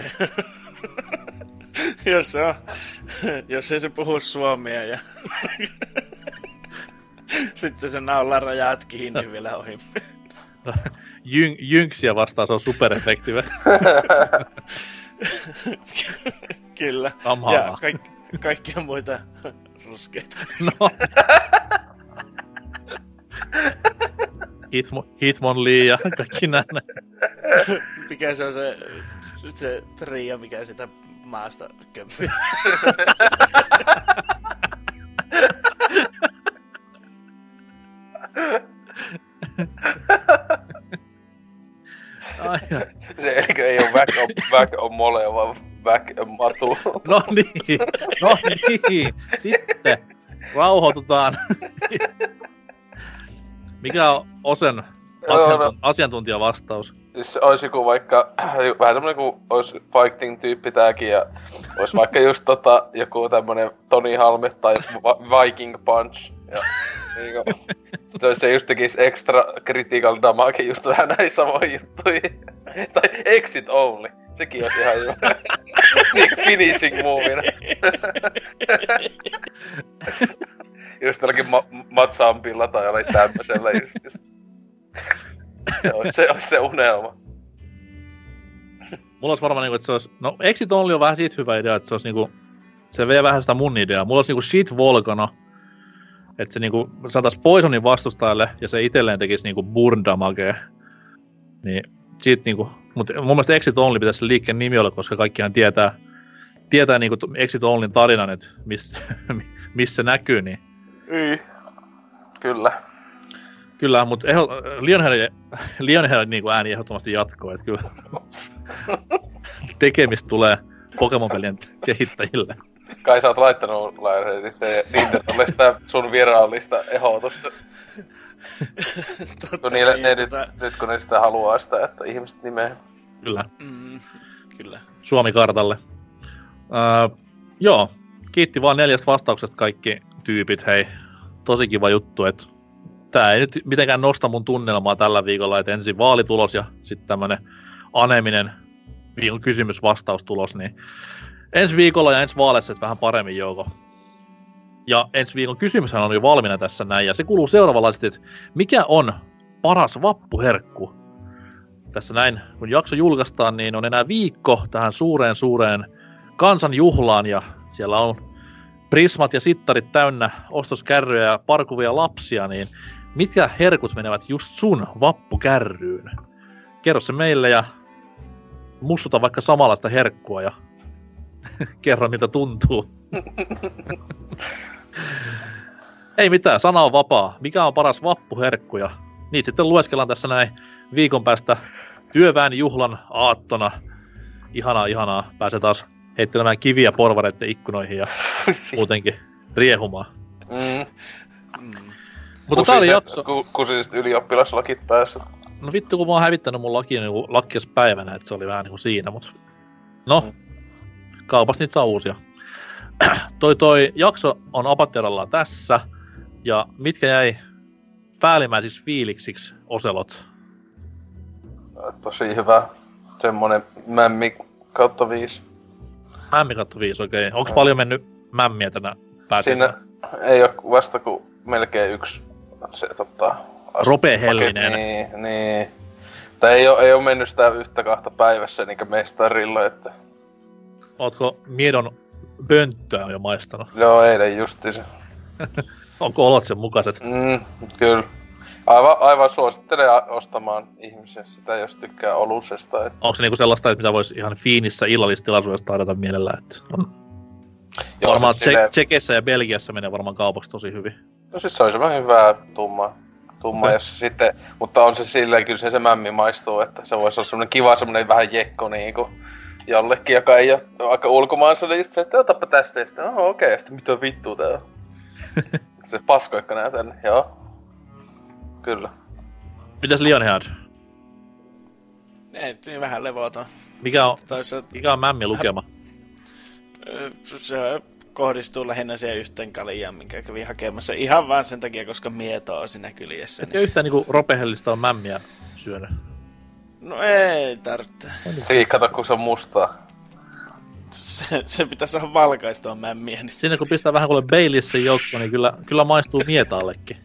jos se on... jos ei se puhu suomea ja... sitten se naulaa rajat kiinni vielä ohi. Jyn- Jynksiä vastaan se on superefektiivä. Kyllä. Amhaa. Ja kaikki, kaikkia muita ruskeita. No. Hitmon, Hitmonlee ja kaikki näin. Mikä se on se, se trio, mikä sitä maasta kömpii? Ai, se ei ole väk on, väk on mole, vaan väk on matu. No niin, no niin. Sitten rauhoitutaan. Mikä on Osen asiantun- asiantuntijavastaus? Siis olisi joku vaikka, vähän tämmönen kuin olisi fighting-tyyppi tääkin ja olisi vaikka just tota joku tämmönen Tony Halme tai Viking Punch. Ja, niinku, se, se just tekis extra critical damage just vähän näin samoin juttuihin. Tai exit only, sekin olisi ihan hyvä. Niinku finishing movina. Just tälläkin ma- matsampilla tai jollain tämmösellä justis. Se olisi se, olisi se unelma. Mulla olisi varmaan niinku, että se olisi... No, Exit Only on vähän siitä hyvä idea, että se olisi niinku... Se vie vähän sitä mun ideaa. Mulla olisi niinku Shit Volcano. Että se niinku saataisi Poisonin vastustajalle ja se itselleen tekisi niinku burn damagea. Niin siitä niinku... Mut mun mielestä Exit Only pitäisi se liikkeen nimi olla, koska kaikkihan tietää... Tietää niinku Exit Onlyn tarinan, että missä miss se näkyy, niin... Niin. Kyllä. Kyllä, mutta eho, Lionhead, Lionhead niin ääni ehdottomasti jatkoo, että kyllä tekemistä tulee Pokemon-pelien kehittäjille. Kai sä oot laittanut Lionheadista Nintendolle sitä sun virallista ehdotusta. Totta, niille, niin, ne tota... nyt, nyt kun ne sitä haluaa sitä, että ihmiset nimeä. Kyllä. Mm, kyllä. Suomi-kartalle. Uh, joo, kiitti vaan neljästä vastauksesta kaikki tyypit, hei. Tosi kiva juttu, että tää ei nyt mitenkään nosta mun tunnelmaa tällä viikolla, että ensin vaalitulos ja sitten tämmönen aneminen viikon kysymys-vastaustulos, niin ensi viikolla ja ensi vaaleissa vähän paremmin jouko. Ja ensi viikon kysymyshän on jo valmiina tässä näin, ja se kuuluu seuraavanlaisesti, että mikä on paras vappuherkku? Tässä näin, kun jakso julkaistaan, niin on enää viikko tähän suureen suureen kansanjuhlaan, ja siellä on prismat ja sittarit täynnä ostoskärryjä ja parkuvia lapsia, niin mitkä herkut menevät just sun vappukärryyn? Kerro se meille ja mussuta vaikka samanlaista herkkua ja kerro miltä tuntuu. Ei mitään, sana on vapaa. Mikä on paras vappuherkku ja niitä sitten lueskellaan tässä näin viikon päästä työväen juhlan aattona. Ihanaa, ihanaa. Pääsee taas heittelemään kiviä porvareiden ikkunoihin ja muutenkin riehumaan. Mm. Mm. Mutta tää oli jakso. Ku, kusiset ylioppilaslakit päässä. No vittu, kun mä oon hävittänyt mun lakia niin lakkiaspäivänä, että se oli vähän niinku siinä, mut... No, mm. kaupasta niitä saa uusia. toi toi jakso on Apateralla tässä, ja mitkä jäi päällimmäisiksi fiiliksiksi Oselot? Tosi hyvä. Semmonen mämmi kautta viisi. Mämmi kautta viisi, okei. Okay. Onks no. paljon mennyt mämmiä tänä pääsiäisenä? Siinä ei oo vasta kuin melkein yksi se tota... Rope Hellinen. Niin, niin. Tai ei oo, ei oo mennyt sitä yhtä kahta päivässä niinkö mestarilla, että... Ootko Miedon pönttöä jo maistanut? Joo, eilen justiinsa. Onko olot sen mukaiset? Mm, kyllä. Aivan, aivan suosittelen ostamaan ihmisiä sitä, jos tykkää olusesta. Että... Onko se niinku sellaista, että mitä voisi ihan fiinissä illallistilaisuudessa tarjota mielellään? Että on... Joo, varmaan siis silleen... Tsekeissä ja Belgiassa menee varmaan kaupaksi tosi hyvin. No siis se on semmoinen hyvää tumma. Tumma, jos se sitten... Mutta on se silleen, kyllä se, se mämmi maistuu, että se voisi olla semmoinen kiva, semmoinen vähän jekko niinku jollekin, joka ei ole aika ulkomaansa, niin se, että otapa tästä ja sitten, oh, okei, okay. Sitten mitä vittua tää on. Se paskoikka nää tänne, joo. Kyllä. Mitäs Lionhead? Ei, niin vähän levoton. Mikä on, Toisaalta... mikä on mämmi lukema? Se kohdistuu lähinnä siihen yhteen kaljaan, minkä kävin hakemassa. Ihan vaan sen takia, koska mieto on siinä kyljessä. Etkö niin... yhtään niinku ropehellista on mämmiä syönyt? No ei tarvitse. Sekin kato, kun se on mustaa. Se, se pitäisi saada valkaistua mämmiä. Niin... Siinä kun pistää vähän kuule Baileyssin joukko, niin kyllä, kyllä maistuu mietaallekin.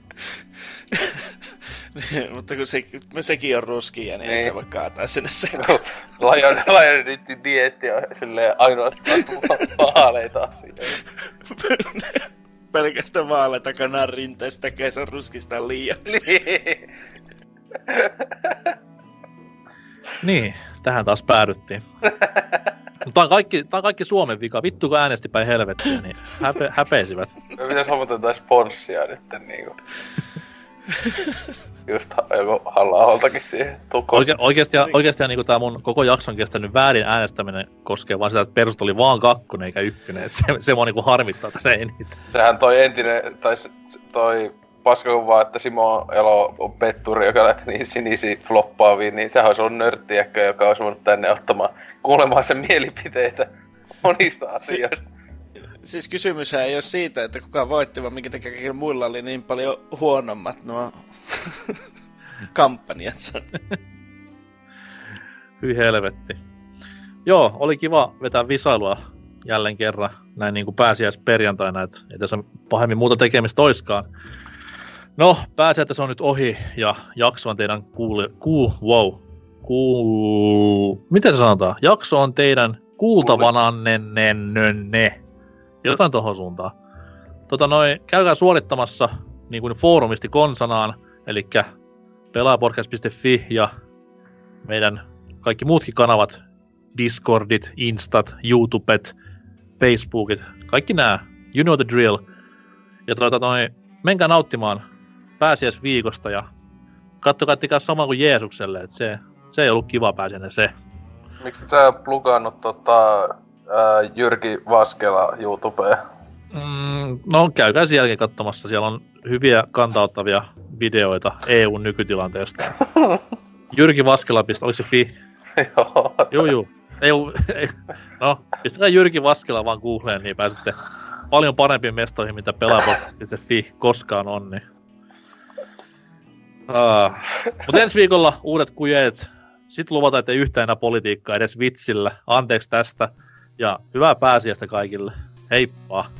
Mutta kun se, sekin on ruskia, niin, niin. Ei sitä voi kaataa sinne sekaan. Lionheadin dieetti on silleen ainoastaan vaaleita asioita. Pelkästään vaaleita kanan rinteistä, se on ruskista liian. Niin. Niin, tähän taas päädyttiin. Tää on kaikki, tää on kaikki Suomen vika. Vittu kun äänesti päin helvettiä, niin häpe, häpeisivät. Me pitäis hommata jotain sponssia nyt niinku. Just joku Halla-aholtakin siihen tukoon. Oike, oikeesti, oikeesti niinku tää mun koko jakson kestänyt väärin äänestäminen koskee vaan sitä, että perust oli vaan kakkonen eikä ykkönen. Et se, se mua niinku harmittaa tässä eniten. Sehän toi entinen, tai toi paskakuva, että Simo Elo on petturi, joka lähti niin sinisiin floppaaviin, niin sehän olisi ollut nörttiäkkö, joka olisi voinut tänne ottamaan kuulemaan sen mielipiteitä monista asioista. Si- siis kysymyshän ei ole siitä, että kuka voitti, vaan minkä takia muilla oli niin paljon huonommat nuo kampanjat. Hyi helvetti. Joo, oli kiva vetää visailua jälleen kerran näin niin kuin pääsiäisperjantaina, että ei tässä pahemmin muuta tekemistä oiskaan. No, pääsee, että se on nyt ohi ja jakso on teidän kuule... Kuu... Wow. Kuu... Miten se sanotaan? Jakso on teidän kuultavanannenne. Jotain tohon suuntaan. Tota noin, käykää suorittamassa niin kuin foorumisti konsanaan, eli pelaajapodcast piste fi ja meidän kaikki muutkin kanavat, Discordit, Instat, YouTubet, Facebookit, kaikki nää, you know the drill. Ja tota noin, menkää nauttimaan pääsiäisviikosta ja kattokaa ettekä sama kuin Jeesukselle, että se, se ei ollut kiva pääsiäinen se. Miksi sä plugannut tota, ää, Jyrki Vaskela YouTubeen? Mm, no käykää sen jälkeen katsomassa, siellä on hyviä kantauttavia videoita E U:n nykytilanteesta. Jyrki Vaskela, oliko se fi? Joo. Juu, juu. Ei, ei, no, pistäkää Jyrki Vaskela vaan Googleen, niin pääsette paljon parempiin mestoihin, mitä pelaajapodcast piste fi koskaan on. Niin. Uh, mutta ensi viikolla uudet kujeet. Sitten luvataan, ettei yhtään enää politiikkaa edes vitsillä. Anteeksi tästä. Ja hyvää pääsiäistä kaikille. Heippa!